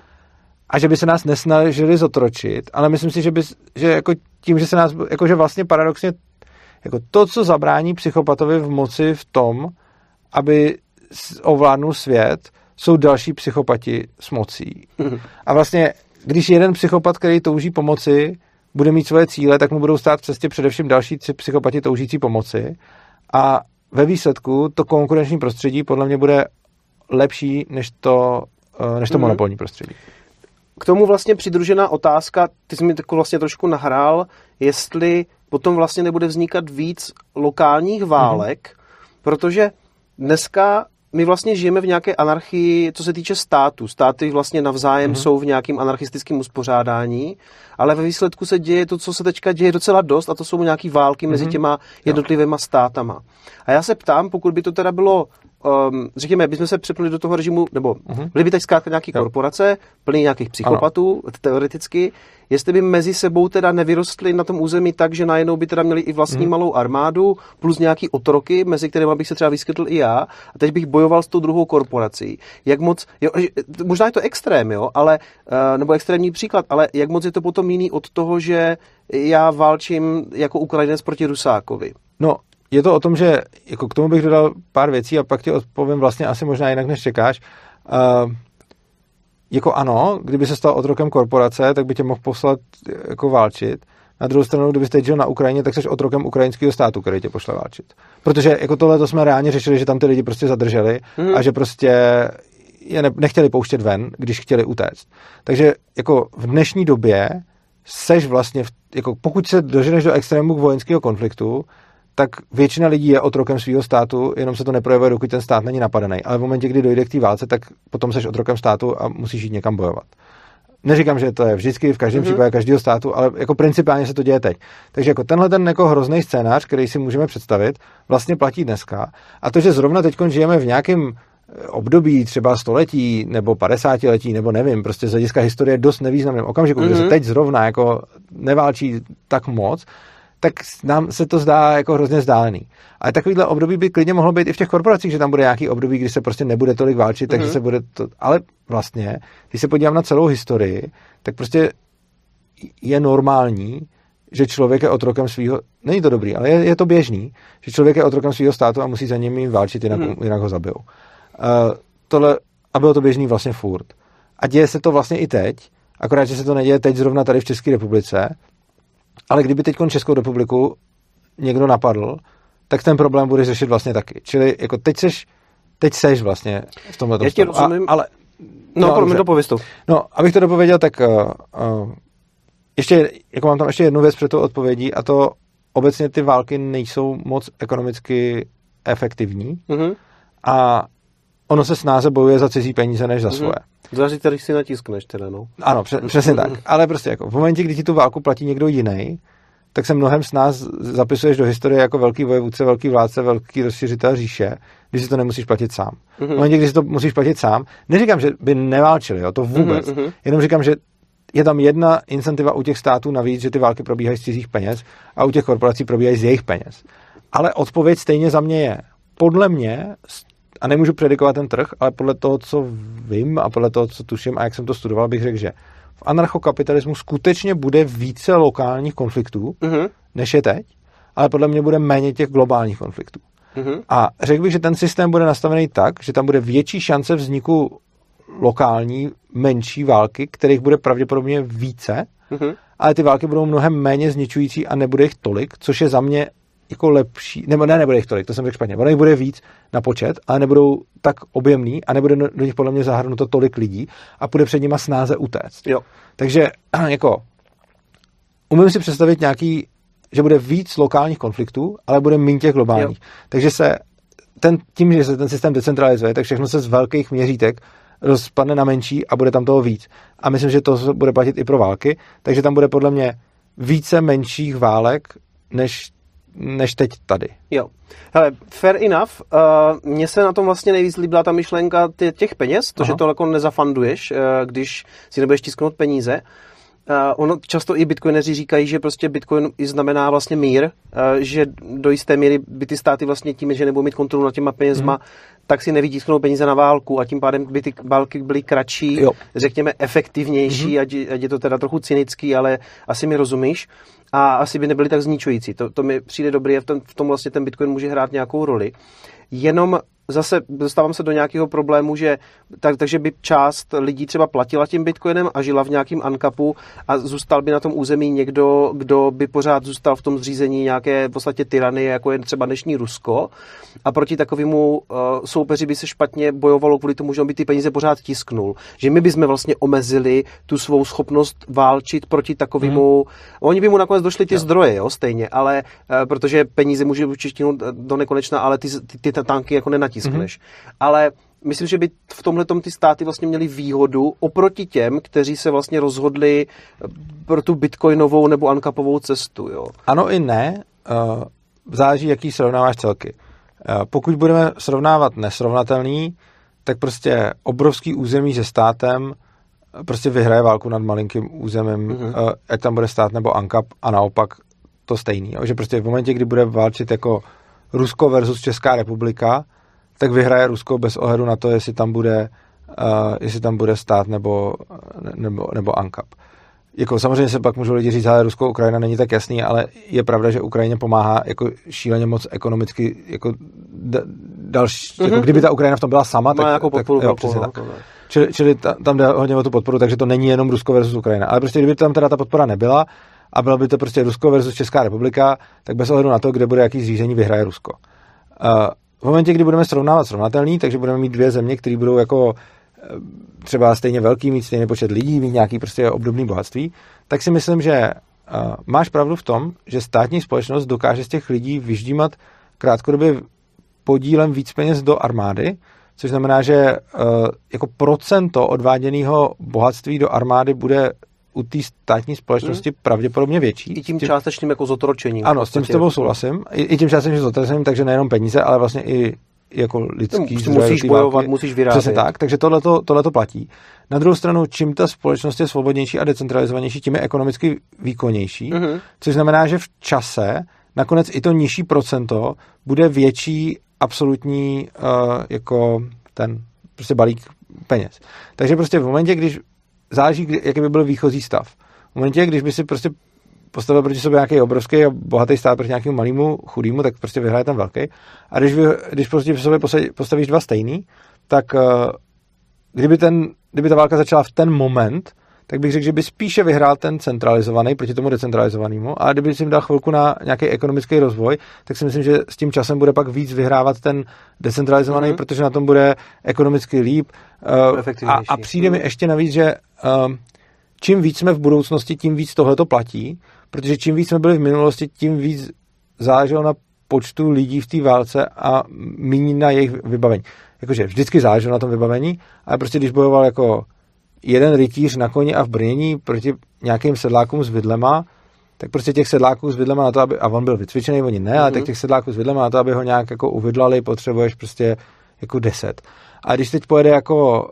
a že by se nás nesnažili zotročit, ale myslím si, že jako tím, že se nás, jako že vlastně paradoxně jako to, co zabrání psychopatovi v moci v tom, aby ovládnul svět, jsou další psychopati s mocí. A vlastně, když jeden psychopat, který touží pomoci, bude mít svoje cíle, tak mu budou stát v cestě především další psychopati toužící pomoci. A ve výsledku to konkurenční prostředí podle mě bude lepší než to monopolní prostředí. K tomu vlastně přidružená otázka, ty jsi mi takovou vlastně trošku nahrál, jestli potom vlastně nebude vznikat víc lokálních válek, protože dneska my vlastně žijeme v nějaké anarchii, co se týče státu. Státy vlastně navzájem jsou v nějakém anarchistickém uspořádání, ale ve výsledku se děje to, co se teďka děje docela dost, a to jsou nějaké války mezi těma jednotlivýma státama. A já se ptám, pokud by to teda bylo, řekněme, bychom se přepnuli do toho režimu, nebo byly by teď zkrátka nějaké korporace, plný nějakých psychopatů, teoreticky, jestli by mezi sebou teda nevyrostly na tom území tak, že najednou by teda měli i vlastní malou armádu, plus nějaký otroky, mezi kterými bych se třeba vyskytl i já, a teď bych bojoval s tou druhou korporací. Jak moc, jo, možná je to extrém, jo, ale, nebo extrémní příklad, ale jak moc je to potom jiný od toho, že já válčím jako Ukrajinec proti Rusákovi? No, je to o tom, že jako k tomu bych dodal pár věcí a pak ti odpovím vlastně asi možná jinak, než čekáš. Jako ano, kdyby se stal otrokem korporace, tak by tě mohl poslat jako válčit. Na druhou stranu, kdyby jsi žil na Ukrajině, tak jsi otrokem ukrajinského státu, který tě pošle válčit. Protože jako tohle to jsme reálně řešili, že tam ty lidi prostě zadrželi a že prostě je nechtěli pouštět ven, když chtěli utéct. Takže jako v dnešní době seš vlastně, jako pokud se doženeš do extrému vojenského konfliktu, tak většina lidí je otrokem svého státu, jenom se to neprojevuje, dokud ten stát není napadený. Ale v momentě, kdy dojde k té válce, tak potom seš otrokem státu a musíš jít někam bojovat. Neříkám, že to je vždycky v každém případě každého státu, ale jako principiálně se to děje teď. Takže jako tenhle ten jako hrozný scénář, který si můžeme představit, vlastně platí dneska. A to, že zrovna teď žijeme v nějakém období třeba 100letí nebo 50letí nebo nevím, prostě z hlediska historie dost nevýznamným okamžiku, kde se teď zrovna jako neválčí tak moc, tak nám se to zdá jako hrozně vzdálený. Ale takovýhle období by klidně mohlo být i v těch korporacích, že tam bude nějaký období, kdy se prostě nebude tolik válčit, takže se bude to... Ale vlastně, když se podívám na celou historii, tak prostě je normální, že člověk je otrokem svýho... Není to dobrý, ale je to běžný, že člověk je otrokem svýho státu a musí za ním válčit, jinak ho zabijou. A bylo to běžný vlastně furt. A děje se to vlastně i teď, akorát, že se to neděje teď zrovna tady v České republice, ale kdyby teď Českou republiku někdo napadl, tak ten problém bude řešit vlastně taky. Čili jako teď seš vlastně v tomhle tom stavu. Rozumím. Ale promiň, dopověz to. No, abych to dopověděl, tak ještě, jako mám tam ještě jednu věc před tou odpovědí, a to obecně ty války nejsou moc ekonomicky efektivní a ono se snáze bojuje za cizí peníze než za svoje. Záleží, který si natiskneš teda, no. Ano, přesně tak. Ale prostě jako v momentě, kdy ti tu válku platí někdo jiný, tak se mnohem s nás zapisuješ do historie jako velký vojevůdce, velký vládce, velký rozšiřitel říše, když si to nemusíš platit sám. V momentě, kdy si to musíš platit sám, neříkám, že by neválčili, jo, to vůbec. Jenom říkám, že je tam jedna incentiva u těch států navíc, že ty války probíhají z cizích peněz a u těch korporací probíhají z jejich peněz. Ale odpověď stejně za mě je, podle mě, a nemůžu predikovat ten trh, ale podle toho, co vím a podle toho, co tuším a jak jsem to studoval, bych řekl, že v anarchokapitalismu skutečně bude více lokálních konfliktů, než je teď, ale podle mě bude méně těch globálních konfliktů. A řekl bych, že ten systém bude nastavený tak, že tam bude větší šance vzniku lokální, menší války, kterých bude pravděpodobně více, ale ty války budou mnohem méně zničující a nebude jich tolik, což je za mě jako lepší, nebo nebude jich tolik, to jsem řekl špatně, ono jich bude víc na počet, ale nebudou tak objemný a nebude do nich podle mě zahrnuto tolik lidí a půjde před nima snáze utéct. Jo. Takže jako umím si představit nějaký, že bude víc lokálních konfliktů, ale bude méně těch globálních. Jo. Takže tím, že se ten systém decentralizuje, tak všechno se z velkých měřítek rozpadne na menší a bude tam toho víc. A myslím, že to bude platit i pro války, takže tam bude podle mě více menších válek, než teď tady. Jo. Hele, fair enough. Mně se na tom vlastně nejvíc líbila ta myšlenka těch peněz, to, že to jako nezafanduješ, když si nebudeš tisknout peníze. Ono často i bitcoineři říkají, že prostě bitcoin i znamená vlastně mír, že do jisté míry by ty státy vlastně tím, že nebudou mít kontrolu nad těma penězma, tak si nevytisknou peníze na válku a tím pádem by ty války byly kratší, řekněme efektivnější, ať je to teda trochu cynický, ale asi mi rozumíš. A asi by nebyly tak zničující. To mi přijde dobrý a v tom vlastně ten Bitcoin může hrát nějakou roli. Jenom zase dostávám se do nějakého problému, že takže by část lidí třeba platila tím Bitcoinem a žila v nějakém uncapu a zůstal by na tom území někdo, kdo by pořád zůstal v tom zřízení nějaké v podstatě tyranie, jako je třeba dnešní Rusko. A proti takovému soupeři by se špatně bojovalo kvůli tomu, že on by ty peníze pořád tisknul. Že my bychom vlastně omezili tu svou schopnost válčit proti takovému... Oni by mu nakonec došli ty zdroje, jo, stejně, ale protože peníze může vyčistit do nekonečna, ale ty tanky jako nenatiskneš. Ale myslím, že by v tomhletom ty státy vlastně měly výhodu oproti těm, kteří se vlastně rozhodli pro tu bitcoinovou nebo uncapovou cestu, jo. Ano i ne. Záleží, jaký srovnáváš celky. Pokud budeme srovnávat nesrovnatelný, tak prostě obrovský území se státem prostě vyhraje válku nad malinkým územím, ať tam bude stát nebo uncap a naopak to stejný. Jo? Že prostě v momentě, kdy bude válčit jako Rusko versus Česká republika, tak vyhraje Rusko bez ohledu na to, jestli tam bude stát nebo uncap. Jako samozřejmě se pak můžou lidi říct, ale Rusko, Ukrajina není tak jasný, ale je pravda, že Ukrajině pomáhá jako šíleně moc ekonomicky jako další, jako kdyby ta Ukrajina v tom byla sama, tak, jako podporu, tak, jo, přesně tak. Čili tam jde hodně o tu podporu, takže to není jenom Rusko versus Ukrajina. Ale prostě kdyby tam teda ta podpora nebyla a bylo by to prostě Rusko versus Česká republika, tak bez ohledu na to, kde bude jaký zřízení, vyhraje Rusko. V momentě, kdy budeme srovnávat srovnatelný, takže budeme mít dvě země, které budou jako třeba stejně velký, mít stejný počet lidí, mít nějaký prostě obdobný bohatství, tak si myslím, že máš pravdu v tom, že státní společnost dokáže z těch lidí vyždímat krátkodobě podílem víc peněz do armády, což znamená, že jako procento odváděného bohatství do armády bude u té státní společnosti pravděpodobně větší. I tím částečným jako zotročením. Ano, s tím s tebou souhlasím. I tím částečným zotročením, takže nejenom peníze, ale vlastně i jako lidský zdroje. Musíš bojovat, musíš vyrábět. Přesně tak, takže tohleto platí. Na druhou stranu, čím ta společnost je svobodnější a decentralizovanější, tím je ekonomicky výkonnější, což znamená, že v čase nakonec i to nižší procento bude větší absolutní jako ten prostě balík peněz. Takže prostě v momentě, když záleží, jaký by byl výchozí stav. V momentě, když by si prostě postavil proti sobě nějaký obrovský a bohatý stát proti nějakému malému chudému, tak prostě vyhraje ten velký. A když prostě v sobě postavíš dva stejný, tak kdyby ta válka začala v ten moment, tak bych řekl, že by spíše vyhrál ten centralizovaný proti tomu decentralizovanému, a kdyby si jim dal chvilku na nějaký ekonomický rozvoj, tak si myslím, že s tím časem bude pak víc vyhrávat ten decentralizovaný, protože na tom bude ekonomicky líp. A přijde mi ještě navíc, že čím víc jsme v budoucnosti, tím víc tohleto platí, protože čím víc jsme byli v minulosti, tím víc záleželo na počtu lidí v té válce a méně na jejich vybavení. Jakože vždycky záleželo na tom vybavení, ale prostě když bojoval jako jeden rytíř na koni a v brnění proti nějakým sedlákům s vidlema, tak prostě těch sedláků s vidlema na to, aby, a on byl vycvičený, oni ne, ale tak těch sedláků s vidlema na to, aby ho nějak jako uvidlali, potřebuješ prostě jako 10. A když teď pojede jako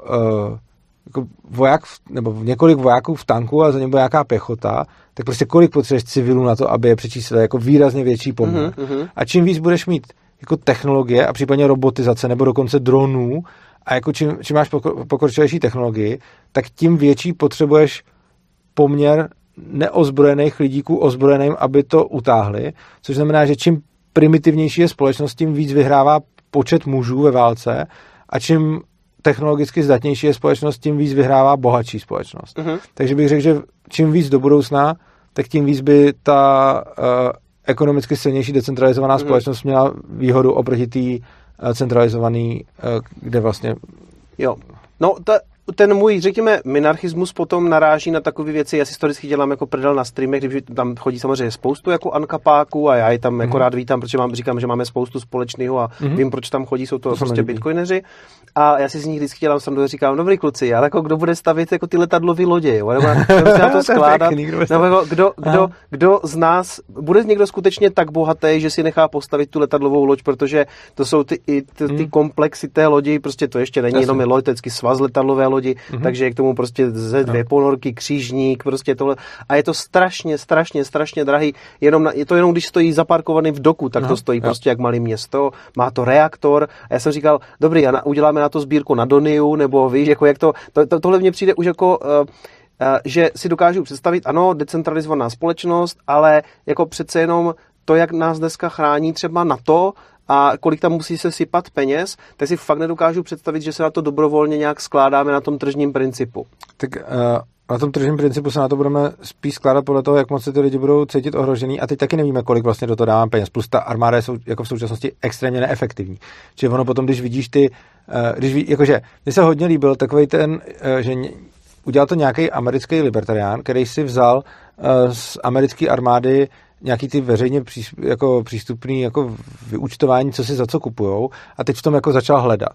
voják, nebo několik vojáků v tanku a za ním bude nějaká pěchota, tak prostě kolik potřebuješ civilů na to, aby je přečíslili jako výrazně větší poměr. A čím víc budeš mít jako technologie a případně robotizace nebo dokonce dronů a jako čím máš pokročilejší technologii, tak tím větší potřebuješ poměr neozbrojených lidíků ozbrojeným, aby to utáhli, což znamená, že čím primitivnější je společnost, tím víc vyhrává počet mužů ve válce a čím technologicky zdatnější je společnost, tím víc vyhrává bohatší společnost. Takže bych řekl, že čím víc do budoucna, tak tím víc by ta ekonomicky silnější decentralizovaná společnost měla výhodu oproti té centralizované, kde vlastně... Jo. No, ten můj, řekněme, minarchismus potom naráží na takové věci, já si historicky dělám jako prdel na streamech, když tam chodí samozřejmě spoustu jako ankapáků a já je tam jako rád vítám, protože říkám, že máme spoustu společného a vím, proč tam chodí, jsou to prostě bitcoineři. A já si z nich vždycky dělám srandu a říkám, dobrý kluci, ale jako kdo bude stavit jako ty letadlové lodě, jo? Nebo se na to skládat, nebo jako kdo z nás, bude někdo skutečně tak bohatý, že si nechá postavit tu letadlovou loď, protože to jsou ty komplexy té lodi, prostě to ještě není jenom letecký svaz letadlové lodi, takže je k tomu prostě dvě ponorky, křížník, prostě tohle. A je to strašně drahý. Je to jenom, když stojí zaparkovaný v doku, tak to stojí prostě jak malé město. Má to reaktor. A já jsem říkal, dobrý, uděláme na to sbírku na Doniu, nebo víš, jako jak tohle mně přijde už jako že si dokážu představit, ano, decentralizovaná společnost, ale jako přece jenom to, jak nás dneska chrání třeba NATO a kolik tam musí se sypat peněz, tak si fakt nedokážu představit, že se na to dobrovolně nějak skládáme na tom tržním principu. Tak na tom tržním principu se na to budeme spíš skládat podle toho, jak moc se ty lidi budou cítit ohrožený, a teď taky nevíme, kolik vlastně do toho dáváme peněz. Plus ta armáda je jako v současnosti extrémně neefektivní. Čili ono potom, když vidíš jakože mně se hodně líbil takovej ten, že udělal to nějaký americký libertarián, který si vzal z americké armády nějaký ty veřejně přístupný jako vyúčtování, co si za co kupujou, a teď v tom jako začal hledat.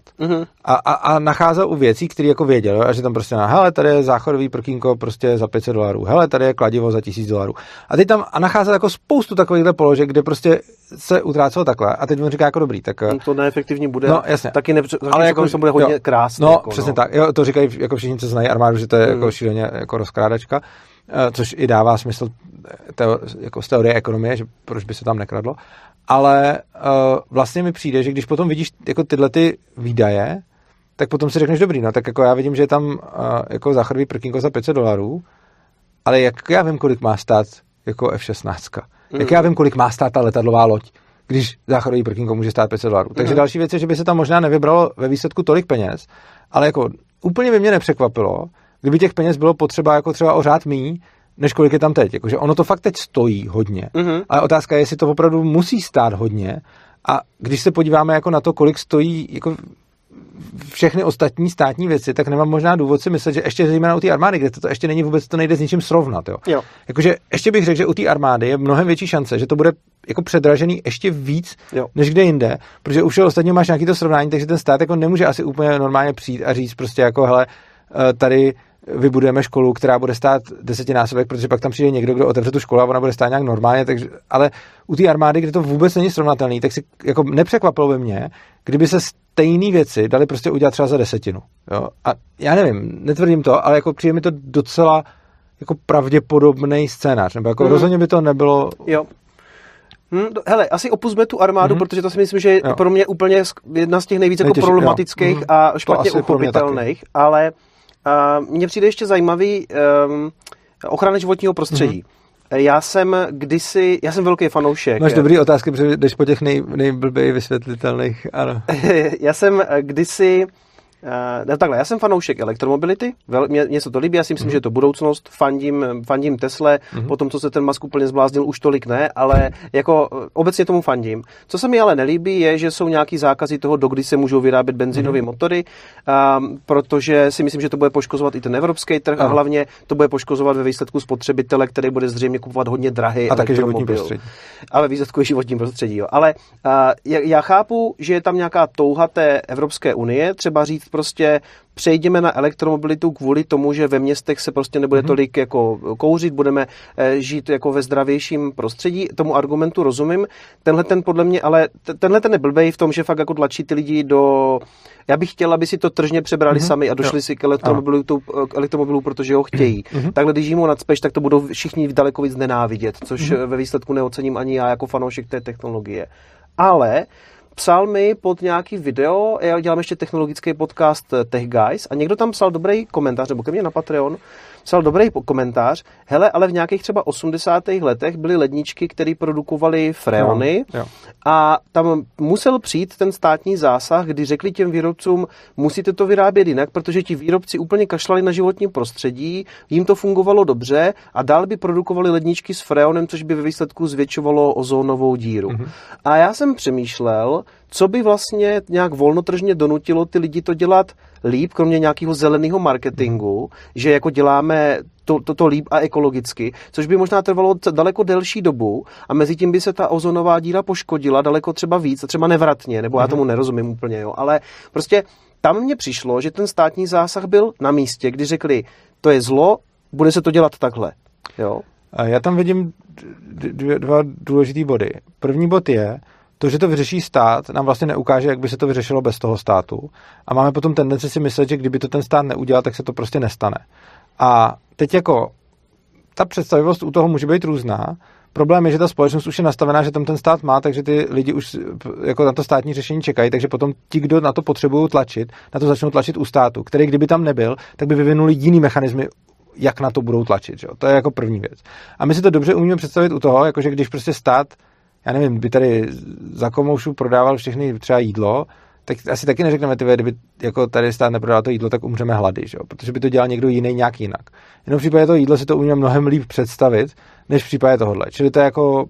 A nacházel u věcí, které jako věděl, jo? A že tam prostě hele, tady je záchodový prkínko prostě za $500, hele, tady je kladivo za $1000. A teď tam nacházel jako spoustu takovýchhle položek, kde prostě se utrácelo takhle. A teď on říká jako dobrý, tak to neefektivně bude. No, jasně. Taky ale jako to bude hodně krásné. No, jako, přesně tak. Jo, to říkají jako všichni, co znají armádu, že to je jako šíleně jako rozkrádačka. Což i dává smysl jako z teorie ekonomie, že proč by se tam nekradlo. Ale vlastně mi přijde, že když potom vidíš jako tyhle ty výdaje, tak potom si řekneš, dobrý, no tak jako já vidím, že je tam jako záchodový prkínko za $500, ale jak já vím, kolik má stát jako F-16. Jak já vím, kolik má stát ta letadlová loď, když záchodový prkínko může stát $500. Takže další věc je, že by se tam možná nevybralo ve výsledku tolik peněz, ale jako úplně by mě nepřekvapilo, kdyby těch peněz bylo potřeba jako třeba o řád míň, než kolik je tam teď. Jakože ono to fakt teď stojí hodně. Ale otázka je, jestli to opravdu musí stát hodně. A když se podíváme jako na to, kolik stojí jako všechny ostatní státní věci, tak nemám možná důvod si myslet, že ještě zejména u té armády, kde to ještě není vůbec, to nejde s ničím srovnat. Jo. Jakože ještě bych řekl, že u té armády je mnohem větší šance, že to bude jako předražený ještě víc, než kde jinde, protože u všeho ostatního máš nějaký to srovnání, takže ten stát jako nemůže asi úplně normálně přijít a říct prostě jako hele, tady vybudujeme školu, která bude stát 10násobek, protože pak tam přijde někdo, kdo otevře tu školu a ona bude stát nějak normálně, takže, ale u té armády, kde to vůbec není srovnatelný, tak si jako nepřekvapilo by mě, kdyby se stejné věci dali prostě udělat třeba za 10. Jo? A já nevím, netvrdím to, ale jako přijde mi to docela jako pravděpodobný scénář, nebo jako rozhodně by to nebylo... Jo. Hele, asi opusťme tu armádu, protože to si myslím, že je pro mě úplně jedna z těch nejvíc jako problematických a špatně uchopitelných, ale mně přijde ještě zajímavý ochrana životního prostředí. Já jsem velký fanoušek. Máš dobrý otázky, protože jdeš po těch nejblběji vysvětlitelných, ano. Já jsem kdysi... já jsem fanoušek elektromobility, mně se to líbí, já si myslím, že je to budoucnost, fandím Tesle, potom, co se ten Musk úplně zbláznil, už tolik ne, ale jako obecně tomu fandím. Co se mi ale nelíbí, je, že jsou nějaký zákazy toho, dokdy se můžou vyrábět benzinové motory, protože si myslím, že to bude poškozovat i ten evropský trh a hlavně to bude poškozovat ve výsledku spotřebitele, který bude zřejmě kupovat hodně drahý elektromobil. A ve výsledku je životní prostředí. Jo. Ale já chápu, že je tam nějaká touha té Evropské unie, třeba říct prostě přejdeme na elektromobilitu kvůli tomu, že ve městech se prostě nebude tolik jako kouřit, budeme žít jako ve zdravějším prostředí. Tomu argumentu rozumím. Tenhle ten podle mě, ale tenhle ten je blbej v tom, že fakt jako tlačí ty lidi do... Já bych chtěl, aby si to tržně přebrali sami a došli si k elektromobilu, protože ho chtějí. Takhle, když jim ho nacpeš, tak to budou všichni daleko víc nenávidět, což ve výsledku neocením ani já jako fanoušek té technologie. Ale psal mi pod nějaký video, já dělám ještě technologický podcast Tech Guys a někdo tam psal dobrý komentář, nebo ke mně na Patreon, psal dobrý komentář, hele, ale v nějakých třeba 80. letech byly ledničky, které produkovaly freony a tam musel přijít ten státní zásah, kdy řekli těm výrobcům, musíte to vyrábět jinak, protože ti výrobci úplně kašlali na životní prostředí, jim to fungovalo dobře a dál by produkovali ledničky s freonem, což by ve výsledku zvětšovalo ozónovou díru. A já jsem přemýšlel, co by vlastně nějak volnotržně donutilo ty lidi to dělat líp, kromě nějakého zeleného marketingu, že jako děláme to líp a ekologicky, což by možná trvalo daleko delší dobu a mezi tím by se ta ozonová díra poškodila daleko třeba víc, třeba nevratně, nebo já tomu nerozumím úplně, jo, ale prostě tam mně přišlo, že ten státní zásah byl na místě, kdy řekli, to je zlo, bude se to dělat takhle, jo. A já tam vidím dva důležitý body. První bod je, to, že to vyřeší stát, nám vlastně neukáže, jak by se to vyřešilo bez toho státu. A máme potom tendenci si myslet, že kdyby to ten stát neudělal, tak se to prostě nestane. A teď jako ta představivost u toho může být různá. Problém je, že ta společnost už je nastavená, že tam ten stát má, takže ty lidi už jako na to státní řešení čekají, takže potom ti, kdo na to potřebují tlačit, na to začnou tlačit u státu, který kdyby tam nebyl, tak by vyvinuli jiný mechanismy, jak na to budou tlačit. Že? To je jako první věc. A my si to dobře umíme představit u toho, jakože když prostě stát, já nevím, by tady za komoušu prodával všechny třeba jídlo, tak asi taky neřekneme, kdyby jako tady stát neprodal to jídlo, tak umřeme hlady, že? Protože by to dělal někdo jiný nějak jinak. Jenom v případě toho jídla si to umíme mnohem líp představit, než v případě tohohle. Čili to je jako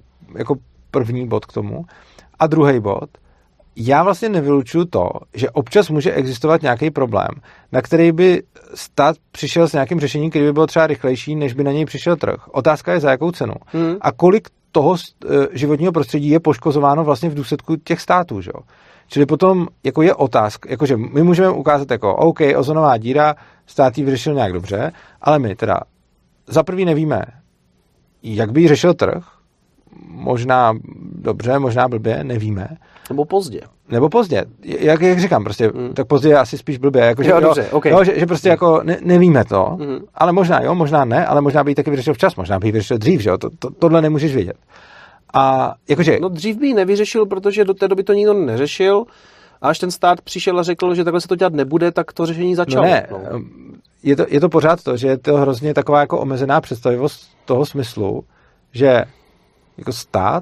první bod k tomu. A druhý bod, já vlastně nevylučuju to, že občas může existovat nějaký problém, na který by stát přišel s nějakým řešením, který by bylo třeba rychlejší, než by na něj přišel trh. Otázka je, za jakou cenu. A kolik toho životního prostředí je poškozováno vlastně v důsledku těch států, že jo? Čili potom jako je otázka, jakože my můžeme ukázat jako OK, ozonová díra, stát ji vyřešil nějak dobře, ale my teda za prvý nevíme, jak by ji řešil trh, možná dobře, možná blbě, nevíme. Nebo pozdě. Jak říkám, prostě, tak pozdě je asi spíš blbě. Jako, že, dobře, okay. Že prostě jako nevíme to, ale možná jo, možná ne, ale možná by ji taky vyřešil včas, možná by ji vyřešil dřív, že jo, tohle nemůžeš vědět. A jakože... No dřív by ji nevyřešil, protože do té doby to nikdo neřešil a až ten stát přišel a řekl, že takhle se to dělat nebude, tak to řešení začalo. No ne, je to pořád to, že je to hrozně taková jako omezená představivost toho smyslu, že jako stát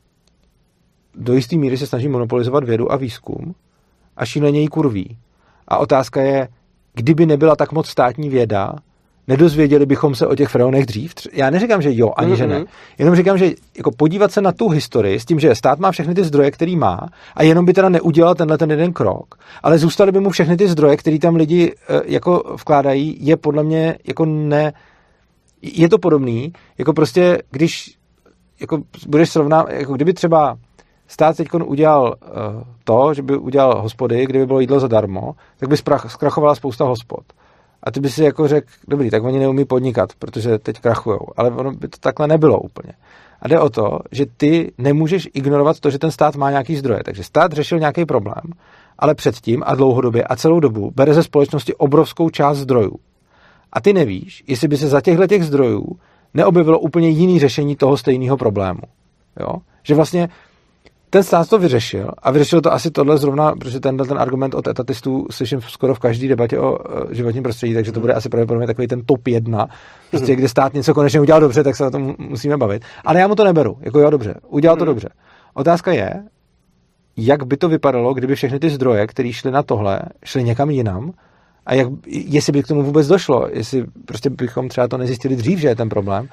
do jisté míry se snaží monopolizovat vědu a výzkum a šíleně jí kurví. A otázka je, kdyby nebyla tak moc státní věda, nedozvěděli bychom se o těch freonech dřív? Já neříkám, že jo, ani že ne. Jenom říkám, že jako podívat se na tu historii s tím, že stát má všechny ty zdroje, který má, a jenom by teda neudělal ten jeden krok, ale zůstaly by mu všechny ty zdroje, který tam lidi jako vkládají, je podle mě jako ne... Je to podobný, jako prostě, když jako budeš srovnávat, jako kdyby třeba stát teď udělal to, že by udělal hospody, kdyby bylo jídlo zadarmo, tak by zkrachovala spousta hospod. A ty by si jako řekl, dobrý, tak oni neumí podnikat, protože teď krachujou. Ale ono by to takhle nebylo úplně. A jde o to, že ty nemůžeš ignorovat to, že ten stát má nějaký zdroje. Takže stát řešil nějaký problém, ale předtím a dlouhodobě a celou dobu bere ze společnosti obrovskou část zdrojů. A ty nevíš, jestli by se za těch zdrojů neobjevilo úplně jiný řešení toho stejného problému. Jo? Že vlastně ten stát to vyřešil a vyřešil to asi tohle zrovna, protože ten argument od etatistů slyším skoro v každé debatě o životním prostředí, takže to bude asi pravděpodobně takový ten top 1, prostě kde stát něco konečně udělal dobře, tak se o tom musíme bavit. Ale já mu to neberu, jako jo, dobře, udělal to dobře. Otázka je, jak by to vypadalo, kdyby všechny ty zdroje, které šly na tohle, šly někam jinam, a jestli by k tomu vůbec došlo, jestli prostě bychom třeba to nezjistili dřív, že je ten problém.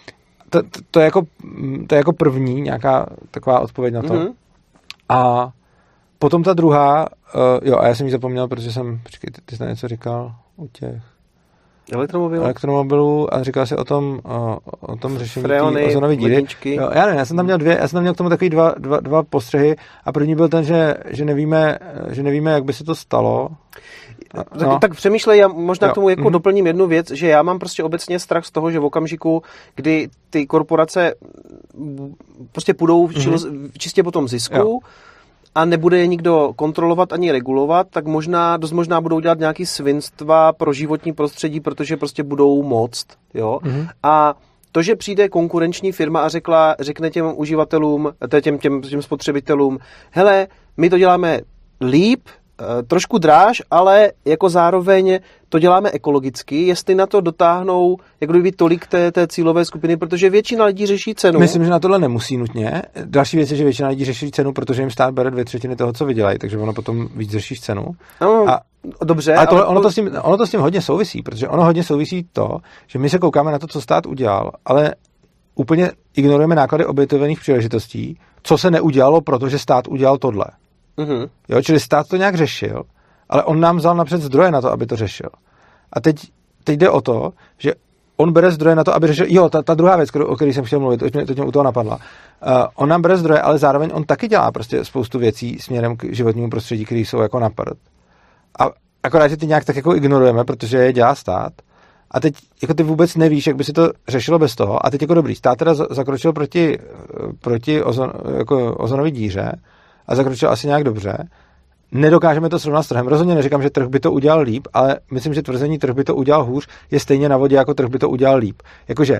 To je jako první nějaká taková odpověď na to. A potom ta druhá, a já jsem ji zapomněl, protože počkej, ty jsi něco říkal u těch elektromobilů a říkal jsi o tom řešení ozonové díry. Jo, já nevím, já jsem tam měl k tomu takový dva postřehy a první byl ten, že nevíme, jak by se to stalo. Tak přemýšlej, já možná k tomu jako doplním jednu věc, že já mám prostě obecně strach z toho, že v okamžiku, kdy ty korporace prostě půjdou čistě po tom zisku a nebude je nikdo kontrolovat ani regulovat, tak dost možná budou dělat nějaký svinstva pro životní prostředí, protože prostě budou moct. Jo? A to, že přijde konkurenční firma a řekne těm uživatelům, těm spotřebitelům, hele, my to děláme líp, trošku dráž, ale jako zároveň to děláme ekologicky, jestli na to dotáhnou jak kdyby tolik té cílové skupiny, protože většina lidí řeší cenu. Myslím, že na tohle nemusí nutně. Další věc je, že většina lidí řeší cenu, protože jim stát bere 2/3 toho, co vydělají, takže ono potom víc řešíš cenu. Dobře. Ale ono to s tím hodně souvisí, protože ono hodně souvisí to, že my se koukáme na to, co stát udělal, ale úplně ignorujeme náklady obětovaných příležitostí, co se neudělalo, protože stát udělal tohle. Jo, čili stát to nějak řešil, ale on nám vzal napřed zdroje na to, aby to řešil. A teď jde o to, že on bere zdroje na to, aby řešil... Ta druhá věc, o které jsem chtěl mluvit, to mě u toho napadla. On nám bere zdroje, ale zároveň on taky dělá prostě spoustu věcí směrem k životnímu prostředí, které jsou jako na prd. A akorát, že ty nějak tak jako ignorujeme, protože je dělá stát. A teď jako ty vůbec nevíš, jak by si to řešilo bez toho. A teď jako dobrý, stát teda zakročil proti ozonové díře a zakročil asi nějak dobře. Nedokážeme to srovnat s trhem. Rozhodně neříkám, že trh by to udělal líp, ale myslím, že tvrzení trh by to udělal hůř je stejně na vodě, jako trh by to udělal líp. Jakože,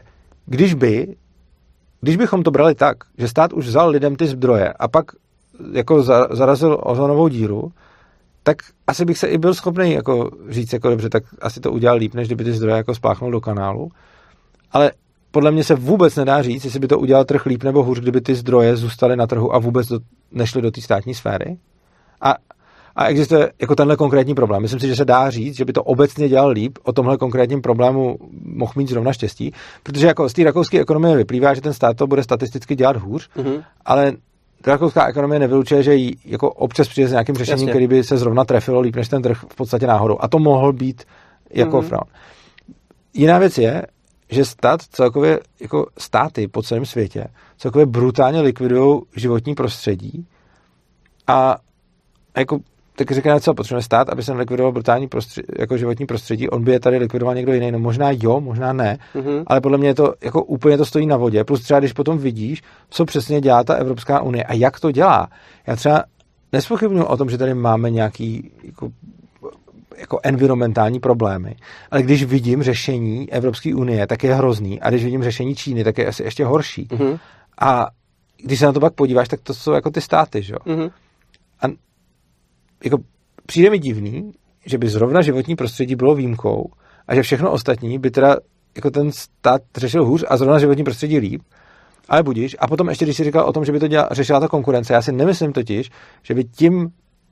když bychom to brali tak, že stát už vzal lidem ty zdroje a pak jako zarazil ozonovou díru, tak asi bych se i byl schopný jako říct, jako dobře, tak asi to udělal líp, než kdyby ty zdroje jako spláchnul do kanálu. Ale podle mě se vůbec nedá říct, jestli by to udělal trh líp nebo hůř, kdyby ty zdroje zůstaly na trhu a vůbec nešly do té státní sféry. A existuje jako tenhle konkrétní problém. Myslím si, že se dá říct, že by to obecně dělal líp, o tomhle konkrétním problému mohl mít zrovna štěstí, protože jako z té rakouské ekonomie vyplývá, že ten stát to bude statisticky dělat hůř, ale rakouská ekonomie nevylučuje, že jí jako občas přijde s nějakým řešením, který by se zrovna trefilo líp než ten trh v podstatě náhodou. A to mohl být jako fraud. Jiná věc je, že stát celkově, jako státy po celém světě, celkově brutálně likvidují životní prostředí a jako tak říkáme, co potřebujeme stát, aby se likvidoval brutální jako životní prostředí, on by je tady likvidoval někdo jiný, no možná jo, možná ne, ale podle mě je to jako úplně to stojí na vodě, plus třeba když potom vidíš, co přesně dělá ta Evropská unie a jak to dělá. Já třeba nezpochybnuju o tom, že tady máme nějaký jako environmentální problémy, ale když vidím řešení Evropské unie, tak je hrozný a když vidím řešení Číny, tak je asi ještě horší. A když se na to pak podíváš, tak to jsou jako ty státy, že jo? A jako přijde mi divný, že by zrovna životní prostředí bylo výjimkou a že všechno ostatní by teda jako ten stát řešil hůř a zrovna životní prostředí líp, ale budíš. A potom ještě, když jsi říkal o tom, že by to řešila ta konkurence, já si nemyslím totiž, že by tím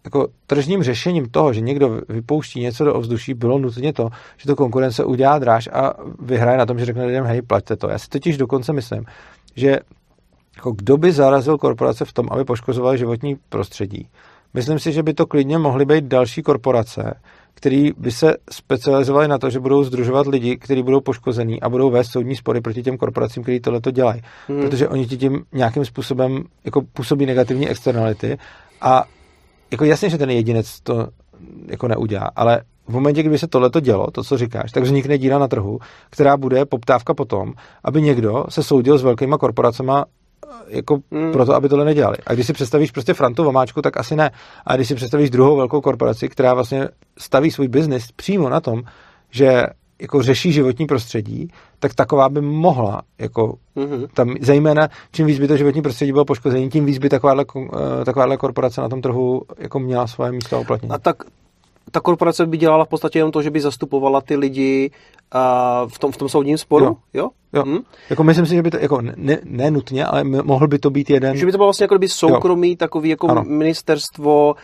jako tržním řešením toho, že někdo vypouští něco do ovzduší, bylo nutně to, že to konkurence udělá dráž a vyhraje na tom, že řekne lidem, hej, plaťte to. Já si totiž dokonce myslím, že jako kdo by zarazil korporace v tom, aby poškozovaly životní prostředí. Myslím si, že by to klidně mohly být další korporace, který by se specializovali na to, že budou sdružovat lidi, kteří budou poškození a budou vést soudní spory proti těm korporacím, kteří tohleto dělají. Protože oni ti tím nějakým způsobem jako působí negativní externality a jako jasně, že ten jedinec to jako neudělá, ale v momentě, kdy se tohleto dělo, to, co říkáš, tak vznikne díra na trhu, která bude poptávka potom, aby někdo se soudil s velkýma korporacema jako proto, aby tohle nedělali. A když si představíš prostě Frantu Vomáčku, tak asi ne. A když si představíš druhou velkou korporaci, která vlastně staví svůj biznis přímo na tom, že jako řeší životní prostředí, tak taková by mohla tam zejména, čím víc by to životní prostředí bylo poškození, tím víc by takováhle korporace na tom trhu jako měla svoje místo a uplatnění. A tak ta korporace by dělala v podstatě jenom to, že by zastupovala ty lidi v tom soudním sporu? Jo. Jako myslím si, že by to jako ne nutně, ale mohl by to být jeden. Že by to bylo vlastně jako by soukromý takový jako ministerstvo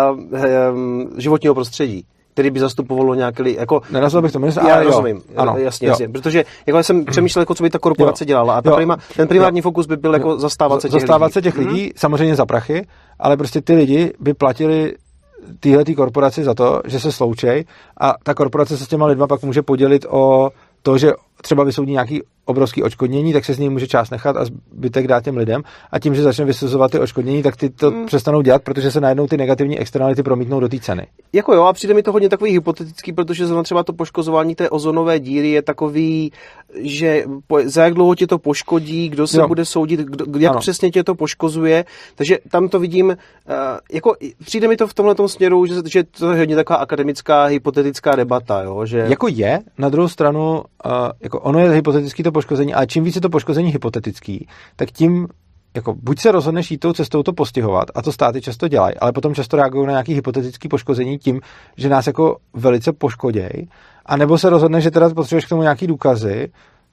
životního prostředí, který by zastupovalo nějaký jako. Nenazval bych to ministerstvo, ale rozumím. Ano, jasně. Protože jako jsem přemýšlel, jako co by ta korporace dělala a ten primární fokus by byl jako zastávat se těch lidí. Samozřejmě za prachy, ale prostě ty lidi by platili téhletý korporaci za to, že se sloučej a ta korporace se s těma lidma pak může podělit o to, že třeba vysoudí nějaký obrovský odškodnění, tak se z něj může část nechat a zbytek dát těm lidem a tím, že začne vysuzovat ty odškodnění, tak ty to přestanou dělat, protože se najednou ty negativní externality promítnou do té ceny. Jako jo, a přijde mi to hodně takový hypotetický, protože zrovna třeba to poškozování té ozonové díry je takový, že za jak dlouho tě to poškodí, kdo se bude soudit, jak přesně tě to poškozuje, takže tam to vidím, jako přijde mi to v tomhletom směru, že to je hodně taková akademická hypotetická debata, jo, že jako je, na druhou stranu, jako ono je hypotetický to poškození, ale čím víc je to poškození hypotetický, tak tím jako buď se rozhodneš jít tou cestou to postihovat, a to státy často dělají, ale potom často reagují na nějaký hypotetický poškození tím, že nás jako velice poškodějí, anebo se rozhodneš, že teda potřebuješ k tomu nějaký důkazy,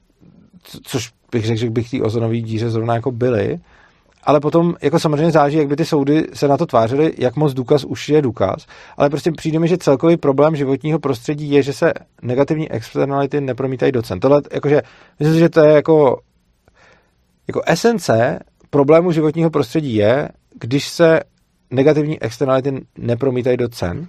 což bych řekl, že bych té ozonové díře zrovna jako byly, ale potom jako samozřejmě záleží, jak by ty soudy se na to tvářily, jak moc důkaz už je důkaz, ale prostě přijde mi, že celkový problém životního prostředí je, že se negativní externality nepromítají do cen. Tohle jakože, myslím si, že to je jako esence problému životního prostředí je, když se negativní externality nepromítají do cen.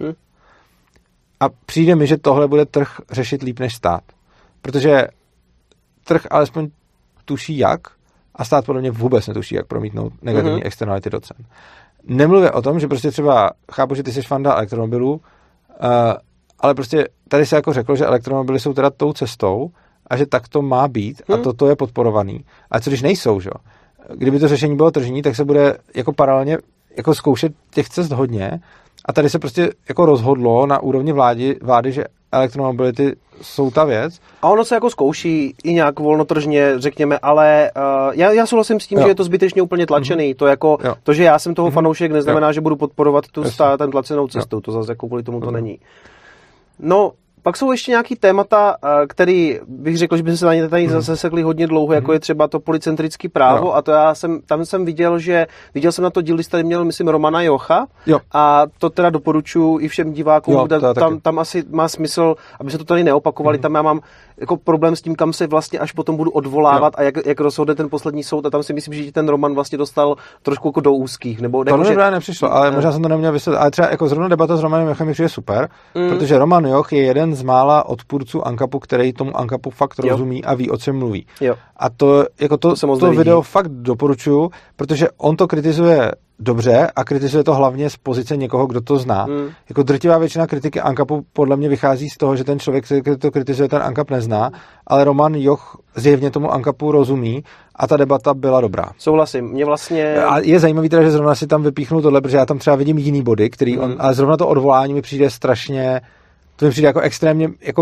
A přijde mi, že tohle bude trh řešit líp než stát. Protože trh alespoň tuší jak, a stát podle mě vůbec netuší, jak promítnout negativní externality do cen. Nemluvě o tom, že prostě třeba, chápu, že ty jsi fanda elektromobilů, ale prostě tady se jako řeklo, že elektromobily jsou teda tou cestou a že tak to má být a toto je podporovaný. A co když nejsou, že? Kdyby to řešení bylo tržní, tak se bude jako paralelně jako zkoušet těch cest hodně a tady se prostě jako rozhodlo na úrovni vlády, že elektromobility jsou ta věc. A ono se jako zkouší i nějak volnotržně, řekněme, ale já souhlasím s tím, že je to zbytečně úplně tlačený. To jako to, že já jsem toho fanoušek, neznamená, že budu podporovat tu ten tlačenou cestou. To zase jako kvůli tomu to není. No, pak jsou ještě nějaký témata, který bych řekl, že by se na ně tady zase sekli hodně dlouho, jako je třeba to polycentrické právo a to tam jsem viděl jsem na to díl, když tady měl, myslím, Romana Jocha a to teda doporučuji i všem divákům, tam asi má smysl, aby se to tady neopakovali, tam já mám jako problém s tím, kam se vlastně až potom budu odvolávat a jak rozhodne ten poslední soud a tam si myslím, že ten Roman vlastně dostal trošku jako do úzkých. Nebo to mi právě nepřišlo, ale možná jsem to neměl vysvětlit, ale třeba jako zrovna debata s Romanem Jochem je super, protože Roman Joch je jeden z mála odpůrců ANCAPu, který tomu ANCAPu fakt rozumí a ví, o čem mluví. A to video fakt doporučuju, protože on to kritizuje dobře a kritizuje to hlavně z pozice někoho, kdo to zná. Jako drtivá většina kritiky ANCAPu podle mě vychází z toho, že ten člověk, který to kritizuje, ten ANCAP nezná, ale Roman Joch zjevně tomu ANCAPu rozumí a ta debata byla dobrá. Souhlasím. Mě vlastně... A je zajímavý teda, že zrovna si tam vypíchnu tohle, protože já tam třeba vidím jiný body, který ale zrovna to odvolání mi přijde strašně, to mi přijde jako extrémně jako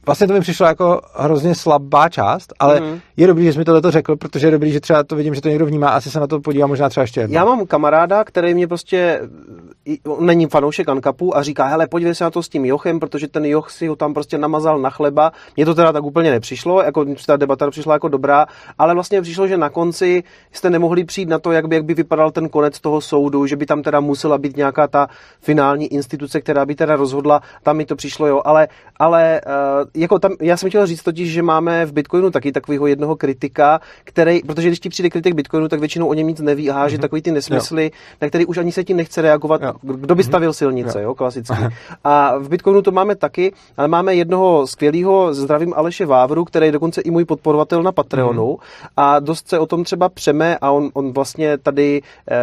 vlastně to mi přišlo jako hrozně slabá část, ale je dobrý, že jsi mi tohleto řekl, protože je dobrý, že třeba to vidím, že to někdo vnímá, asi se na to podívá možná třeba ještě jednou. Já mám kamaráda, který mě prostě není fanoušek Ankapu a říká, hele, podívej se na to s tím Jochem, protože ten Joch si ho tam prostě namazal na chleba. Mně to teda tak úplně nepřišlo, jako ta debata přišla jako dobrá, ale vlastně přišlo, že na konci jste nemohli přijít na to, jak by vypadal ten konec toho soudu, že by tam teda musela být nějaká ta finální instituce, která by teda rozhodla, tam mi to přišlo, jo, ale jako tam, já jsem chtěl říct totiž, že máme v Bitcoinu taky takového jednoho kritika, který, protože když ti přijde kritik Bitcoinu, tak většinou o něm nic neví a háže takový ty nesmysly, na který už ani se ti nechce reagovat. Jo. Kdo by stavil silnice, jo, klasicky. A v Bitcoinu to máme taky, ale máme jednoho skvělého, zdravím Aleše Vávru, který je dokonce i můj podporovatel na Patreonu a dost se o tom třeba přeme a on vlastně tady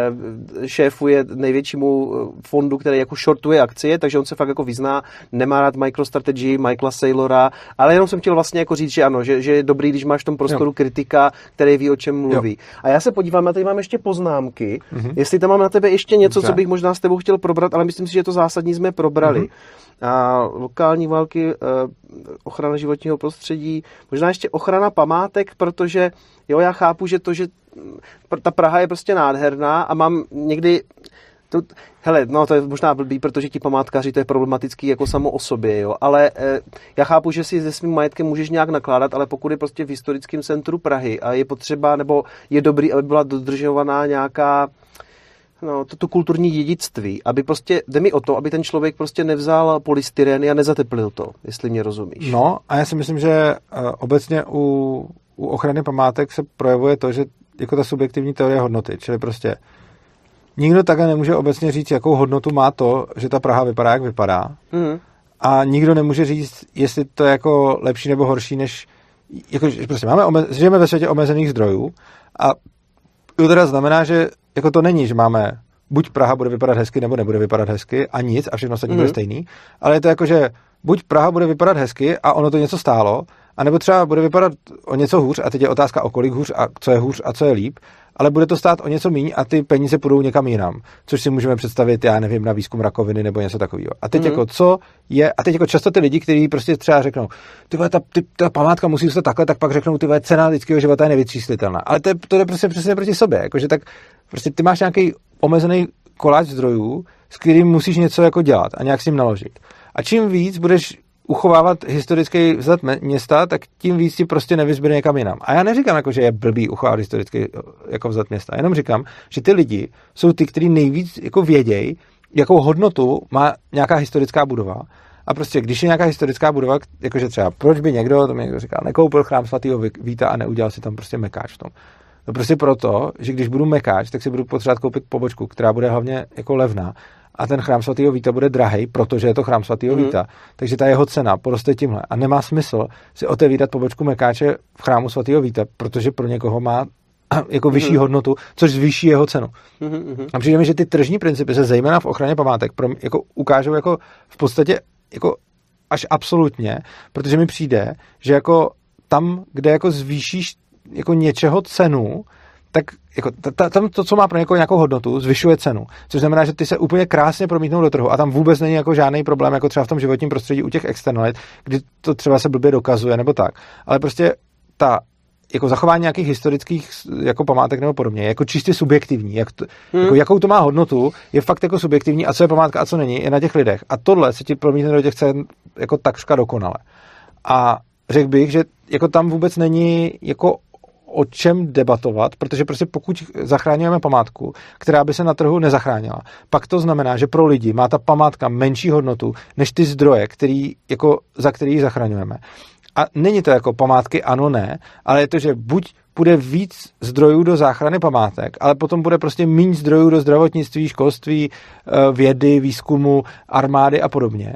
šéfuje největšímu fondu, který jako shortuje akcie, takže on se fakt jako vyzná, nemá rád MicroStrategy, Michaela Saylora, ale jenom jsem chtěl vlastně jako říct, že ano, že je dobrý, když máš v tom prostoru kritika, který ví, o čem mluví. A já se podívám, já tady mám ještě poznámky, jestli tam mám na tebe ještě něco, co bych možná s tebou chtěl probrat, ale myslím si, že to zásadní jsme probrali. A lokální války, ochrana životního prostředí, možná ještě ochrana památek, protože jo, já chápu, že ta Praha je prostě nádherná a mám někdy hele, no to je možná blbý, protože ti památkáři, to je problematický jako samo o sobě, jo, ale já chápu, že si se svým majetkem můžeš nějak nakládat, ale pokud je prostě v historickém centru Prahy a je potřeba, nebo je dobrý, aby byla dodržovaná nějaká to kulturní dědictví, aby prostě, jde mi o to, aby ten člověk prostě nevzal polystyreny a nezateplil to, jestli mě rozumíš. No a já si myslím, že obecně u ochrany památek se projevuje to, že jako ta subjektivní teorie hodnoty, čili prostě nikdo takhle nemůže obecně říct, jakou hodnotu má to, že ta Praha vypadá, jak vypadá. A nikdo nemůže říct, jestli to je jako lepší nebo horší, než jako, prostě žijeme ve světě omezených zdrojů a to teda znamená, že jako to není, že máme buď Praha bude vypadat hezky, nebo nebude vypadat hezky a nic a všechno ostatní bude stejný, ale je to jako, že buď Praha bude vypadat hezky a ono to něco stálo, anebo třeba bude vypadat o něco hůř a teď je otázka o kolik hůř a co je hůř a co je líp, ale bude to stát o něco míň a ty peníze půjdou někam jinam, což si můžeme představit, já nevím, na výzkum rakoviny nebo něco takového. A teď jako co je, a teď jako často ty lidi, kteří prostě třeba řeknou, ta památka musí zůstat takhle, tak pak řeknou, cena lidského života je nevyčíslitelná. Ale to je prostě přesně proti sobě, jakože tak prostě ty máš nějaký omezený koláč zdrojů, s kterým musíš něco jako dělat a nějak s ním naložit. A čím víc budeš uchovávat historický vzhled města, tak tím víc ti prostě nevyzbyde někam jinam. A já neříkám, jako, že je blbý uchovávat historický jako vzhled města, jenom říkám, že ty lidi jsou ty, kteří nejvíc jako vědějí, jakou hodnotu má nějaká historická budova. A prostě, když je nějaká historická budova, jakože třeba, proč by někdo, to mi někdo říkal, nekoupil chrám svatého Víta a neudělal si tam prostě mekáč v tom. No prostě proto, že když budu mekáč, tak si budu potřebovat koupit pobočku, která bude hlavně jako levná. A ten chrám svatého Víta bude drahej, protože je to chrám svatého Víta. Takže ta jeho cena poroste tímhle. A nemá smysl si otevírat pobočku mekáče v chrámu svatého Víta, protože pro někoho má jako vyšší hodnotu, což zvýší jeho cenu. A přijde mi, že ty tržní principy se zejména v ochraně památek jako ukážou jako v podstatě jako až absolutně, protože mi přijde, že jako tam, kde jako zvýšíš jako něčeho cenu, tak jako tam to, co má pro někoho nějakou hodnotu, zvyšuje cenu. Což znamená, že ty se úplně krásně promítnou do trhu a tam vůbec není jako žádný problém, jako třeba v tom životním prostředí u těch externalit, kdy to třeba se blbě dokazuje nebo tak. Ale prostě ta jako zachování nějakých historických jako památek nebo podobně, jako čistě subjektivní, jako jakou to má hodnotu, je fakt jako subjektivní a co je památka a co není, je na těch lidech. A tohle se ti promítne do těch cen jako takřka dokonale. A řekl bych, že jako tam vůbec není jako o čem debatovat, protože prostě pokud zachráňujeme památku, která by se na trhu nezachránila, pak to znamená, že pro lidi má ta památka menší hodnotu než ty zdroje, za který ji zachraňujeme. A není to jako památky ano, ne, ale je to, že buď bude víc zdrojů do záchrany památek, ale potom bude prostě méně zdrojů do zdravotnictví, školství, vědy, výzkumu, armády a podobně.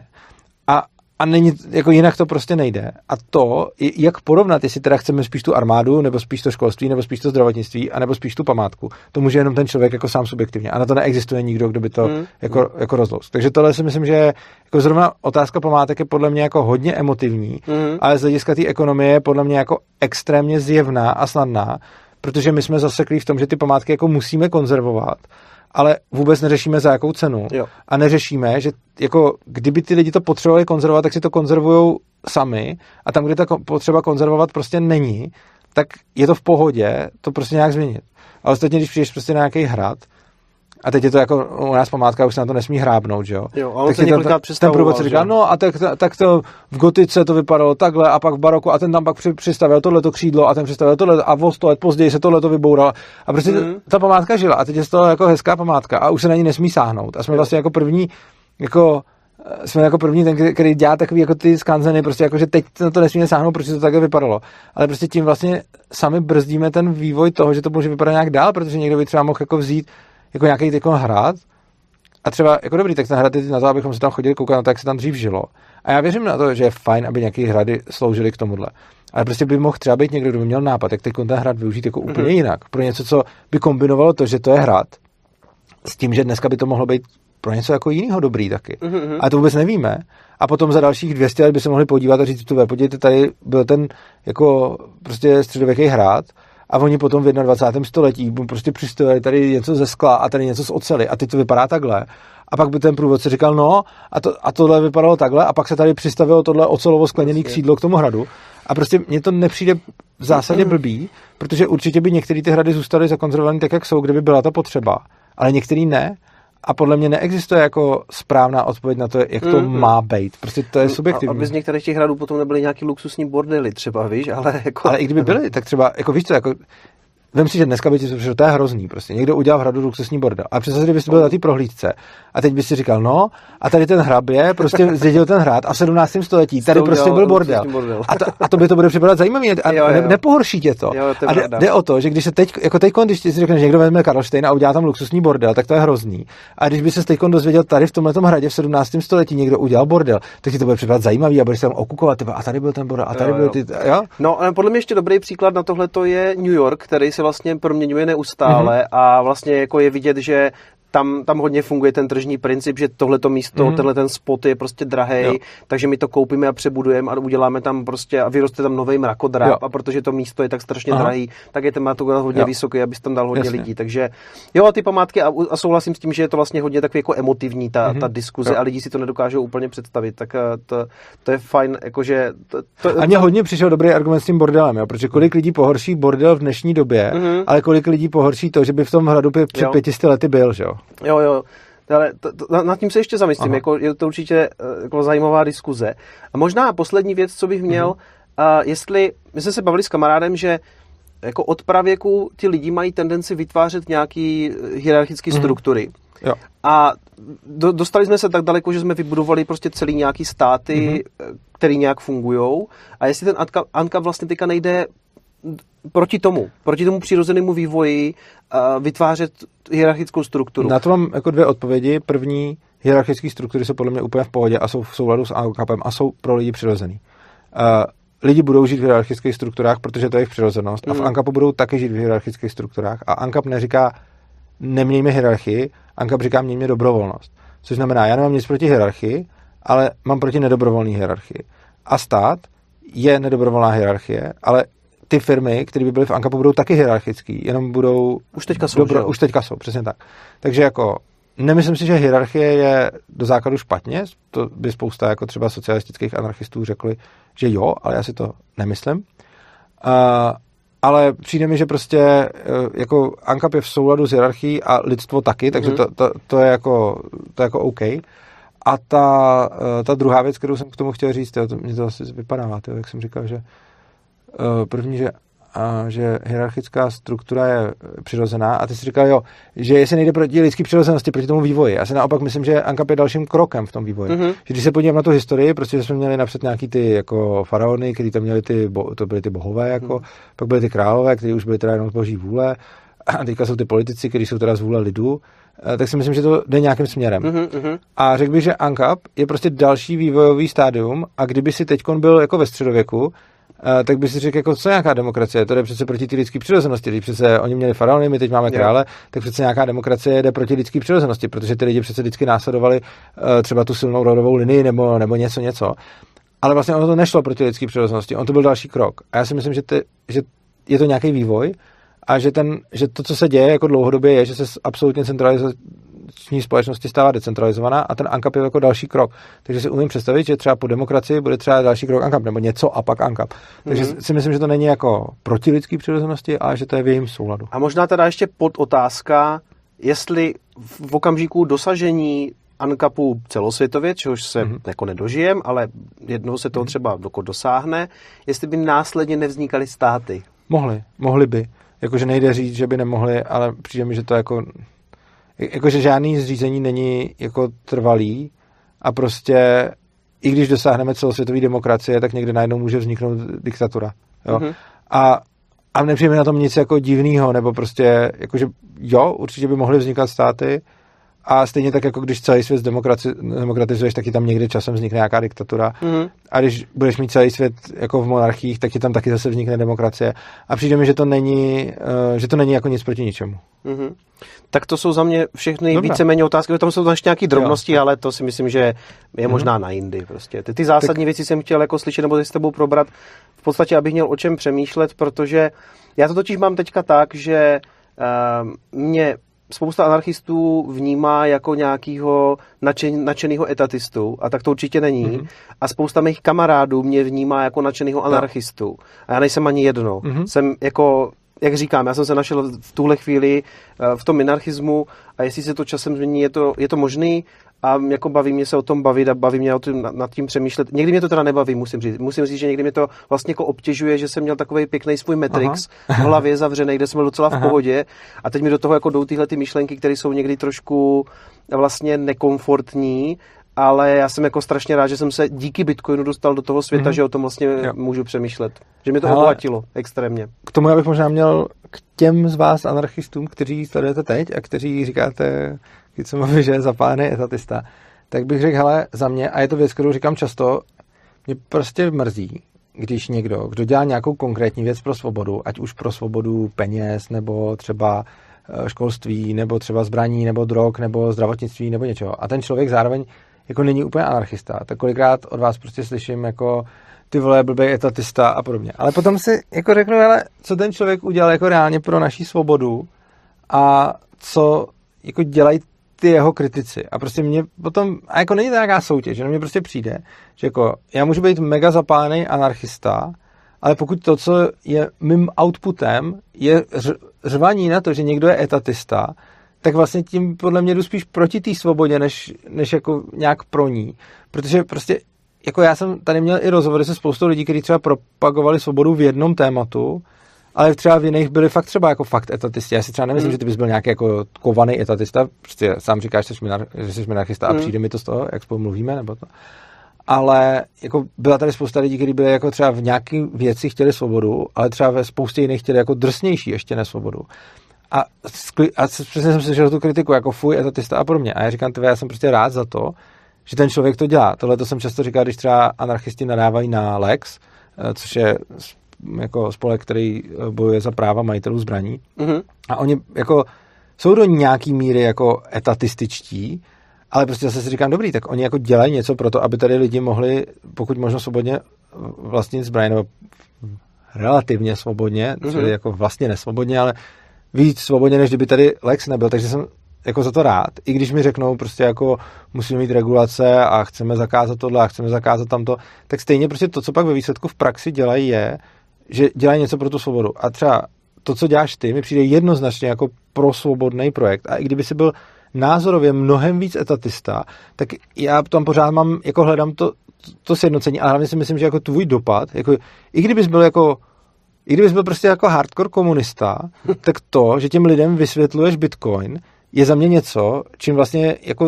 A není, jako jinak to prostě nejde. A to, jak porovnat, jestli teda chceme spíš tu armádu, nebo spíš to školství, nebo spíš to zdravotnictví, anebo spíš tu památku, to může jenom ten člověk jako sám subjektivně. A na to neexistuje nikdo, kdo by to jako rozloust. Takže tohle si myslím, že jako zrovna otázka památek je podle mě jako hodně emotivní, ale z hlediska té ekonomie je podle mě jako extrémně zjevná a snadná, protože my jsme zaseklí v tom, že ty památky jako musíme konzervovat. ale vůbec neřešíme za jakou cenu. Jo. A neřešíme, že jako kdyby ty lidi to potřebovali konzervovat, tak si to konzervujou sami a tam, kde ta potřeba konzervovat prostě není, tak je to v pohodě to prostě nějak změnit. Ale ostatně, když přijdeš prostě na nějaký hrad, a teď je to jako u nás památka, už se na to nesmí hrábnout, že jo? Jo, a on tak se několikrát ten průvodce říká, no a tak to v gotice to vypadalo takhle a pak v baroku a ten tam pak přistavil tohleto křídlo a ten přistavil tohle a o 100 let později se tohleto vyboural. A prostě ta památka žila a teď je to jako hezká památka a už se na ní nesmí sáhnout. A jsme vlastně jako první, ten, který dělá takový jako ty skanzeny, prostě jako, že teď na to nesmíme sáhnout, protože to takhle vypadalo. Ale prostě tím vlastně sami brzdíme ten vývoj toho, že to může vypadat nějak dál, protože někdo by třeba mohl jako vzít jako nějaký hrad a třeba, jako dobrý, tak ten hrad je na to, abychom se tam chodili koukat na to, jak se tam dřív žilo. A já věřím na to, že je fajn, aby nějaký hrady sloužily k tomuhle. Ale prostě by mohl třeba být někdo, kdo by měl nápad, jak teď ten hrad využít jako úplně jinak. Pro něco, co by kombinovalo to, že to je hrad, s tím, že dneska by to mohlo být pro něco jako jiného dobrý taky. A to vůbec nevíme. A potom za dalších 200 let by se mohli podívat a říct, podívejte, tady byl ten jako prostě středověký hrad, a oni potom v 21. století prostě přistavili tady něco ze skla a tady něco z oceli a teď to vypadá takhle. A pak by ten průvodce říkal, no a tohle vypadalo takhle a pak se tady přistavilo tohle ocelovo skleněné křídlo k tomu hradu. A prostě mně to nepřijde v zásadě blbý, protože určitě by některé ty hrady zůstaly zakonzervované tak, jak jsou, kdyby byla ta potřeba. Ale některý ne. A podle mě neexistuje jako správná odpověď na to, jak to má být. Prostě to je subjektivní. Aby z některých těch hradů potom nebyly nějaký luxusní bordely třeba, víš, ale jako... Ale i kdyby byly, tak třeba, jako víš co, jako... Vem si, že dneska by ti to přišlo, to je hrozný. Prostě někdo udělal v hradu luxusní bordel. A představ si, kdyby jsi byl na té prohlídce a teď bys si říkal, no, a tady ten hrabě prostě zdědil ten hrad a v 17. století tady prostě byl bordel. A to by to bude připadat zajímavý a nepohorší tě to. Jo, a jde o to, že když se teď, jako teďkon, když si řekneš, že někdo vezme Karlštejn a udělá tam luxusní bordel, tak to je hrozný. A když by se teďkon dozvěděl, tady v tomhletom hradě v 17. století někdo udělal bordel, tak ti to bude připadat zajímavý a budeš se tam okukovat, a tady byl ten bordel, a tady byl ty, jo? No, podle mě ještě dobrý příklad na tohle to je New York, který se vlastně proměňuje neustále a vlastně jako je vidět, že tam hodně funguje ten tržní princip, že tohleto místo, tenhle ten spot je prostě drahej, takže my to koupíme a přebudujeme a uděláme tam prostě a vyroste tam nový mrakodrap a protože to místo je tak strašně drahý, tak je ten mrakodrap hodně vysoký, abys tam dal hodně lidí. Takže jo, ty památky a souhlasím s tím, že je to vlastně hodně takový jako emotivní ta diskuze a lidi si to nedokážou úplně představit, tak to je fajn, jakože... A mně hodně přišel dobrý argument s tím bordelem, jo, protože kolik lidí pohorší bordel v dnešní době, ale kolik lidí pohorší to, že by v tom hradu před 500 lety byl, že jo. Jo, ale nad tím se ještě zamyslím, jako je to určitě jako zajímavá diskuze. A možná poslední věc, co bych měl, jestli, my jsme se bavili s kamarádem, že jako od pravěku ti lidi mají tendenci vytvářet nějaký hierarchické struktury. Jo. A dostali jsme se tak daleko, že jsme vybudovali prostě celý nějaký státy, který nějak fungujou. A jestli ten ANCAP vlastně teďka nejde proti tomu přirozenému vývoji vytvářet hierarchickou strukturu. Na to mám jako dvě odpovědi. První, hierarchické struktury jsou podle mě úplně v pohodě a jsou v souladu s ANCAPem a jsou pro lidi přirozený. Lidi budou žít v hierarchických strukturách, protože to je jejich přirozenost. A v ANCAPu budou taky žít v hierarchických strukturách. A ANCAP neříká, nemějme hierarchii, ANCAP říká, mějme dobrovolnost. Což znamená, já nemám nic proti hierarchii, ale mám proti nedobrovolné hierarchii. A stát je nedobrovolná hierarchie, ale ty firmy, které by byly v ANCAPu, budou taky hierarchický, jenom budou... Už teďka jsou, Už teďka jsou, přesně tak. Takže jako nemyslím si, že hierarchie je do základu špatně, to by spousta jako třeba socialistických anarchistů řekli, že jo, ale já si to nemyslím. Ale přijde mi, že prostě jako ANCAP je v souladu s hierarchií a lidstvo taky, takže to je jako OK. A ta druhá věc, kterou jsem k tomu chtěl říct, mě to asi vypadá, jak jsem říkal, že první, že hierarchická struktura je přirozená a ty jsi říkal, že jestli nejde proti lidský přirozenosti, proti tomu vývoji. Já si naopak myslím, že ANCAP je dalším krokem v tom vývoji. Že když se podívám na tu historii, prostě jsme měli napřed nějaký ty jako faraony, kteří tam měli to byly ty bohové, jako, pak byly ty králové, kteří už byli teda jenom z boží vůle, a teďka jsou ty politici, kteří jsou teda z vůle lidu, tak si myslím, že to jde nějakým směrem. A řekl bych, že ANCAP je prostě další vývojový stádium a kdyby si teďkon byl jako ve středověku, tak by si řekl, jako, co je nějaká demokracie? To jde přece proti té lidské přirozenosti. Když přece oni měli faraony, my teď máme krále, tak přece nějaká demokracie jde proti lidské přirozenosti, protože ty lidi přece vždycky následovali třeba tu silnou rodovou linii nebo něco. Ale vlastně ono to nešlo proti lidské přirozenosti, on to byl další krok. A já si myslím, že je to nějaký vývoj a že to, co se děje jako dlouhodobě, je, že se absolutně centralizační společnosti stává decentralizovaná a ten ANCAP je jako další krok. Takže si umím představit, že třeba po demokracii bude třeba další krok ANCAP, nebo něco a pak ANCAP. Takže si myslím, že to není jako proti lidský přirozenosti, ale že to je v jejím souladu. A možná teda ještě podotázka, jestli v okamžiku dosažení ANCAPu celosvětově, čehož se jako nedožijem, ale jednou se toho třeba dosáhne, jestli by následně nevznikaly státy. Mohli by. Jakože nejde říct, že by nemohli, ale přijde mi, že to jakože žádný zřízení není jako trvalý a prostě i když dosáhneme celosvětové demokracie, tak někde najednou může vzniknout diktatura. Jo? A nepřijde mi na tom nic jako divného, nebo prostě, jakože jo, určitě by mohly vznikat státy a stejně tak, jako když celý svět demokratizuješ, tak ti tam někdy časem vznikne nějaká diktatura. A když budeš mít celý svět jako v monarchiích, tak ti tam taky zase vznikne demokracie. A přijde mi, že to není jako nic proti ničemu. Tak to jsou za mě všechny víceméně otázky. Tam jsou ještě nějaké drobnosti, ale to si myslím, že je možná na jindy. Prostě. Ty zásadní věci jsem chtěl jako slyšet nebo s tebou probrat v podstatě, abych měl o čem přemýšlet, protože já to totiž mám teďka tak, že mě spousta anarchistů vnímá jako nějakého nadšenýho etatistu a tak to určitě není. A spousta mých kamarádů mě vnímá jako nadšenýho anarchistu. A já nejsem ani jedno. Jsem jako, jak říkám, já jsem se našel v tuhle chvíli v tom minarchismu a jestli se to časem změní, je to možný a jako baví mě se o tom bavit a baví mě nad tím přemýšlet. Někdy mě to teda nebaví, musím říct, že někdy mě to vlastně jako obtěžuje, že jsem měl takový pěkný svůj Matrix v hlavě zavřený, kde jsem byl docela v pohodě a teď mi do toho jako jdou tyhle ty myšlenky, které jsou někdy trošku vlastně nekomfortní, ale já jsem jako strašně rád, že jsem se díky Bitcoinu dostal do toho světa, že o tom vlastně můžu přemýšlet. Že mě to obohatilo extrémně. K tomu já bych možná měl k těm z vás anarchistům, kteří sledujete teď a kteří říkáte, když jsem mluvil, že je zapálený etatista, tak bych řekl, hele, za mě, a je to věc, kterou říkám často, mě prostě mrzí, když někdo, kdo dělá nějakou konkrétní věc pro svobodu, ať už pro svobodu peněz, nebo třeba školství, nebo třeba zbraní, nebo drog, nebo zdravotnictví, nebo něčeho. A ten člověk zároveň jako není úplně anarchista. Tak kolikrát od vás prostě slyším jako ty vole, blbej etatista a podobně. Ale potom si jako řeknu, hele, co ten člověk udělal jako reálně pro naši svobodu a co jako dělají ty jeho kritici. A prostě mě potom, a jako není to nějaká soutěž, že mně prostě přijde, že jako já můžu být mega zapálený anarchista, ale pokud to, co je mým outputem, je řvaní na to, že někdo je etatista, tak vlastně tím podle mě jdu spíš proti té svobodě, než jako nějak pro ní. Protože prostě jako já jsem tady měl i rozhovory se spoustou lidí, kteří třeba propagovali svobodu v jednom tématu, ale třeba v jiných byli fakt třeba jako fakt etatisti. Já si třeba nemyslím, že ty bys byl nějaký jako kovaný etatista, prostě sám říkáš, že jsi minarchista a přijde mi to z toho, jak spolu mluvíme, nebo to. Ale jako byla tady spousta lidí, kteří byli jako třeba v nějaké věci chtěli svobodu, ale třeba ve spoustě jiných chtěli jako drsnější ještě nesvobodu. A přesně jsem slyšel tu kritiku, jako fuj, etatista a podobně. A já říkám, já jsem prostě rád za to, že ten člověk to dělá. Tohle to jsem často říkal, když třeba anarchisti nadávají na Lex, což je jako spolek, který bojuje za práva majitelů zbraní. A oni jako jsou do nějaký míry jako etatističtí, ale prostě zase si říkám, dobrý, tak oni jako dělají něco pro to, aby tady lidi mohli, pokud možno svobodně vlastnit zbraně, nebo relativně svobodně, čili jako vlastně nesvobodně, ale víc svobodně, než kdyby tady Lex nebyl, takže jsem jako za to rád. I když mi řeknou prostě jako musíme mít regulace a chceme zakázat tohle a chceme zakázat tamto, tak stejně prostě to, co pak ve výsledku v praxi dělají, je, že dělají něco pro tu svobodu. A třeba to, co děláš ty, mi přijde jednoznačně jako prosvobodný projekt. A i kdyby si byl názorově mnohem víc etatista, tak já tam pořád mám, jako hledám to sjednocení, a hlavně si myslím, že jako tvůj dopad, jako, i kdybys byl prostě jako hardcore komunista, tak to, že těm lidem vysvětluješ Bitcoin, je za mě něco, čím vlastně jako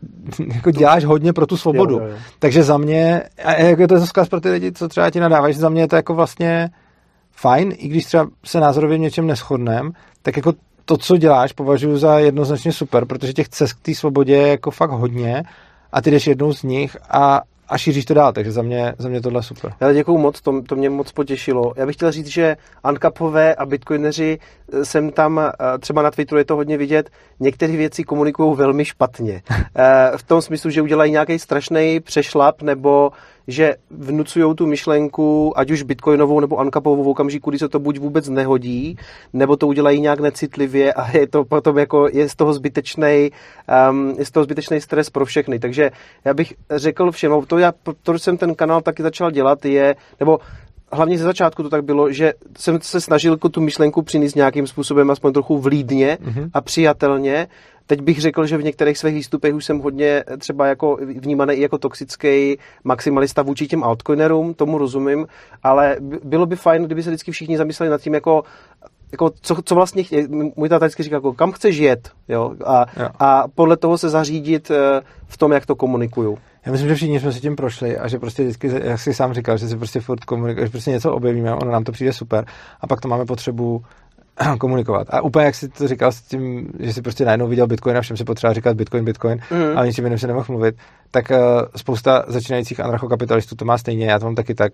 děláš hodně pro tu svobodu. Jo. Takže za mě, a jako to je vzkaz pro ty lidi, co třeba ti nadávají, za mě je to jako vlastně fajn, i když třeba se názorově v něčem neshodneme, tak jako to, co děláš, považuji za jednoznačně super, protože těch cest k té svobodě je jako fakt hodně a ty jdeš jednou z nich a šíříš to dál, takže za mě tohle super. Já děkuju moc, to mě moc potěšilo. Já bych chtěl říct, že ankapové a bitcoineři jsem tam, třeba na Twitteru je to hodně vidět, některé věci komunikují velmi špatně. V tom smyslu, že udělají nějaký strašný přešlap, nebo že vnucujou tu myšlenku, ať už bitcoinovou nebo uncapovou v okamžiku, kdy se to buď vůbec nehodí, nebo to udělají nějak necitlivě a je to potom jako je z toho zbytečný stres pro všechny. Takže já bych řekl všem, proč jsem ten kanál taky začal dělat, nebo hlavně ze začátku to tak bylo, že jsem se snažil tu myšlenku přinést nějakým způsobem aspoň trochu vlídně a přijatelně. Teď bych řekl, že v některých svých výstupech už jsem hodně třeba jako vnímaný i jako toxický maximalista vůči těm altcoinerům, tomu rozumím, ale bylo by fajn, kdyby se vždycky všichni zamysleli nad tím, jako co vlastně, můj táta vždycky říká, jako, kam chceš jet, jo? A podle toho se zařídit v tom, jak to komunikuju. Já myslím, že všichni jsme si tím prošli a že prostě vždycky, jak jsi sám říkal, že si prostě furt komunikuješ, že prostě něco objevíme, ono nám to přijde super a pak to máme potřebu komunikovat. A úplně jak jsi to říkal s tím, že jsi prostě najednou viděl Bitcoin a všem si potřeba říkat Bitcoin, ale ničím jiným se nemohl mluvit, tak spousta začínajících anarchokapitalistů to má stejně, já to mám taky tak,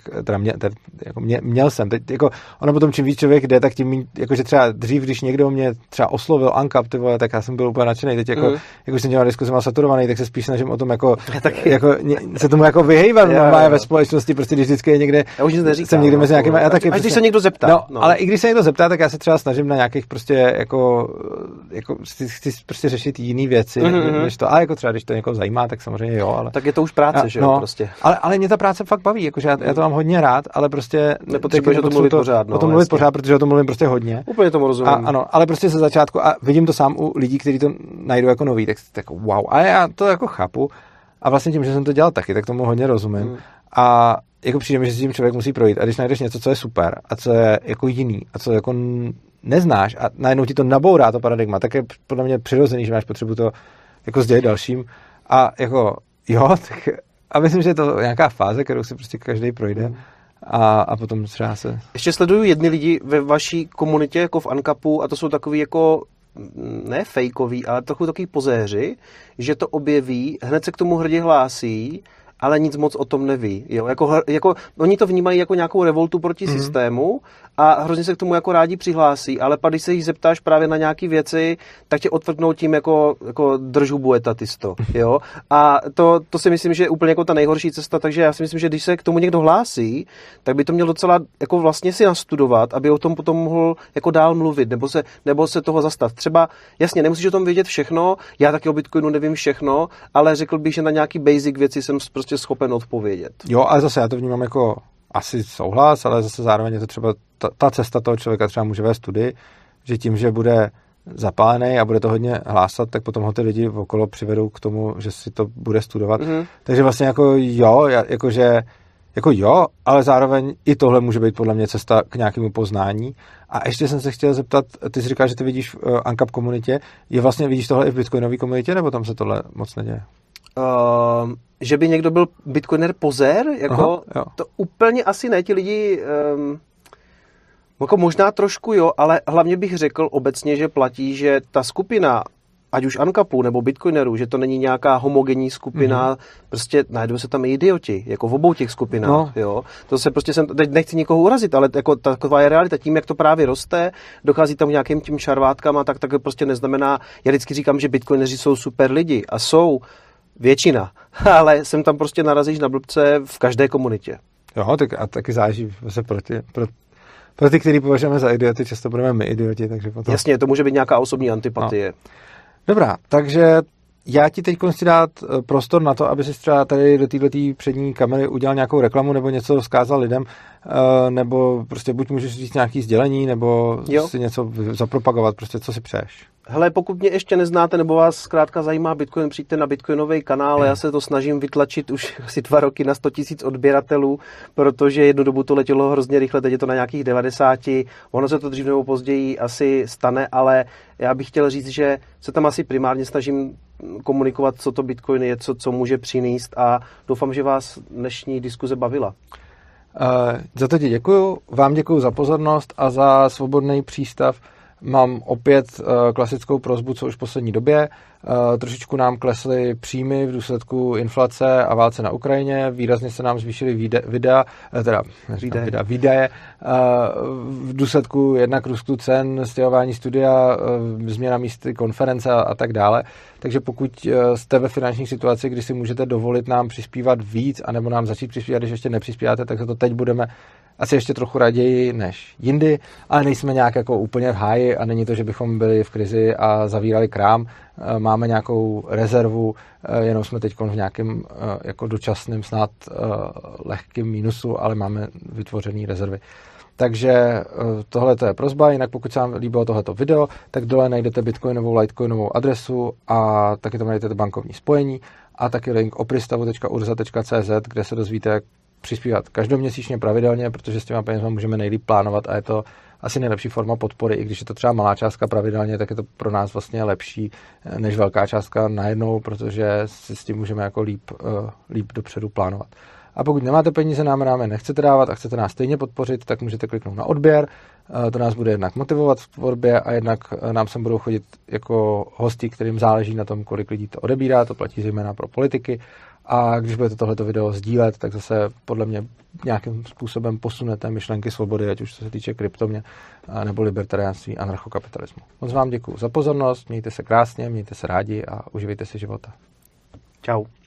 měl jsem, teď jako ono potom čím víc člověk jde, tak tím jakože třeba dřív, když někdo mě třeba oslovil Uncap, ty vole, tak já jsem byl úplně nadšený, teď jako jsem dělal diskuzi, mal saturovaný, tak se spíš snažím o tom jako se tomu jako vyhejbat normálně ve společnosti, prostě když vždycky je někde, já už nic neříkám, jsem někde mezi nějakými, až když se někdo zeptá. No, ale i když se někdo zeptá, tak já se třeba snažím na nějakých prostě jako chci prostě řešit jiné věci, než to, a jako třeba když to někoho zajímá, tak samozřejmě jo, ale tak je to už práce, že jo, prostě. Ale mě ta práce fakt baví, jakože já to mám hodně rád, ale prostě nepotřebuješ o tom mluvit pořád, o tom mluvit pořád, protože o tom mluvím prostě hodně. Úplně tomu rozumím. Ano, ale prostě ze začátku a vidím to sám u lidí, kteří to najdou jako nový, tak wow, a já to jako chápu a vlastně tím, že jsem to dělal taky, tak tomu hodně rozumím. A jako přijde mi, že si tím člověk musí projít a když najdeš něco, co je super a co je jako jiný a co jako neznáš a najednou ti to nabourá to paradigma, tak je podle mě přirozený, že máš potřebu to jako sdělit dalším a jako jo, tak a myslím, že je to nějaká fáze, kterou si prostě každý projde a potom třeba se... Ještě sleduju jedny lidi ve vaší komunitě, jako v Uncapu, a to jsou takový jako ne fejkoví, ale trochu takový pozéři, že to objeví, hned se k tomu hrdě hlásí, ale nic moc o tom neví. Jo? Jako, oni to vnímají jako nějakou revoltu proti systému a hrozně se k tomu jako rádi přihlásí, ale pak, když se jich zeptáš právě na nějaké věci, tak tě odvrtnou tím jako držubu etatisto. Jo? A to si myslím, že je úplně jako ta nejhorší cesta, takže já si myslím, že když se k tomu někdo hlásí, tak by to měl docela jako vlastně si nastudovat, aby o tom potom mohl jako dál mluvit, nebo se toho zastat. Třeba, jasně, nemusíš o tom vědět všechno, já taky o Bitcoinu nevím všechno, ale řekl bych, že na nějaký basic věci jsem prostě schopen odpovědět. Jo, ale zase já to vnímám jako asi souhlas, ale zase zároveň je to třeba ta cesta toho člověka třeba může vést studii, že tím, že bude zapálený a bude to hodně hlásat, tak potom ho ty lidi okolo přivedou k tomu, že si to bude studovat. Takže vlastně jako jo, jo, ale zároveň i tohle může být podle mě cesta k nějakému poznání. A ještě jsem se chtěl zeptat, ty jsi říkal, že ty vidíš v Uncap komunitě, vidíš tohle i v bitcoinové komunitě, nebo tam se tohle moc neděje? Že by někdo byl bitcoiner pozér, jako to úplně asi ne, ti lidi jako možná trošku jo, ale hlavně bych řekl obecně, že platí, že ta skupina, ať už Uncapů nebo bitcoinerů, že to není nějaká homogenní skupina, prostě najdou se tam i idioti, jako v obou těch skupinách, jo. To se prostě teď nechci nikoho urazit, ale jako taková je realita, tím, jak to právě roste, dochází tam nějakým tím šarvátkám a tak prostě neznamená, já vždycky říkám, že bitcoineři jsou super lidi a jsou většina, ale sem tam prostě narazíš na blbce v každé komunitě. Jo, tak a taky záleží se pro ty, který považujeme za idioty, často budeme my idioti, takže potom... Jasně, to může být nějaká osobní antipatie. No. Dobrá, takže já ti teď chci dát prostor na to, aby si třeba tady do této přední kamery udělal nějakou reklamu nebo něco rozkázal lidem, nebo prostě buď můžeš říct nějaký sdělení, nebo si něco zapropagovat, prostě co si přeješ. Hele, pokud mě ještě neznáte, nebo vás zkrátka zajímá Bitcoin, přijďte na Bitcoinový kanál. Já se to snažím vytlačit už asi 2 roky na 100 000 odběratelů, protože jednu dobu to letělo hrozně rychle, teď je to na nějakých 90. Ono se to dřív nebo později asi stane, ale já bych chtěl říct, že se tam asi primárně snažím komunikovat, co to Bitcoin je, co může přinést a doufám, že vás dnešní diskuze bavila. Za to ti děkuju, vám děkuju za pozornost a za svobodný přístav mám opět klasickou prosbu, co už v poslední době. Trošičku nám klesly příjmy v důsledku inflace a válce na Ukrajině, výrazně se nám zvýšily výdaje v důsledku jednak růstu cen, stěhování studia, změna místy konference a tak dále. Takže pokud jste ve finanční situaci, kdy si můžete dovolit nám přispívat víc, anebo nám začít přispívat, když ještě nepřispíváte, tak za to teď budeme asi ještě trochu raději než jindy, ale nejsme nějak jako úplně v háji a není to, že bychom byli v krizi a zavírali krám. Máme nějakou rezervu, jenom jsme teď v nějakém jako dočasném snad lehkým mínusu, ale máme vytvořené rezervy. Takže tohle je prosba, jinak pokud se vám líbilo tohleto video, tak dole najdete bitcoinovou, litecoinovou adresu a taky tam najdete bankovní spojení a taky link opristavu.urza.cz, kde se dozvíte, jak přispívat každoměsíčně pravidelně, protože s těma penězma můžeme nejlíp plánovat a je to asi nejlepší forma podpory, i když je to třeba malá částka pravidelně, tak je to pro nás vlastně lepší než velká částka najednou, protože si s tím můžeme jako líp dopředu plánovat. A pokud nemáte peníze, nám je nechcete dávat a chcete nás stejně podpořit, tak můžete kliknout na odběr. To nás bude jednak motivovat v tvorbě a jednak nám sem budou chodit jako hosti, kterým záleží na tom, kolik lidí to odebírá. To platí zejména pro politiky. A když budete tohleto video sdílet, tak zase podle mě nějakým způsobem posunete myšlenky svobody, ať už co se týče kryptoměn nebo libertariánství, anarchokapitalismu. Moc vám děkuji za pozornost, mějte se krásně, mějte se rádi a uživejte si života. Čau.